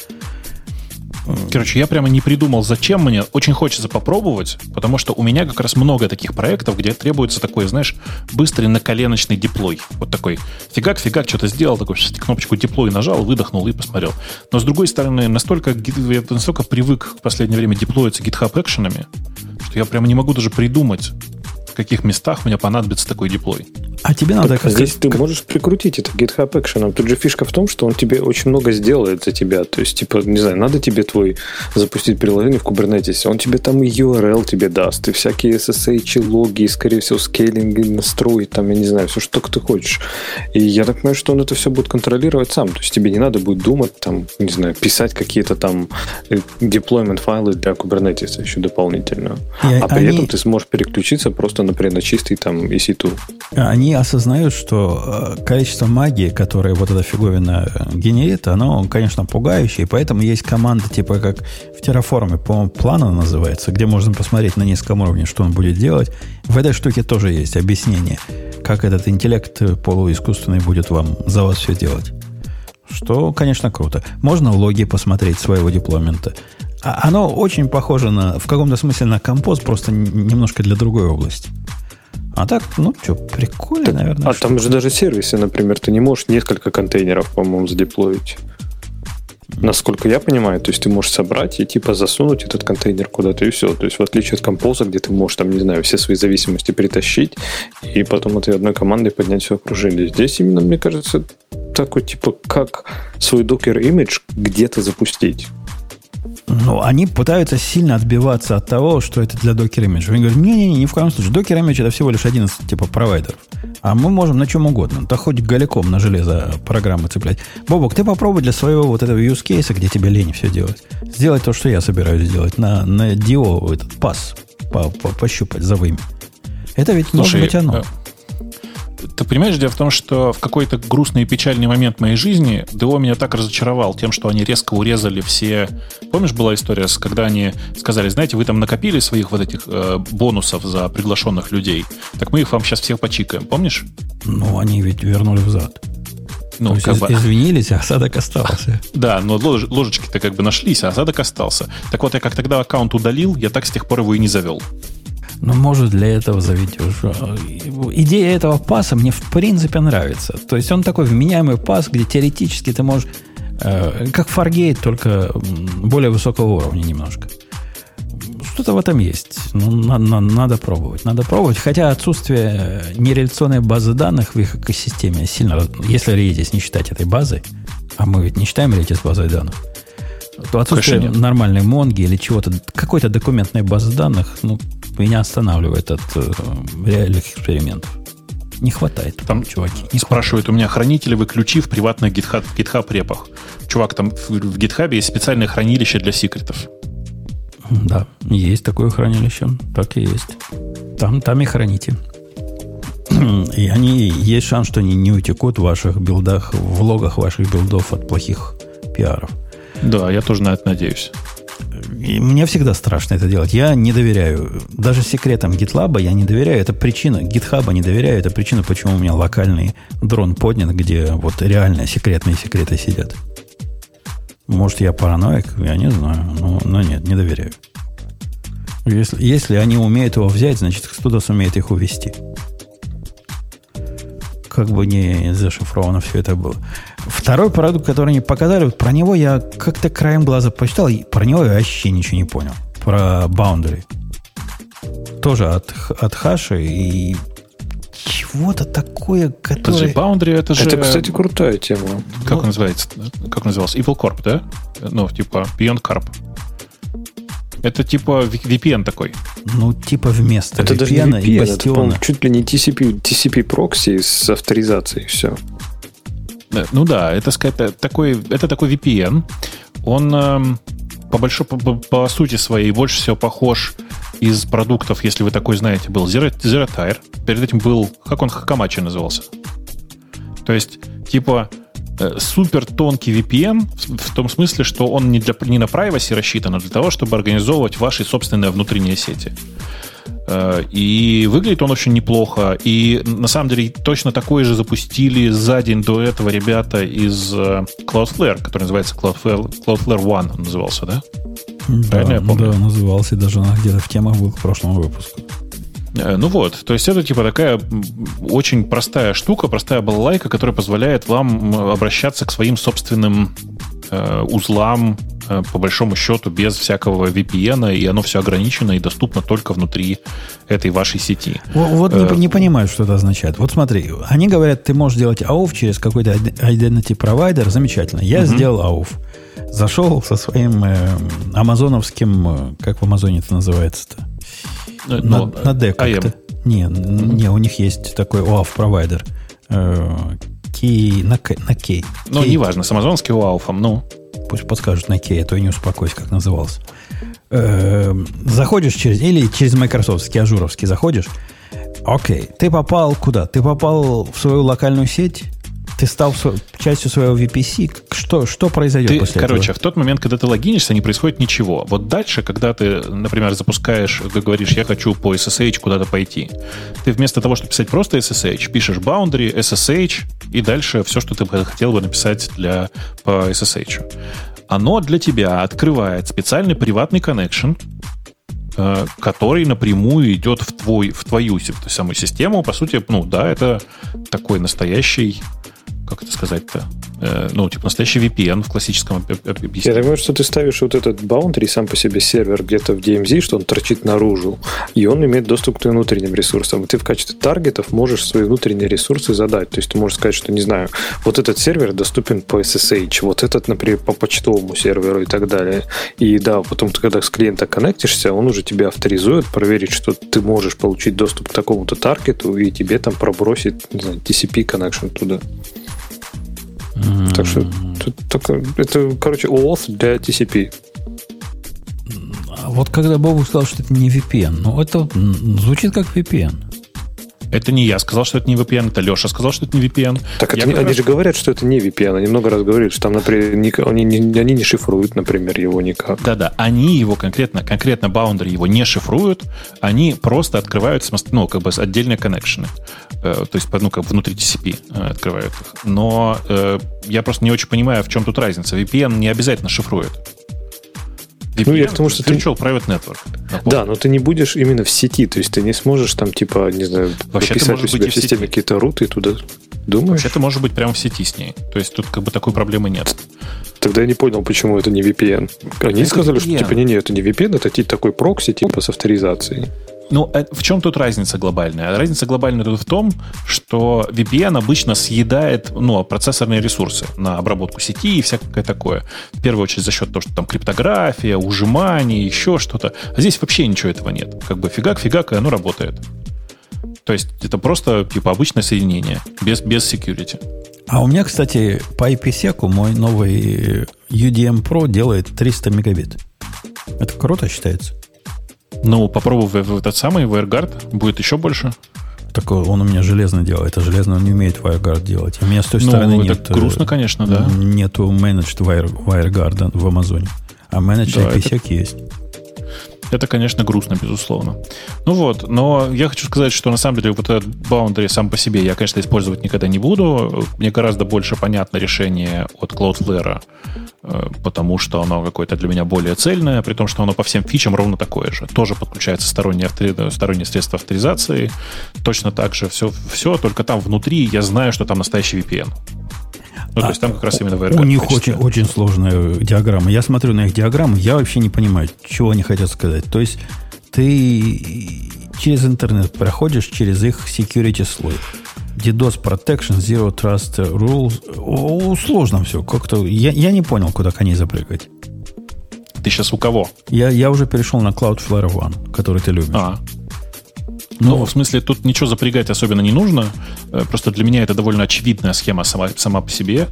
Короче, я прямо не придумал, зачем мне. Очень хочется попробовать, потому что у меня как раз много таких проектов, где требуется такой, знаешь, быстрый наколеночный деплой. Вот такой фигак, что-то сделал, такой кнопочку деплой нажал, выдохнул и посмотрел. Но, с другой стороны, я настолько привык в последнее время деплоиться GitHub экшенами, что я прямо не могу даже придумать, в каких местах мне понадобится такой деплой. А тебе надо... Здесь ты можешь прикрутить это GitHub Action. Тут же фишка в том, что он тебе очень много сделает за тебя. То есть, типа, не знаю, надо тебе запустить приложение в Kubernetes, он тебе там и URL тебе даст, и всякие SSH, логи, и, скорее всего, скейлинг настроить, там, я не знаю, все, что ты хочешь. И я так понимаю, что он это все будет контролировать сам. То есть, тебе не надо будет думать, там, не знаю, писать какие-то там deployment файлы для Kubernetes еще дополнительно. А при этом ты сможешь переключиться просто, например, на чистый там EC2. Они осознают, что количество магии, которое вот эта фиговина генерит, оно, конечно, пугающее, и поэтому есть команда, типа как в Terraform, по-моему, плана называется, где можно посмотреть на низком уровне, что он будет делать. В этой штуке тоже есть объяснение, как этот интеллект полуискусственный будет вам за вас все делать. Что, конечно, круто. Можно логи посмотреть своего деплоймента. Оно очень похоже в каком-то смысле на Compose, просто немножко для другой области. А так, ну что, прикольно, наверное. А там же даже сервисы, например, ты не можешь несколько контейнеров, по-моему, задеплоить. Насколько я понимаю, то есть ты можешь собрать и типа засунуть этот контейнер куда-то и все. То есть в отличие от Compose, где ты можешь там, не знаю, все свои зависимости притащить и потом этой одной командой поднять все окружение. Здесь именно, мне кажется, такой типа как свой Docker image где-то запустить. Ну, они пытаются сильно отбиваться от того, что это для Docker Image. Они говорят, не-не-не, ни в коем случае. Docker Image это всего лишь один из типа провайдеров. А мы можем на чем угодно. Да хоть голиком на железо программы цеплять. Бобок, ты попробуй для своего вот этого use case, где тебе лень все делать. Сделать то, что я собираюсь сделать. На DO этот пас пощупать за вымя. Это ведь может быть оно. Ты понимаешь, дело в том, что в какой-то грустный и печальный момент моей жизни DO меня так разочаровал тем, что они резко урезали все... Помнишь, была история, когда они сказали, знаете, вы там накопили своих вот этих бонусов за приглашенных людей, так мы их вам сейчас всех почикаем, помнишь? Ну, они ведь вернули взад. Ну, как бы... Извинились, а осадок остался. Да, но ложечки-то как бы нашлись, а осадок остался. Так вот, я как тогда аккаунт удалил, я так с тех пор его и не завел. Ну, может, для этого заведешь. Идея этого паса мне в принципе нравится. То есть он такой вменяемый пас, где теоретически ты можешь, как Fargate, только более высокого уровня немножко. Что-то в этом есть. Ну, надо пробовать. Надо пробовать. Хотя отсутствие нереляционной базы данных в их экосистеме сильно... Если Redis не считать этой базой, а мы ведь не считаем Redis базой данных, то отсутствие нормальной Монги или чего-то, какой-то документной базы данных, ну, меня останавливает от реальных экспериментов. Не хватает. Там чуваки не спрашивают, у меня храните ли вы ключи в приватных GitHub репах? Чувак, там в GitHub есть специальное хранилище для секретов. Да, есть такое хранилище. Так и есть. Там и храните. И они, есть шанс, что они не утекут в ваших билдах, в логах ваших билдов от плохих пиаров. Да, я тоже на это надеюсь. И мне всегда страшно это делать. Я не доверяю. Даже секретам GitLab я не доверяю. Это причина. GitHub не доверяю. Это причина, почему у меня локальный дрон поднят, где вот реально секретные секреты сидят. Может, я параноик? Я не знаю. Но нет, не доверяю. Если они умеют его взять, значит, кто-то сумеет их увести. Как бы не зашифровано все это было. Второй продукт, который они показали, про него я как-то краем глаза почитал, и про него я вообще ничего не понял. Про Boundary. Тоже от Хаша. И чего-то такое, которое... Boundary это же... Это, кстати, крутая тема. Как он называется? Как он назывался? Evil Corp, да? Ну, типа Beyond Corp. Это типа VPN такой. Ну, типа вместо это VPN даже не VPN, и бастиона. это чуть ли не TCP прокси с авторизацией, все. Ну да, это такой VPN. Он по сути своей больше всего похож из продуктов, если вы такой знаете, был ZeroTire. Перед этим был, как он, Hakamatchi назывался. То есть, типа, супер тонкий VPN в том смысле, что он не на privacy рассчитан, а для того, чтобы организовывать ваши собственные внутренние сети. И выглядит он очень неплохо. И на самом деле точно такой же запустили за день до этого ребята из Cloudflare, который называется Cloudflare One, он назывался, да? Да, назывался, даже он где-то в темах был к прошлому выпуску. Ну вот, то есть это типа такая очень простая штука, простая балалайка, которая позволяет вам обращаться к своим собственным узлам, по большому счету, без всякого VPN, и оно все ограничено и доступно только внутри этой вашей сети. Вот не понимаю, что это означает. Вот смотри, они говорят, ты можешь делать AUF через какой-то identity provider, замечательно. Я сделал AUF. Зашел со своим амазоновским, как в Амазоне это называется-то? На D как-то. Не, у них есть такой OAuth-провайдер. На K. Ну, неважно, с амазонским OAuth-ом, ну. Пусть подскажут на K, а то я не успокоюсь, как назывался. Заходишь через майкрософтский, ажуровский заходишь. Окей, ты попал куда? Ты попал в свою локальную сеть? Ты стал частью своего VPC. Что произойдет после этого? Короче, в тот момент, когда ты логинишься, не происходит ничего. Вот дальше, когда ты, например, запускаешь, ты говоришь, я хочу по SSH куда-то пойти, ты вместо того, чтобы писать просто SSH, пишешь boundary, SSH, и дальше все, что ты хотел бы написать по SSH. Оно для тебя открывает специальный приватный connection, который напрямую идет в твою самую систему. По сути, это такой настоящий, как это сказать-то? Настоящий VPN в классическом объяснении. Я думаю, что ты ставишь вот этот boundary сам по себе сервер где-то в DMZ, что он торчит наружу, и он имеет доступ к твоим внутренним ресурсам. И ты в качестве таргетов можешь свои внутренние ресурсы задать. То есть ты можешь сказать, что, не знаю, вот этот сервер доступен по SSH, вот этот, например, по почтовому серверу и так далее. И да, потом ты, когда с клиента коннектишься, он уже тебя авторизует, проверит, что ты можешь получить доступ к такому-то таргету, и тебе там пробросит, не знаю, TCP connection туда. Так что это, короче, OAuth для TCP. Вот когда Бобук сказал, что это не VPN, это звучит как VPN. Это не я сказал, что это не VPN, это Леша сказал, что это не VPN. Так они же говорят, что это не VPN. Они много раз говорили, что там, например, они не шифруют, например, его никак. Да, они его конкретно Boundary его не шифруют, они просто открывают отдельные коннекшены. То есть, как внутри TCP открывают их. Но я просто не очень понимаю, в чем тут разница. VPN не обязательно шифрует. VPN, я к тому, что Virtual Private Network. Да, но ты не будешь именно в сети, то есть ты не сможешь там, не знаю, прописать у себя в системе какие-то руты туда. Думаешь? Вообще это может быть прямо в сети с ней. То есть тут такой проблемы нет. Тогда я не понял, почему это не VPN. Они это сказали, VPN. Что не, это не VPN, это такой прокси с авторизацией. В чем тут разница глобальная? Разница глобальная тут в том, что VPN обычно съедает процессорные ресурсы на обработку сети и всякое такое. В первую очередь за счет того, что там криптография, ужимание, еще что-то. А здесь вообще ничего этого нет. Фигак, и оно работает. То есть это просто обычное соединение, без security. А у меня, кстати, по IPsec мой новый UDM Pro делает 300 мегабит. Это круто считается? Попробуй в этот самый WireGuard, будет еще больше. Так он у меня железно делает, а железно он не умеет WireGuard делать. У меня с той стороны нет... Это грустно, конечно, да. Нету Managed WireGuard в Амазоне. А Managed IPsec есть. Это, конечно, грустно, безусловно. Но я хочу сказать, что на самом деле вот этот Boundary сам по себе я, конечно, использовать никогда не буду. Мне гораздо больше понятно решение от Cloudflare, потому что оно какое-то для меня более цельное, при том, что оно по всем фичам ровно такое же. Тоже подключается сторонние средства авторизации. Точно так же все, только там внутри я знаю, что там настоящий VPN. То есть там как раз именно WireGuard. У них очень сложная диаграмма. Я смотрю на их диаграмму, я вообще не понимаю, чего они хотят сказать. То есть ты через интернет проходишь через их security слой. DDoS Protection, Zero Trust Rules. Сложно все. Как-то я не понял, куда коней запрыгать. Ты сейчас у кого? Я уже перешел на Cloudflare One, который ты любишь. Ну, в смысле, тут ничего запрягать особенно не нужно. Просто для меня это довольно очевидная схема сама по себе.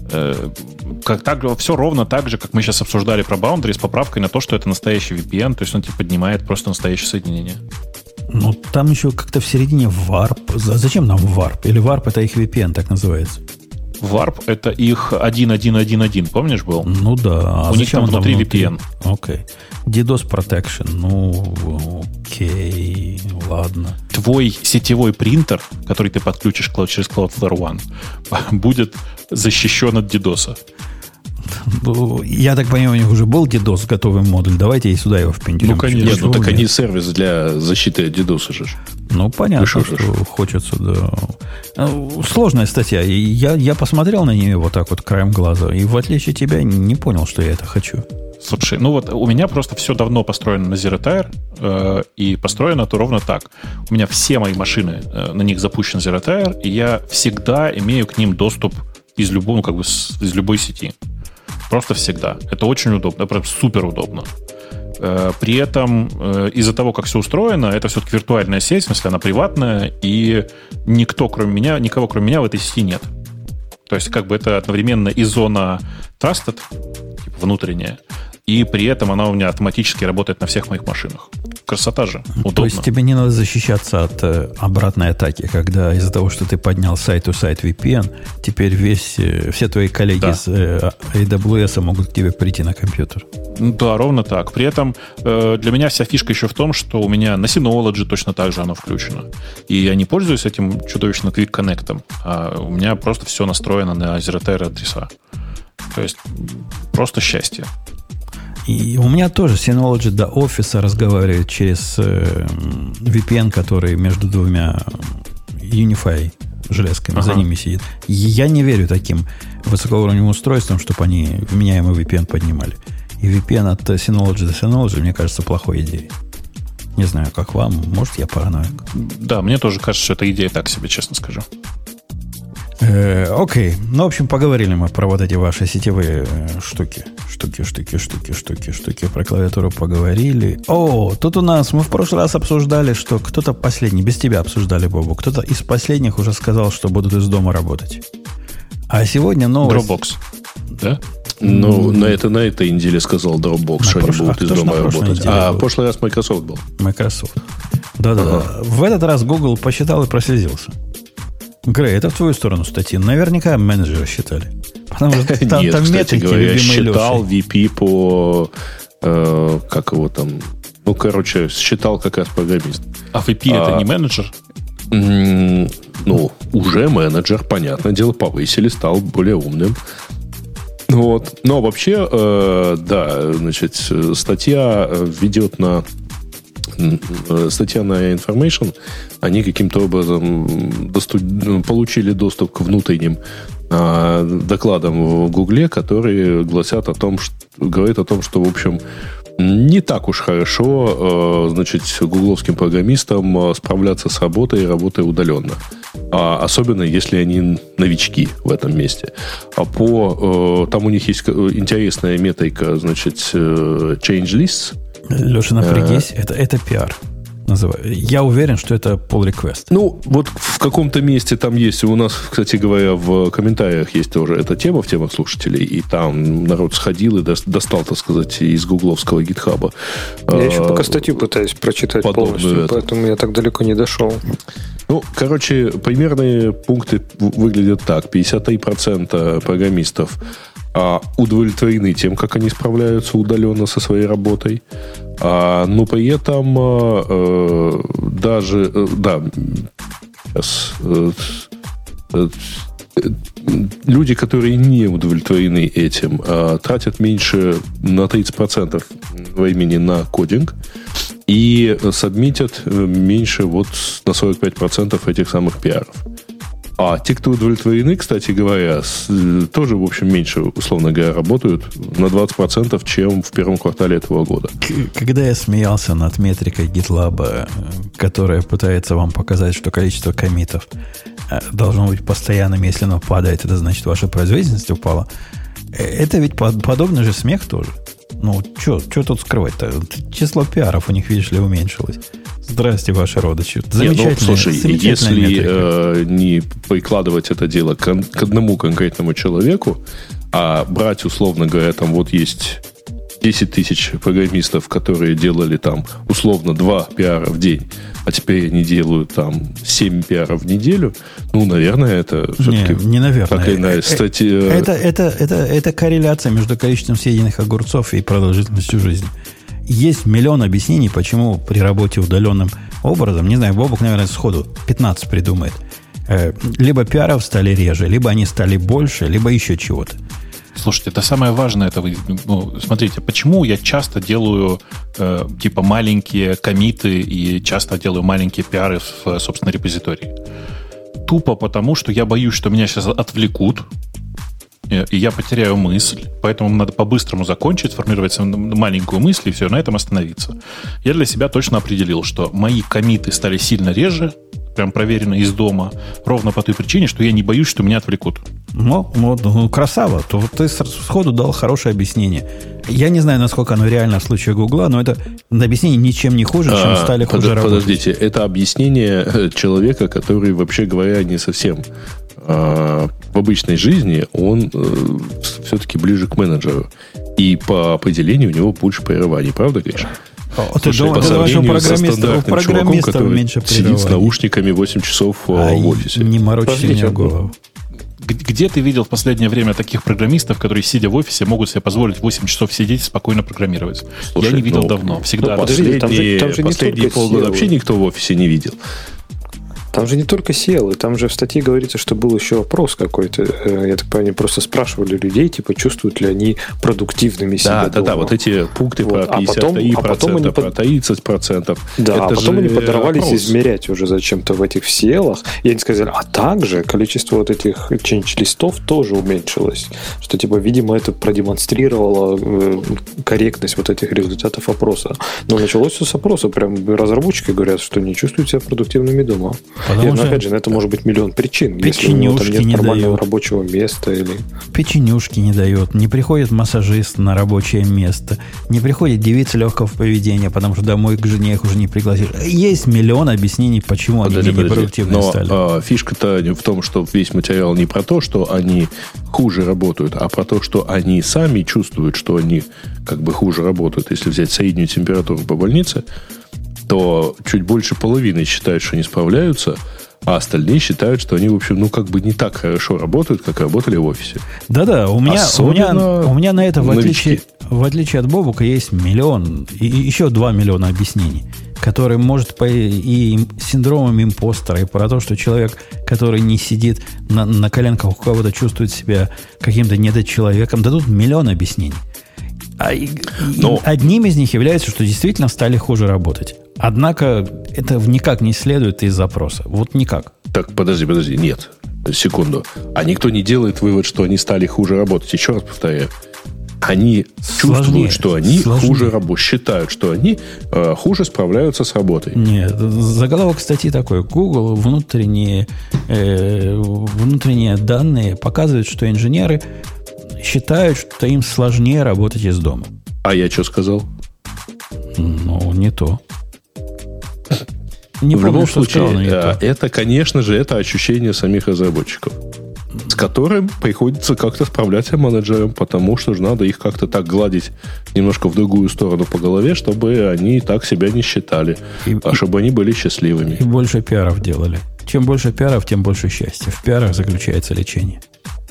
Все ровно так же, как мы сейчас обсуждали про Boundary, с поправкой на то, что это настоящий VPN, то есть он поднимает просто настоящее соединение. Ну, там еще как-то в середине Warp. Зачем нам Warp? Или Warp это их VPN, так называется? Warp это их 1.1.1.1, помнишь, был? Ну да. У них там внутри VPN. Окей. DDoS Protection. Ну, окей, ладно. Твой сетевой принтер, который ты подключишь через Cloudflare One, будет защищен от DDoS. Я так понимаю, у них уже был DDoS готовый модуль. Давайте и сюда его впендюрим. Ну, конечно. Нет, так они сервис для защиты от DDoS же. Ну, понятно, что хочется, да. Сложная статья. Я посмотрел на нее вот так вот краем глаза, и в отличие от тебя не понял, что я это хочу. Слушай, ну вот у меня просто все давно построено на ZeroTire, и построено то ровно так. У меня все мои машины, на них запущен ZeroTire, и я всегда имею к ним доступ из любой, из любой сети. Просто всегда. Это очень удобно, прям супер удобно. При этом из-за того, как все устроено, это все-таки виртуальная сеть, в смысле она приватная, и никого кроме меня в этой сети нет. То есть как бы это одновременно и зона trusted, типа внутренняя, и при этом она у меня автоматически работает на всех моих машинах. Красота же, удобно. То есть тебе не надо защищаться от обратной атаки, когда из-за того, что ты поднял сайт-to-сайт VPN, теперь все твои коллеги с AWS могут к тебе прийти на компьютер. Да, ровно так. При этом для меня вся фишка еще в том, что у меня на Synology точно так же оно включено. И я не пользуюсь этим чудовищно Quick Connect, а у меня просто все настроено на ZeroTire адреса. То есть просто счастье. И у меня тоже Synology до офиса разговаривает через VPN, который между двумя Unify железками, за ними сидит. И я не верю таким высокоуровневым устройствам, чтобы они вменяемый VPN поднимали. И VPN от Synology до Synology, мне кажется, плохой идеей. Не знаю, как вам. Может, я параноик. Да, мне тоже кажется, что эта идея так себе, честно скажу. Окей. Ну, в общем, поговорили мы про вот эти ваши сетевые штуки. Штуки. Про клавиатуру поговорили. Тут у нас, мы в прошлый раз обсуждали, что кто-то последний, без тебя обсуждали, Бобу, кто-то из последних уже сказал, что будут из дома работать. А сегодня новость... Dropbox, да? Ну, на этой неделе сказал Dropbox, что они будут из дома работать. В прошлый раз Microsoft был. Microsoft. Да-да-да. В этот раз Google посчитал и прослезился. Грей, это в твою сторону статьи. Наверняка менеджеры считали. Потому что там кстати метрики, говоря, любимые считал Лешей. VP по... как его там... Ну, короче, считал как раз программист. А VP это не менеджер? Ну, уже менеджер, понятное дело, повысили, стал более умным. Вот. Но вообще, да, значит, статья ведет на... Статья на Information, они каким-то образом получили доступ к внутренним докладам в Гугле, которые говорят о том, что, в общем, не так уж хорошо, значит, гугловским программистам справляться с работой и работой удаленно. Особенно, если они новички в этом месте. Там у них есть интересная метрика, значит, change lists. Леша, напрягись, это пиар. Я уверен, что это pull request. Ну, вот в каком-то месте там есть. У нас, кстати говоря, в комментариях есть тоже эта тема в темах слушателей. И там народ сходил и достал, так сказать, из гугловского гитхаба. Я еще пока статью пытаюсь прочитать полностью, поэтому я так далеко не дошел. Ну, короче, примерные пункты выглядят так. 53% программистов удовлетворены тем, как они справляются удаленно со своей работой. Но при этом даже... Да, сейчас... Люди, которые не удовлетворены этим, тратят меньше на 30% времени на кодинг и сабмитят меньше вот на 45% этих самых пиаров. А те, кто удовлетворены, кстати говоря, тоже, в общем, меньше, условно говоря, работают на 20%, чем в первом квартале этого года. Когда я смеялся над метрикой GitLab, которая пытается вам показать, что количество коммитов должно быть постоянным. Если оно падает, это значит, ваша производительность упала. Это ведь подобный же смех тоже. Ну, что тут скрывать-то? Число пиаров у них, видишь ли, уменьшилось. Здрасте, ваши родичи. Замечательно. Слушай, если не прикладывать это дело к одному конкретному человеку, а брать, условно говоря, там вот есть 10 тысяч программистов, которые делали там условно 2 пиара в день, а теперь они делают там 7 пиаров в неделю, ну, наверное, это все-таки... Не наверное. Так иная статья... Это корреляция между количеством съеденных огурцов и продолжительностью жизни. Есть миллион объяснений, почему при работе удаленным образом, не знаю, Бобук, наверное, сходу 15 придумает. Либо пиаров стали реже, либо они стали больше, либо еще чего-то. Слушайте, это самое важное. Это смотрите, почему я часто делаю типа маленькие коммиты и часто делаю маленькие пиары в собственном репозитории? Тупо потому, что я боюсь, что меня сейчас отвлекут, и я потеряю мысль, поэтому надо по-быстрому закончить, сформировать маленькую мысль и все, на этом остановиться. Я для себя точно определил, что мои коммиты стали сильно реже, прям проверено из дома, ровно по той причине, что я не боюсь, что меня отвлекут. Ну, красава. То ты сходу дал хорошее объяснение. Я не знаю, насколько оно реально в случае Гугла, но это объяснение ничем не хуже, чем стали хуже работать. Подождите, это объяснение человека, который, вообще говоря, не совсем в обычной жизни, он все-таки ближе к менеджеру. И по определению у него больше прерываний. Правда, Гриша? Ты думаешь, по сравнению со стандартным чуваком, который сидит с наушниками 8 часов в офисе. Не морочите мне голову. Где ты видел в последнее время таких программистов, которые, сидя в офисе, могут себе позволить 8 часов сидеть и спокойно программировать? Слушай, я не видел давно. Всегда. Последние полгода вообще никто в офисе не видел. Там же не только SEO, там же в статье говорится, что был еще вопрос какой-то. Я так понимаю, они просто спрашивали людей, типа, чувствуют ли они продуктивными себя дома. Да, вот эти пункты про 53%, про 30%. Да, а потом они подорвались измерять уже зачем-то в этих SEO-ах. И они сказали, а также количество вот этих change-листов тоже уменьшилось. Что, типа, видимо, это продемонстрировало корректность вот этих результатов опроса. Но началось все с опроса. Прям разработчики говорят, что не чувствуют себя продуктивными дома. Потому что, опять же, на это может быть миллион причин. Если у него там нет нормального рабочего места. Или... Печенюшки не дает. Не приходит массажист на рабочее место. Не приходит девица легкого поведения, потому что домой к жене их уже не пригласишь. Есть миллион объяснений, почему они непродуктивные стали. Но фишка-то в том, что весь материал не про то, что они хуже работают, а про то, что они сами чувствуют, что они как бы хуже работают. Если взять среднюю температуру по больнице, то чуть больше половины считают, что не справляются, а остальные считают, что они, в общем, ну, как бы не так хорошо работают, как работали в офисе. Да-да, у меня на это, в отличие от Бобука, есть миллион, и еще 2 миллиона объяснений, которые, может, и синдромом импостера, и про то, что человек, который не сидит на коленках у кого-то, чувствует себя каким-то недочеловеком. Да тут миллион объяснений. Одним из них является, что действительно стали хуже работать. Однако это никак не следует из запроса. Вот никак. Так, подожди, нет. Секунду. А никто не делает вывод, что они стали хуже работать. Еще раз повторяю. Они чувствуют, что они хуже работают. Считают, что они хуже справляются с работой. Нет. Заголовок статьи такой. Google внутренние данные показывают, что инженеры считают, что им сложнее работать из дома. А я что сказал? Ну, не то. В любом случае, это, конечно же, это ощущение самих разработчиков, с которым приходится как-то справляться менеджерам, потому что же надо их как-то так гладить немножко в другую сторону по голове, чтобы они так себя не считали, чтобы они были счастливыми. И больше пиаров делали. Чем больше пиаров, тем больше счастья. В пиарах заключается лечение.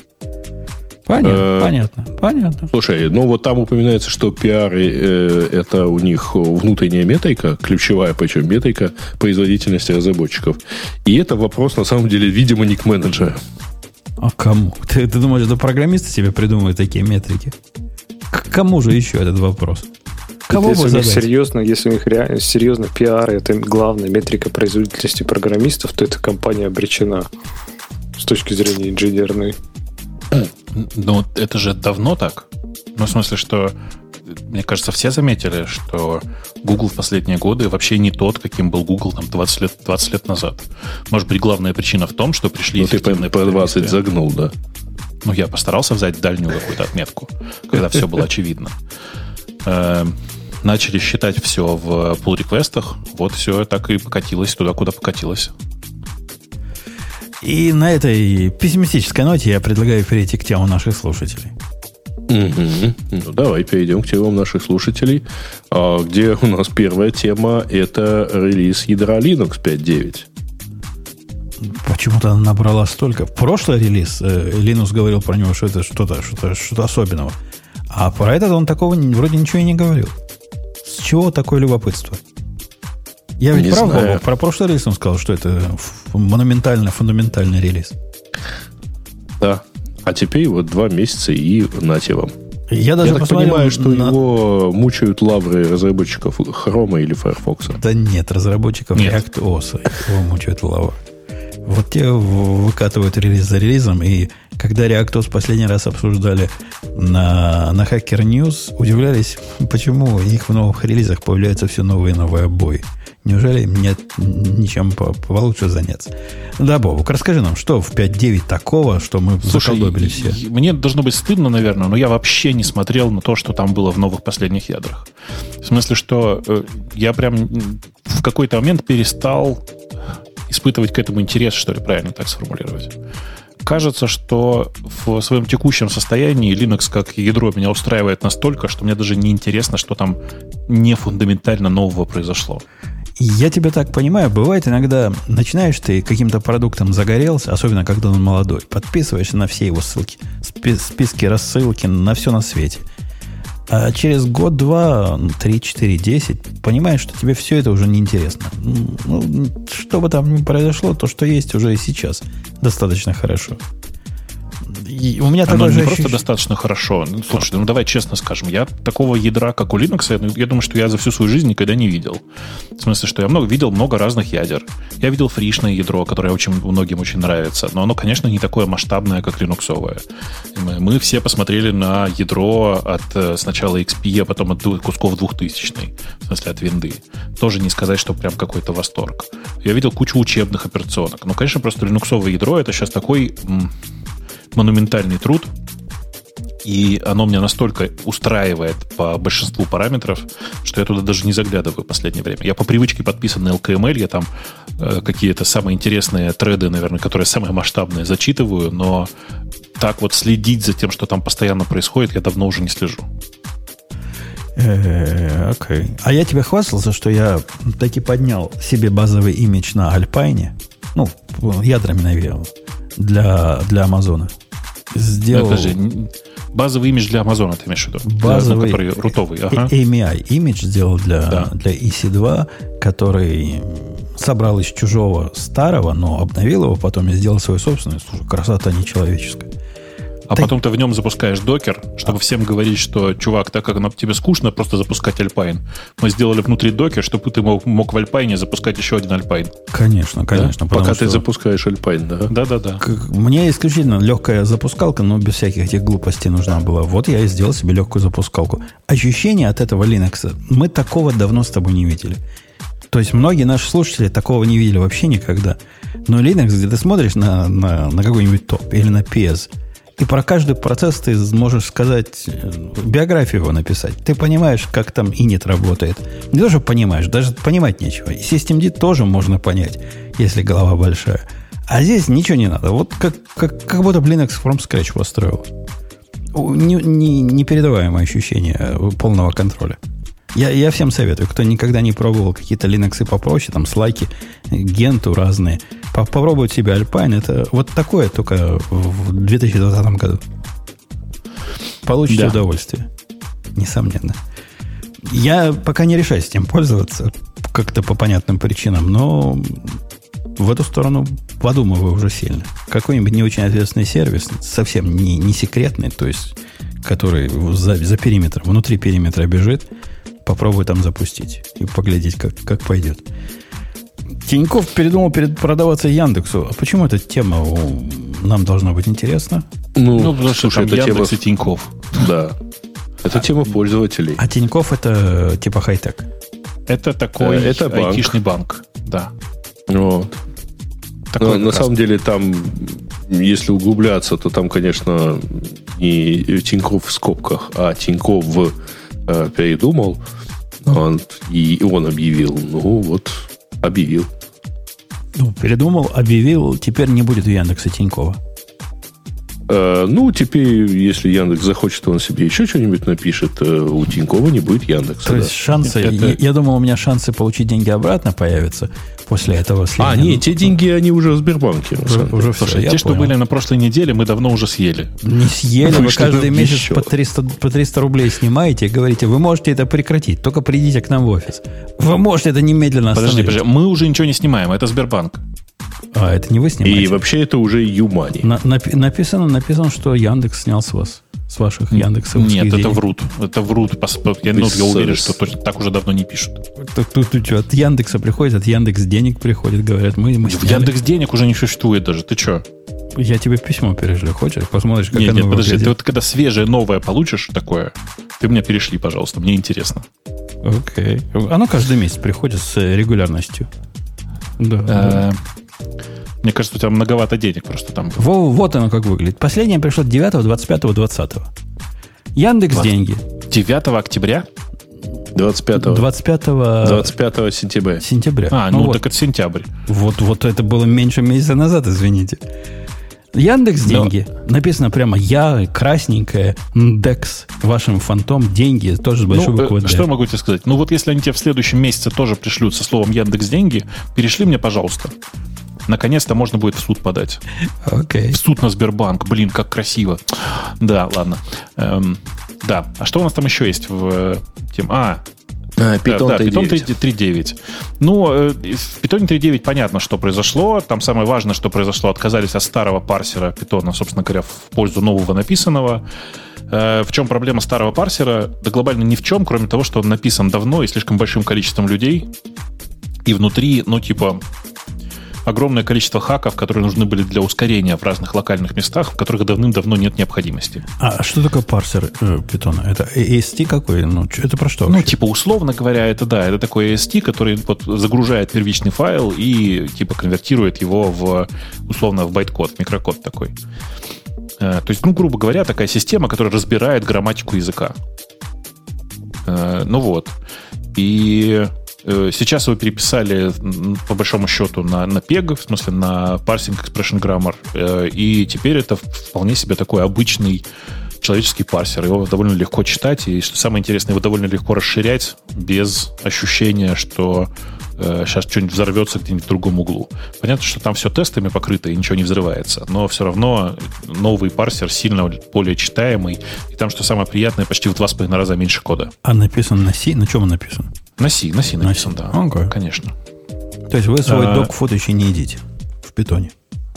Понятно. Слушай, ну вот там упоминается, что пиары это у них внутренняя метрика, ключевая, причем метрика производительности разработчиков. И это вопрос, на самом деле, видимо, не к менеджеру. А кому? Ты думаешь, что программисты себе придумывают такие метрики? К кому же еще этот вопрос? Кого если у них реально серьезно пиар, это главная метрика производительности программистов, то эта компания обречена с точки зрения инженерной. Ну, это же давно так. Ну, в смысле, что мне кажется, все заметили, что Google в последние годы вообще не тот, каким был Google там 20 лет назад. Может быть, главная причина в том, что пришли эффективные ты по 20 загнул, да? Ну, я постарался взять дальнюю какую-то отметку, когда все было очевидно. Начали считать все в pull-реквестах, вот все так и покатилось туда, куда покатилось. И на этой пессимистической ноте я предлагаю перейти к темам наших слушателей. Ну, давай перейдем к темам наших слушателей, где у нас первая тема – это релиз ядра Linux 5.9. Почему-то она набрала столько. Прошлый релиз, Линус говорил про него, что это что-то особенного. А про этот он такого вроде ничего и не говорил. С чего такое любопытство? Я ведь прав был? Про прошлый релиз он сказал, что это фундаментальный релиз. Да. А теперь вот 2 месяца и нате вам. Я так понимаю, что его мучают лавры разработчиков Chrome или Firefox. Да нет, разработчиков React.os его мучают лавры. Вот те выкатывают релиз за релизом, и когда React.os последний раз обсуждали на Hacker News, удивлялись, почему у них в новых релизах появляются все новые и новые обои. Неужели нет ничем получше заняться? Да, Бобук, расскажи нам, что в 5.9 такого, что мы заколдобили все? Мне должно быть стыдно, наверное, но я вообще не смотрел на то, что там было в новых последних ядрах. В смысле, что я прям в какой-то момент перестал испытывать к этому интерес, что ли, правильно так сформулировать. Кажется, что в своем текущем состоянии Linux как ядро меня устраивает настолько, что мне даже не интересно, что там не фундаментально нового произошло. Я тебя так понимаю, бывает иногда начинаешь ты каким-то продуктом загорелся, особенно когда он молодой, подписываешься на все его ссылки, списки рассылки, на все на свете. А через год, 2, 3, 4, 10 понимаешь, что тебе все это уже неинтересно. Ну, что бы там ни произошло, то, что есть уже и сейчас, достаточно хорошо. И у меня оно не просто достаточно хорошо. Слушай, давай честно скажем, я такого ядра, как у Linux, я думаю, что я за всю свою жизнь никогда не видел. В смысле, что я видел много разных ядер. Я видел фришное ядро, которое многим очень нравится, но оно, конечно, не такое масштабное, как линуксовое. Мы все посмотрели на ядро от сначала XP, а потом от кусков 2000, в смысле от винды. Тоже не сказать, что прям какой-то восторг. Я видел кучу учебных операционок. Ну, конечно, просто линуксовое ядро — это сейчас такой монументальный труд, и оно меня настолько устраивает по большинству параметров, что я туда даже не заглядываю в последнее время. Я по привычке подписан на LKML, я там какие-то самые интересные треды, наверное, которые самые масштабные, зачитываю, но так вот следить за тем, что там постоянно происходит, я давно уже не слежу. Окей. А я тебе хвастался, что я таки поднял себе базовый имидж на Alpine, ядрами навеял, для Амазона. Сделал... Базовый имидж для Амазона, ты имеешь в виду? Базовый, который рутовый. Ага. AMI имидж сделал для EC2, который собрал из чужого старого, но обновил его потом и сделал свой собственный. Слушай, красота нечеловеческая. А потом ты в нем запускаешь докер, чтобы всем говорить, что, чувак, так как тебе скучно просто запускать Alpine, мы сделали внутри докер, чтобы ты мог в Alpine запускать еще один Alpine. Конечно. Да? Пока ты запускаешь Alpine, да? Да. Мне исключительно легкая запускалка, но без всяких этих глупостей нужна была. Вот я и сделал себе легкую запускалку. Ощущение от этого Linux, мы такого давно с тобой не видели. То есть многие наши слушатели такого не видели вообще никогда. Но Linux, где ты смотришь на какой-нибудь топ или на PS, и про каждый процесс ты можешь сказать, биографию его написать. Ты понимаешь, как там init работает. Не то, что понимаешь, даже понимать нечего. И Systemd тоже можно понять, если голова большая. А здесь ничего не надо. Вот как будто Linux from scratch построил. Непередаваемое ощущение полного контроля. Я всем советую, кто никогда не пробовал какие-то Linux попроще, там слайки, генту разные, попробуйте себе Alpine. Это вот такое только в 2020 году. Получите удовольствие. Несомненно. Я пока не решаюсь этим пользоваться как-то по понятным причинам, но в эту сторону подумываю уже сильно. Какой-нибудь не очень ответственный сервис, совсем не секретный, то есть который за периметром, внутри периметра бежит, попробую там запустить и поглядеть, как пойдет. Тиньков передумал продаваться Яндексу. А почему эта тема нам должна быть интересна? Потому что там Яндекс и Тиньков. Да. Это тема пользователей. А Тинькофф это типа хай-тек? Это такой айтишный банк. Да. Вот. Но на самом деле там, если углубляться, то там, конечно, не Тинькофф в скобках, а Тинькофф передумал, и он объявил. Ну вот, объявил. Ну, передумал, объявил, теперь не будет у Яндекса Тинькова. Ну, теперь, если Яндекс захочет, он себе еще что-нибудь напишет, у Тинькова не будет Яндекса. То есть шансы, я думал, у меня шансы получить деньги обратно появятся после этого. Нет, те деньги, они уже в Сбербанке. Уже Слушай, все, те, что были на прошлой неделе, мы давно уже съели. Не съели, вы каждый месяц по 300 рублей снимаете и говорите, вы можете это прекратить, только придите к нам в офис. Вы можете это немедленно остановить. Подожди, мы уже ничего не снимаем, это Сбербанк. А, это не вы снимаете? И вообще это уже Юмани. Написано, что Яндекс снял с вас. С ваших Яндексовских денег. Нет, это врут. Это врут. Я уверен, что точно так уже давно не пишут. Тут от Яндекса приходит, от Яндекс денег приходит, говорят, мы в Яндекс денег уже не существует даже. Ты что? Я тебе письмо перешлю, хочешь? Посмотришь, как оно выглядит. Нет, подожди, выглядит. ты вот когда свежее, новое получишь такое, ты мне перешли, пожалуйста, мне интересно. Окей. Оно каждый месяц приходит с регулярностью. Да. Мне кажется, у тебя многовато денег просто там. Вот оно как выглядит. Последнее пришло 9, 25, 20. Яндекс деньги. 9 октября? 25 сентября. Сентября. Ну так это сентябрь. Вот это было меньше месяца назад, извините. Яндекс деньги. Написано прямо красненькое, Декс, вашим фантом, деньги, тоже с большой буквы Д. Что я могу тебе сказать? Ну вот если они тебе в следующем месяце тоже пришлют со словом Яндекс деньги, перешли мне, пожалуйста. Наконец-то можно будет в суд подать. Okay. В суд на Сбербанк. Блин, как красиво. Да, ладно. Да. А что у нас там еще есть в тем? Python 3.9. Ну, в Python 3.9 понятно, что произошло. Там самое важное, что произошло. Отказались от старого парсера Python, собственно говоря, в пользу нового написанного. В чем проблема старого парсера? Да глобально ни в чем, кроме того, что он написан давно и слишком большим количеством людей. И внутри, огромное количество хаков, которые нужны были для ускорения в разных локальных местах, в которых давным-давно нет необходимости. А что такое парсер Python? Это AST какой? Это про что вообще? Условно говоря, это такой AST, который загружает первичный файл и конвертирует его условно в байткод, в микрокод такой. То есть, грубо говоря, такая система, которая разбирает грамматику языка. И сейчас его переписали, по большому счету, на PEG, в смысле на Parsing Expression Grammar. И теперь это вполне себе такой обычный человеческий парсер. Его довольно легко читать, и, что самое интересное, его довольно легко расширять без ощущения, что сейчас что-нибудь взорвется где-нибудь в другом углу. Понятно, что там все тестами покрыто и ничего не взрывается, но все равно новый парсер сильно более читаемый, и там, что самое приятное, почти в 2,5 раза меньше кода. А написан на C? На чем он написан? На C написан, да. Okay. Конечно. То есть вы свой док-фут еще не едите в питоне?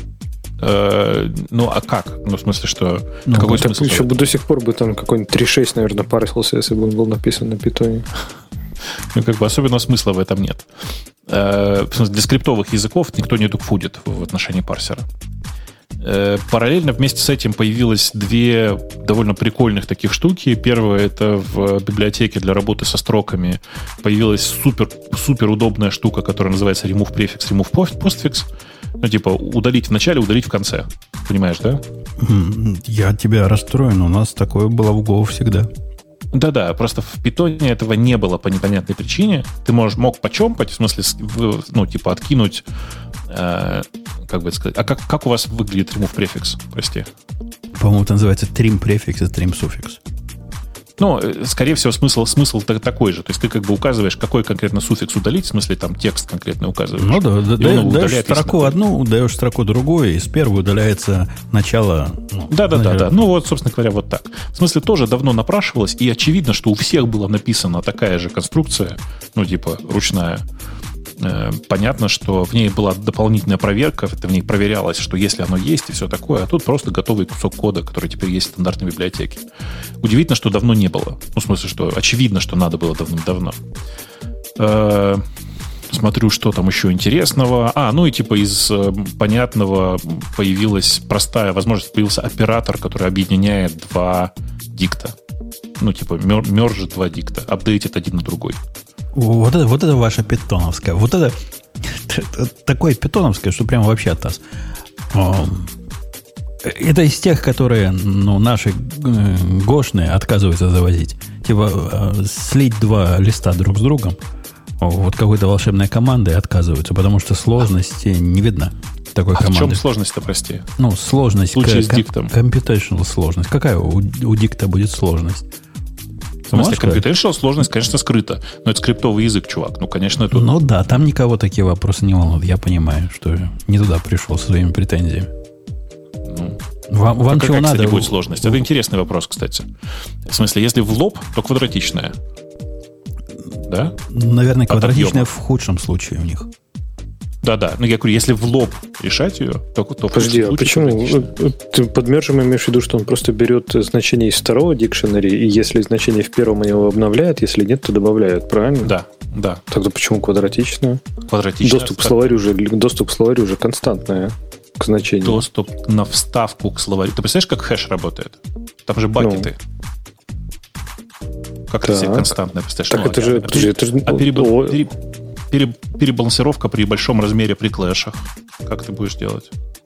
А как? В смысле, что... какой смысл? Еще бы до сих пор бы там какой-нибудь 3.6, наверное, парсился, если бы он был написан на питоне. Особенного смысла в этом нет. В смысле, для скриптовых языков никто не докфудит в отношении парсера. Параллельно вместе с этим появилось две довольно прикольных таких штуки. Первое, это в библиотеке для работы со строками появилась супер удобная штука, которая называется remove prefix, remove postfix. Удалить в начале, удалить в конце. Понимаешь, да? Я тебя расстрою, но у нас такое было в Go всегда. Да-да, просто в питоне этого не было по непонятной причине. Ты мог почемпать, в смысле, откинуть, как бы это сказать. А как у вас выглядит remove префикс? Прости. По-моему, это называется trim префикс и trim суффикс. Скорее всего, смысл такой же. То есть ты как бы указываешь, какой конкретно суффикс удалить, в смысле там текст конкретно указываешь. Даешь строку одну, даешь строку другую, и с первой удаляется начало. Да. Собственно говоря, вот так. В смысле, тоже давно напрашивалось, и очевидно, что у всех была написана такая же конструкция, ручная. Понятно, что в ней была дополнительная проверка, в ней проверялось, что если оно есть и все такое, а тут просто готовый кусок кода, который теперь есть в стандартной библиотеке. Удивительно, что давно не было. В смысле, что очевидно, что надо было давным-давно. Смотрю, что там еще интересного. Из понятного появилась простая возможность, появился оператор, который объединяет два дикта. ну, типа, мержит два дикта, апдейтит один на другой. Вот это ваша питоновская. Вот это такое питоновское, что прям вообще от нас. Это из тех, которые, ну, наши гошные отказываются завозить. Типа слить два листа друг с другом, вот какой-то волшебной командой отказываются, потому что сложности не видно такой команды. В чем сложность-то, прости? Ну, сложность. В случае с диктом. Computational сложность. Какая у дикта будет сложность? В смысле, computational сложность, конечно, скрыта. Но это скриптовый язык, чувак. Ну, конечно, это... Ну да, там никого такие вопросы не волнуют. Я понимаю, что не туда пришел со своими претензиями. Ну, вам чего как, надо? Кстати, будет сложность? Это интересный вопрос, кстати. В смысле, если в лоб, то квадратичная. Да? Наверное, квадратичная в худшем случае у них. Да. Ну, я говорю, если в лоб решать ее, то подожди, а почему? Ты под мержем имеешь в виду, что он просто берет значение из второго дикшенери, и если значение в первом его обновляет, если нет, то добавляет, правильно? Да. Тогда почему квадратичная? Доступ к словарю уже константная к значению. Доступ на вставку к словарю. Ты представляешь, как хэш работает? Там же бакеты. Как это себе константное? Так это же... Перебалансировка при большом размере при клэшах. Как ты будешь делать?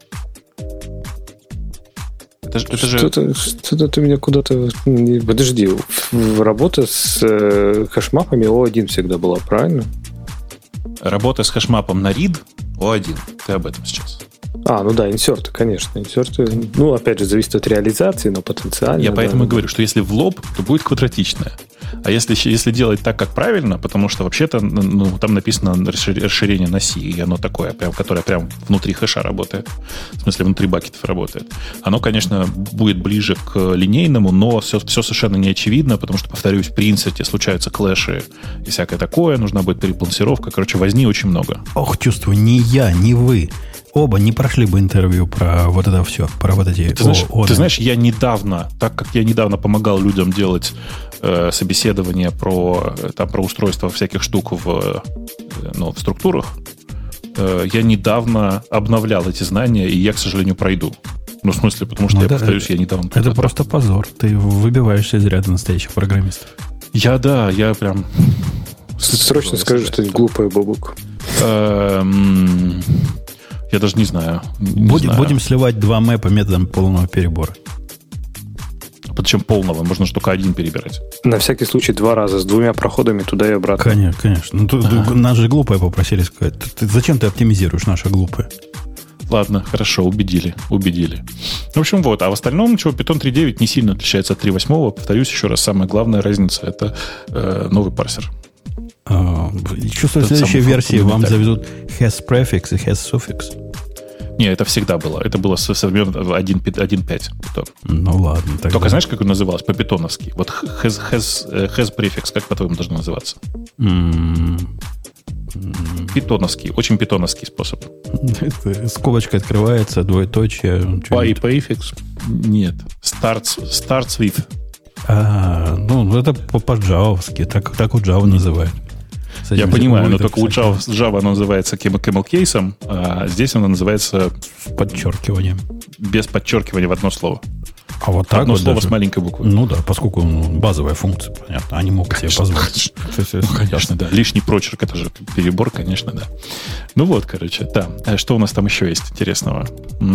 Это же... Что-то ты меня куда-то... Подожди. Работа с хэшмапами O1 всегда была, правильно? Работа с хэшмапом на read O1. Ты об этом сейчас. Ну да, инсерты, конечно. Инсерты, ну, опять же, зависит от реализации, но потенциально... Я поэтому и говорю, что если в лоб, то будет квадратичная. А если делать так, как правильно, потому что вообще-то там написано расширение на C, и оно такое, которое прям внутри хэша работает, в смысле внутри бакетов работает, оно, конечно, будет ближе к линейному, но все совершенно не очевидно, потому что, повторюсь, при инсерте случаются клэши и всякое такое, нужна будет перебалансировка. Короче, возни очень много. Ох, чувствую, ни я, ни вы оба не прошли бы интервью про вот это все, про вот эти... Ты знаешь, я недавно, так как я недавно помогал людям делать собеседование про устройство всяких штук в структурах, я недавно обновлял эти знания, и я, к сожалению, пройду. Ну, в смысле, потому что, повторюсь, я недавно... Это просто позор. Ты выбиваешься из ряда настоящих программистов. Я прям... Срочно скажи что-нибудь глупое, Бобук. Я даже не знаю. Будем сливать два мэпа методом полного перебора. Причем полного. Можно же только один перебирать. На всякий случай 2 раза с 2 проходами туда и обратно. Конечно. Нас же глупое попросили сказать. Зачем ты оптимизируешь наше глупое? Ладно, хорошо, убедили. В общем, вот. А в остальном, Python 3.9 не сильно отличается от 3.8. Повторюсь еще раз, самая главная разница — это новый парсер. Чувствую, в следующей версии вам завезут has prefix и has suffix. Не, это всегда было. Это было со времен 1.5. Ну ладно. Тогда. Только знаешь, как он называлось? По-питоновски. Вот has префикс, как, по-твоему, должно называться? Питоновский. Очень питоновский способ. Скобочка открывается, двоеточие. Префикс? Нет. Starts with. Это по-джавовски. Так у Java называют. Я понимаю, но только у Java оно называется camel case, а здесь оно называется... С подчеркиванием. Без подчеркивания в одно слово. А вот так одно слово с маленькой буквы. Ну да, поскольку базовая функция, понятно. Они могут себе позволить. Конечно, да. Лишний прочерк, это же перебор, конечно, да. Ну вот, короче, да. Что у нас там еще есть интересного?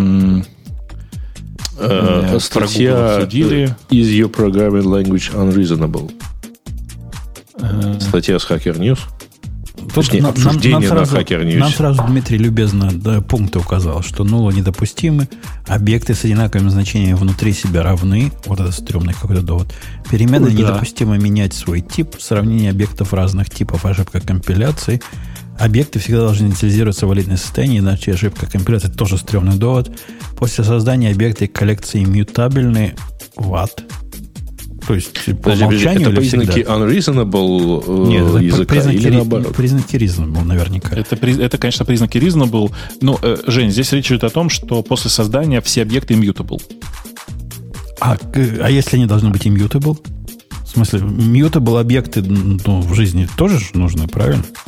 Статья «Is your programming language unreasonable?» Статья с Hacker News. Точнее, обсуждение на Hacker News. Нам сразу Дмитрий любезно пункты указал, что нулы недопустимы, объекты с одинаковыми значениями внутри себя равны. Вот это стрёмный какой-то довод. Перемены недопустимо менять свой тип. Сравнение объектов разных типов, ошибка компиляции. Объекты всегда должны инициализироваться в валидное состояние, иначе ошибка компиляции тоже стрёмный довод. После создания объекта коллекции мьютабельны. Вот. То есть, по умолчанию это признаки unreasonable языка или наоборот? Признаки reasonable, наверняка. Это, конечно, признаки reasonable. Но, Жень, здесь речь идет о том, что после создания все объекты immutable. А если они должны быть immutable? В смысле, mutable объекты в жизни тоже нужны, правильно?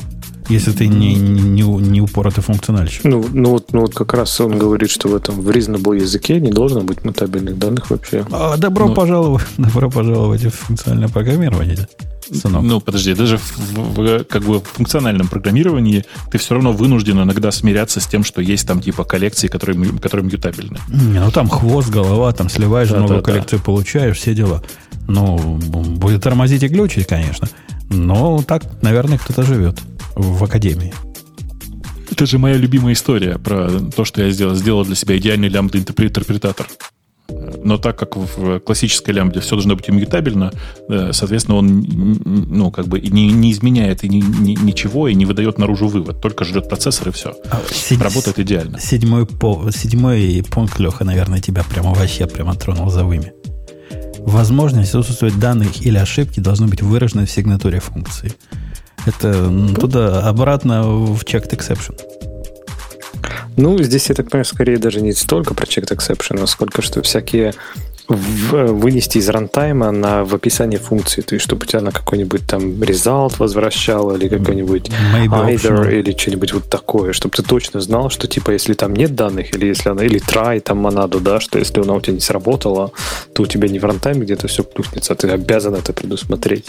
Если ты не упоротый функциональщик. Ну вот как раз он говорит, что в reasonable языке не должно быть мутабельных данных вообще. Добро пожаловать в функциональное программирование, сынок. Ну, подожди, даже в функциональном программировании ты все равно вынужден иногда смиряться с тем, что есть там типа коллекции, которые мьютабельны. Ну, там хвост, голова, там сливаешь, новую коллекцию получаешь, все дела. Ну, будет тормозить и глючить, конечно. Но так, наверное, кто-то живет в академии. Это же моя любимая история про то, что я сделал для себя идеальный лямбда-интерпретатор. Но так как в классической лямбде все должно быть иммутабельно, соответственно, он не изменяет и ничего, и не выдает наружу вывод. Только ждет процессор, и все. Работает идеально. Седьмой пункт, Леха, наверное, тебя вообще тронул за вымя. Возможность отсутствия данных или ошибки должны быть выражены в сигнатуре функции. Это туда обратно в checked exception. Ну, здесь, я так понимаю, скорее даже не столько про checked exception, сколько что всякие вынести из рантайма в описание функции, то есть чтобы у тебя на какой-нибудь там result возвращало, или какой-нибудь either, или что-нибудь вот такое, чтобы ты точно знал, что типа если там нет данных, или если она, или try там монаду, да, что если она у тебя не сработала, то у тебя не в рантайме где-то все плюхнется, а ты обязан это предусмотреть.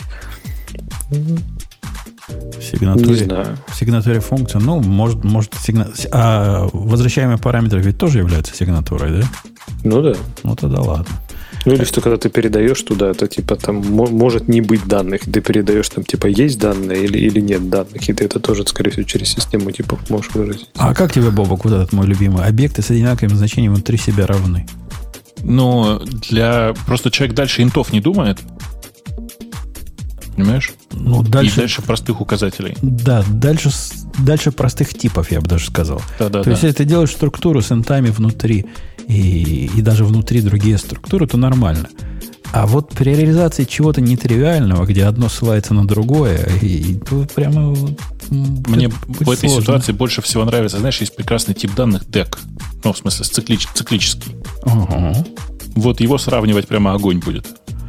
В сигнатуре функции, может а возвращаемые параметры ведь тоже являются сигнатурой, да? Ну да. Ну тогда ладно. Ну или что когда ты передаешь туда, это типа там может не быть данных, ты передаешь там типа есть данные или нет данных, и ты это тоже, скорее всего, через систему типов можешь выразить. А как тебе, Бобок, вот этот мой любимый? Объекты с одинаковым значением внутри себя равны. Ну, просто человек дальше интов не думает. Понимаешь? И дальше простых указателей. Да, дальше простых типов, я бы даже сказал. То есть, если ты делаешь структуру с интами внутри и даже внутри другие структуры, то нормально. А вот при реализации чего-то нетривиального, где одно ссылается на другое, и тут прямо... Мне в этой ситуации больше всего нравится, знаешь, есть прекрасный тип данных DEC. Ну, в смысле, циклический. Угу. Вот его сравнивать прямо огонь будет.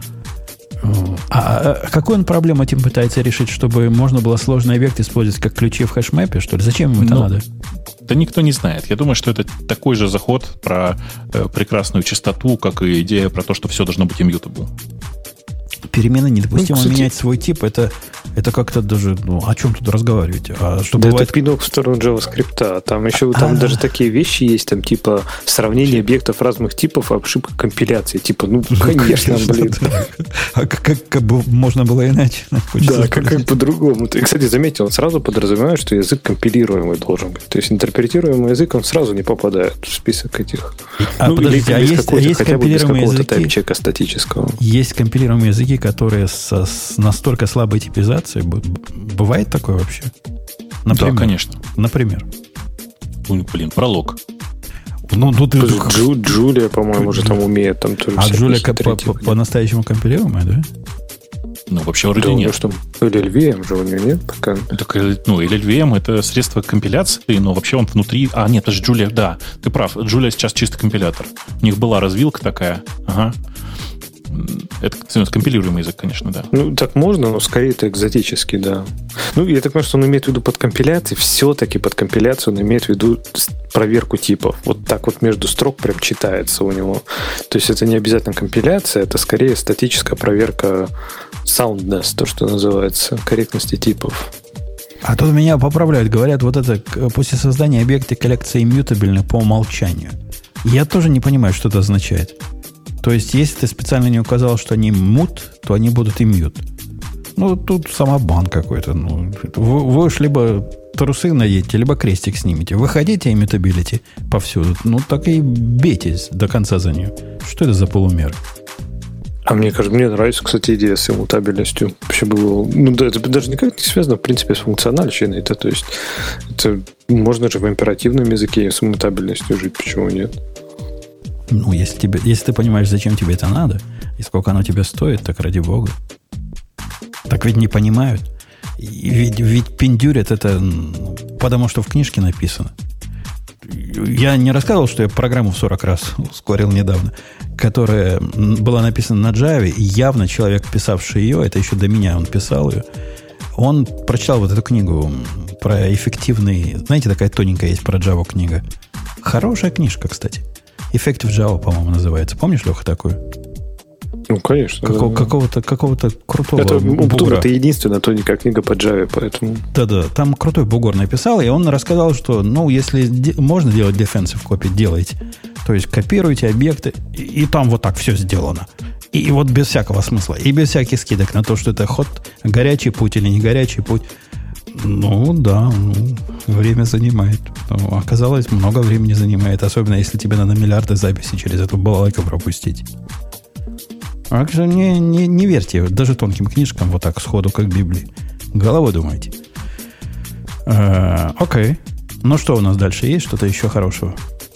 А какую он проблему этим пытается решить, чтобы можно было сложный объект использовать как ключи в хэшмэпе, что ли? Зачем ему это надо? Да никто не знает. Я думаю, что это такой же заход про прекрасную чистоту, как и идея про то, что все должно быть immutable. Перемены недопустимо менять свой тип, это как-то даже, о чем тут разговаривать? Что да бывает... это пинок в сторону JavaScript. Там еще даже такие вещи есть, там типа сравнение объектов разных типов, ошибка компиляции. Типа, конечно, блин. А как бы можно было иначе? Да, как по-другому. Ты, кстати, заметил, он сразу подразумевает, что язык компилируемый должен быть. То есть интерпретируемый язык, он сразу не попадает в список этих. Подождите, есть компилируемые языки? Тайп-чека статического. Есть компилируемые языки, которые с настолько слабой типизацией. Бывает такое вообще? Например, да, конечно. Например? Блин, пролог. Джулия, по-моему, уже там умеет. Там тоже Джулия по-настоящему компилируемая, да? Ну, вообще вроде нет. Что, LLVM же у нее нет пока. Так, LLVM это средство компиляции, но вообще он внутри... нет, это же Джулия, да, ты прав. Джулия сейчас чисто компилятор. У них была развилка такая. Ага. Это компилируемый язык, конечно, да. Так можно, но скорее это экзотический, да. Я так понимаю, что он имеет в виду под компиляцией, все-таки под компиляцию он имеет в виду проверку типов. Вот так вот между строк прям читается у него. То есть это не обязательно компиляция, это скорее статическая проверка soundness, то, что называется, корректности типов. А тут меня поправляют, говорят, вот это после создания объекта коллекции immutable по умолчанию. Я тоже не понимаю, что это означает. То есть, если ты специально не указал, что они mut, то они будут immute. Тут самобан какой-то. Вы уж либо трусы наденете, либо крестик снимете. Вы хотите immutability повсюду, так и бейтесь до конца за нее. Что это за полумер? А мне кажется, мне нравится, кстати, идея с иммутабельностью. Вообще было... это даже никак не связано, в принципе, с функциональщиной. То есть, это можно же в императивном языке с иммутабельностью жить, почему нет? Если ты понимаешь, зачем тебе это надо, и сколько оно тебе стоит, так ради бога. Так ведь не понимают. Ведь пиндюрят это, потому что в книжке написано. Я не рассказывал, что я программу в 40 раз ускорил недавно, которая была написана на Java, и явно человек, писавший ее, это еще до меня он писал ее, он прочитал вот эту книгу про эффективный... Знаете, такая тоненькая есть про Java книга. Хорошая книжка, кстати. Effective Java, по-моему, называется. Помнишь, Леха, такую? Ну, конечно. Какого-то крутого бугра. Это единственная тоненькая книга по Java, поэтому... Да-да, там крутой бугор написал, и он рассказал, что, если можно делать defensive copy, делайте. То есть копируйте объекты, и там вот так все сделано. И вот без всякого смысла, и без всяких скидок на то, что это горячий путь или не горячий путь. Время занимает. Оказалось, много времени занимает, особенно если тебе надо миллиарды записей через эту балалайку пропустить. Так что не верьте даже тонким книжкам вот так сходу, как Библии. Головой думайте. Окей. Ну что у нас дальше? Есть что-то еще хорошего?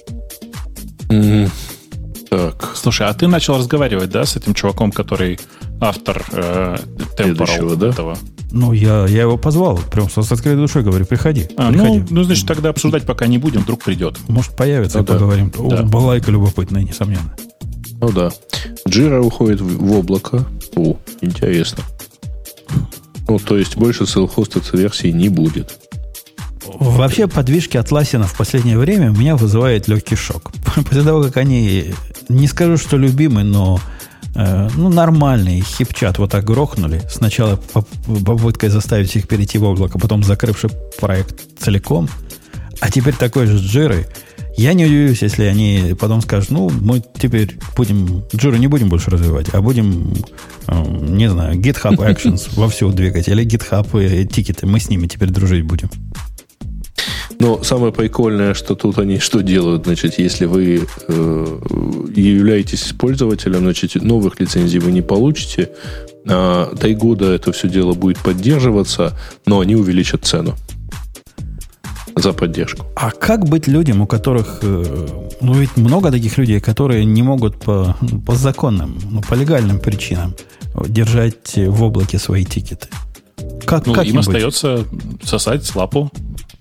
Так. Слушай, а ты начал разговаривать, да, с этим чуваком, который автор Temporal, да? Этого? Я его позвал, прям с открытой душой говорю, приходи. Приходи. Значит, тогда обсуждать пока не будем, вдруг придет. Может, появится, поговорим. Да. Балайка любопытная, несомненно. Ну да. Jira уходит в облако. Интересно. То есть больше self-hosted версий не будет. Вообще, подвижки Atlassian в последнее время меня вызывает легкий шок. После того, как они, не скажу, что любимый, но нормальный хипчат вот так грохнули. Сначала попыткой заставить их перейти в облако, потом закрывший проект целиком. А теперь такой же с Jira. Я не удивлюсь, если они потом скажут, мы теперь Jira не будем больше развивать, а будем, не знаю, GitHub Actions вовсю двигать, или GitHub тикеты, мы с ними теперь дружить будем. Но самое прикольное, что тут они что делают, значит, если вы являетесь пользователем, значит, новых лицензий вы не получите, 3 года это все дело будет поддерживаться, но они увеличат цену за поддержку. А как быть людям, у которых... ведь много таких людей, которые не могут по законным, по легальным причинам держать в облаке свои тикеты. Как им остается сосать с лапу.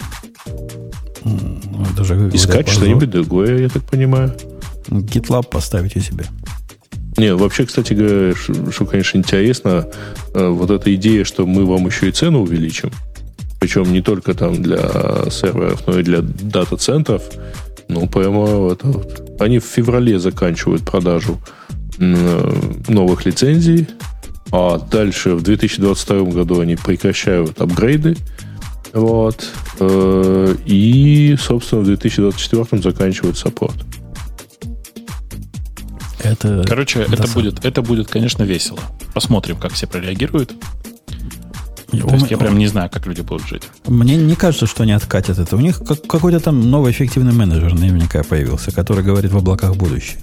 Искать что-нибудь другое, я так понимаю. GitLab поставить у себя. Не, вообще, кстати говоря, что, конечно, интересно, вот эта идея, что мы вам еще и цену увеличим, причем не только там для серверов, но и для дата-центров, прямо они в феврале заканчивают продажу новых лицензий, а дальше в 2022 году они прекращают апгрейды. И, собственно, в 2024 заканчивают саппорт. Это будет, конечно, весело. Посмотрим, как все прореагируют. То есть я прям не знаю, как люди будут жить. Мне не кажется, что они откатят это. У них какой-то там новый эффективный менеджер наверняка появился, который говорит в облаках будущее.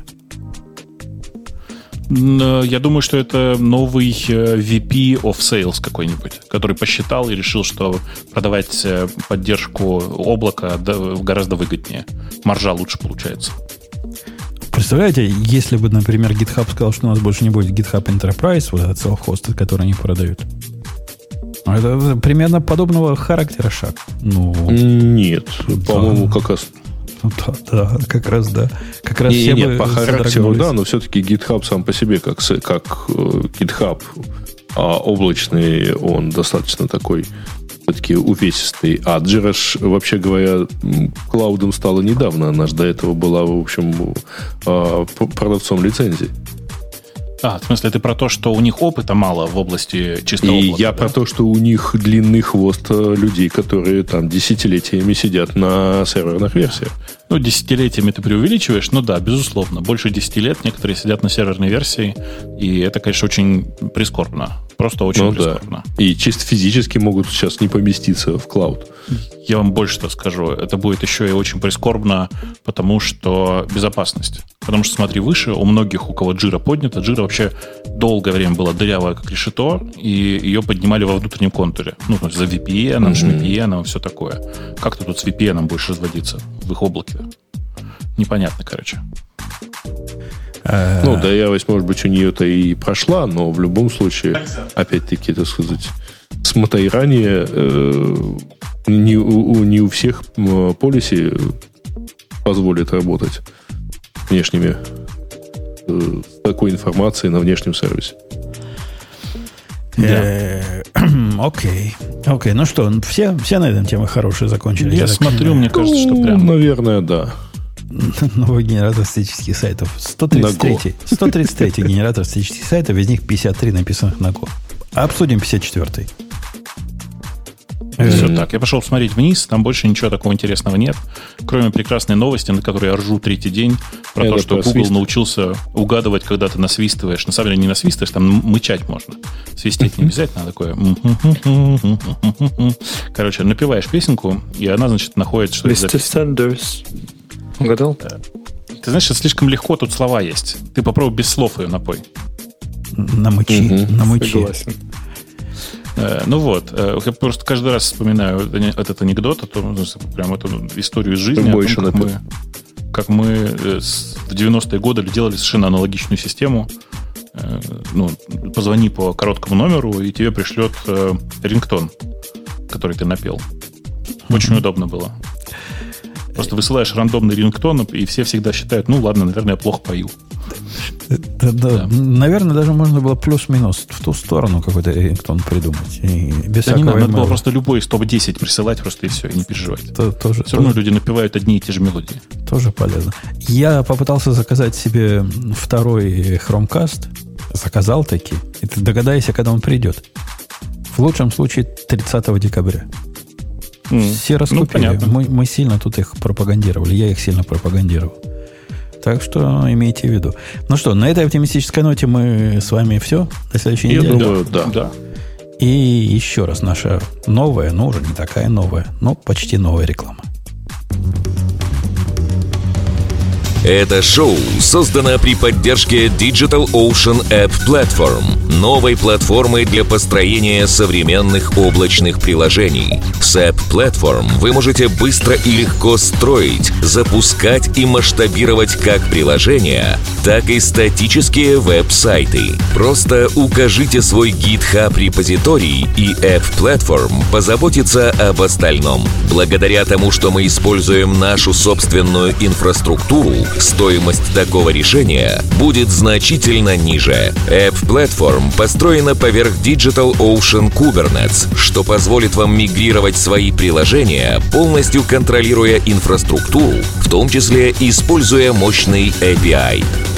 Я думаю, что это новый VP of Sales какой-нибудь, который посчитал и решил, что продавать поддержку облака гораздо выгоднее. Маржа лучше получается. Представляете, если бы, например, GitHub сказал, что у нас больше не будет GitHub Enterprise, вот этот self-hosted, который они продают. Это примерно подобного характера шаг. Нет, по-моему, как раз... Да, как раз да. Как раз нет, по характеру, да, но все-таки GitHub сам по себе, как GitHub, а облачный, он достаточно такой все-таки увесистый. А Jira, вообще говоря, клаудом стала недавно. Она же до этого была, в общем, продавцом лицензий. В смысле, ты про то, что у них опыта мало в области чистого облака? И я про то, что у них длинный хвост людей, которые там десятилетиями сидят на серверных версиях. Десятилетиями ты преувеличиваешь, да, безусловно. Больше 10 лет некоторые сидят на серверной версии, и это, конечно, очень прискорбно. Просто очень прискорбно. Да. И чисто физически могут сейчас не поместиться в клауд. Я вам больше что скажу. Это будет еще и очень прискорбно, потому что безопасность. Потому что, смотри, выше у многих, у кого Jira поднята, Jira вообще долгое время была дырявая, как решето, и ее поднимали во внутреннем контуре. То есть за VPN, VPN и все такое. Как ты тут с VPN будешь разводиться в их облаке? Непонятно, короче. Дырявость, может быть, у нее-то и прошла, но в любом случае, опять-таки, так сказать, смотайрание не у всех полиси позволит работать внешними с такой информацией на внешнем сервисе. Окей. Ну что, все на этом темы хорошие закончили? Я смотрю, мне кажется, что прям... Наверное, да. Новый генератор статических сайтов. 133 генератор статических сайтов, из них 53 написанных на Go. Обсудим 54-й. Все так. Я пошел смотреть вниз, там больше ничего такого интересного нет, кроме прекрасной новости, на которой я ржу третий день, про то, что Google научился угадывать, когда ты насвистываешь. На самом деле не насвистываешь, там мычать можно. Свистеть не обязательно, а такое... Короче, напеваешь песенку, и она, значит, находит, что это... Mr. Sanders. Угадал? Ты знаешь, это слишком легко, тут слова есть. Ты попробуй без слов ее напой. Намычи. Согласен. Ну вот, я просто каждый раз вспоминаю этот анекдот, а то прям эту историю из жизни, больше о том, как мы в 90-е годы делали совершенно аналогичную систему. Позвони по короткому номеру, и тебе пришлет рингтон, который ты напел. Очень удобно было. Просто высылаешь рандомный рингтон, и все всегда считают, ну ладно, наверное, я плохо пою. Да. Наверное, даже можно было плюс-минус в ту сторону какой-то рингтон придумать. И без не надо было просто любой из топ-10 присылать просто и все, и не переживать. Все равно люди напевают одни и те же мелодии. Тоже полезно. Я попытался заказать себе второй Chromecast. Заказал таки. И ты догадайся, когда он придет. В лучшем случае 30 декабря. Все раскупили. Мы сильно тут их пропагандировали. Я их сильно пропагандировал. Так что имейте в виду. Ну что, на этой оптимистической ноте мы с вами все. До следующей недели. Я думаю, да. И еще раз наша новая, но уже не такая новая, но почти новая реклама. Это шоу создано при поддержке Digital Ocean App Platform, новой платформы для построения современных облачных приложений. С App Platform вы можете быстро и легко строить, запускать и масштабировать как приложения, так и статические веб-сайты. Просто укажите свой GitHub репозиторий, и App Platform позаботится об остальном. Благодаря тому, что мы используем нашу собственную инфраструктуру, стоимость такого решения будет значительно ниже. App Platform построена поверх Digital Ocean Kubernetes, что позволит вам мигрировать свои приложения, полностью контролируя инфраструктуру, в том числе используя мощный API.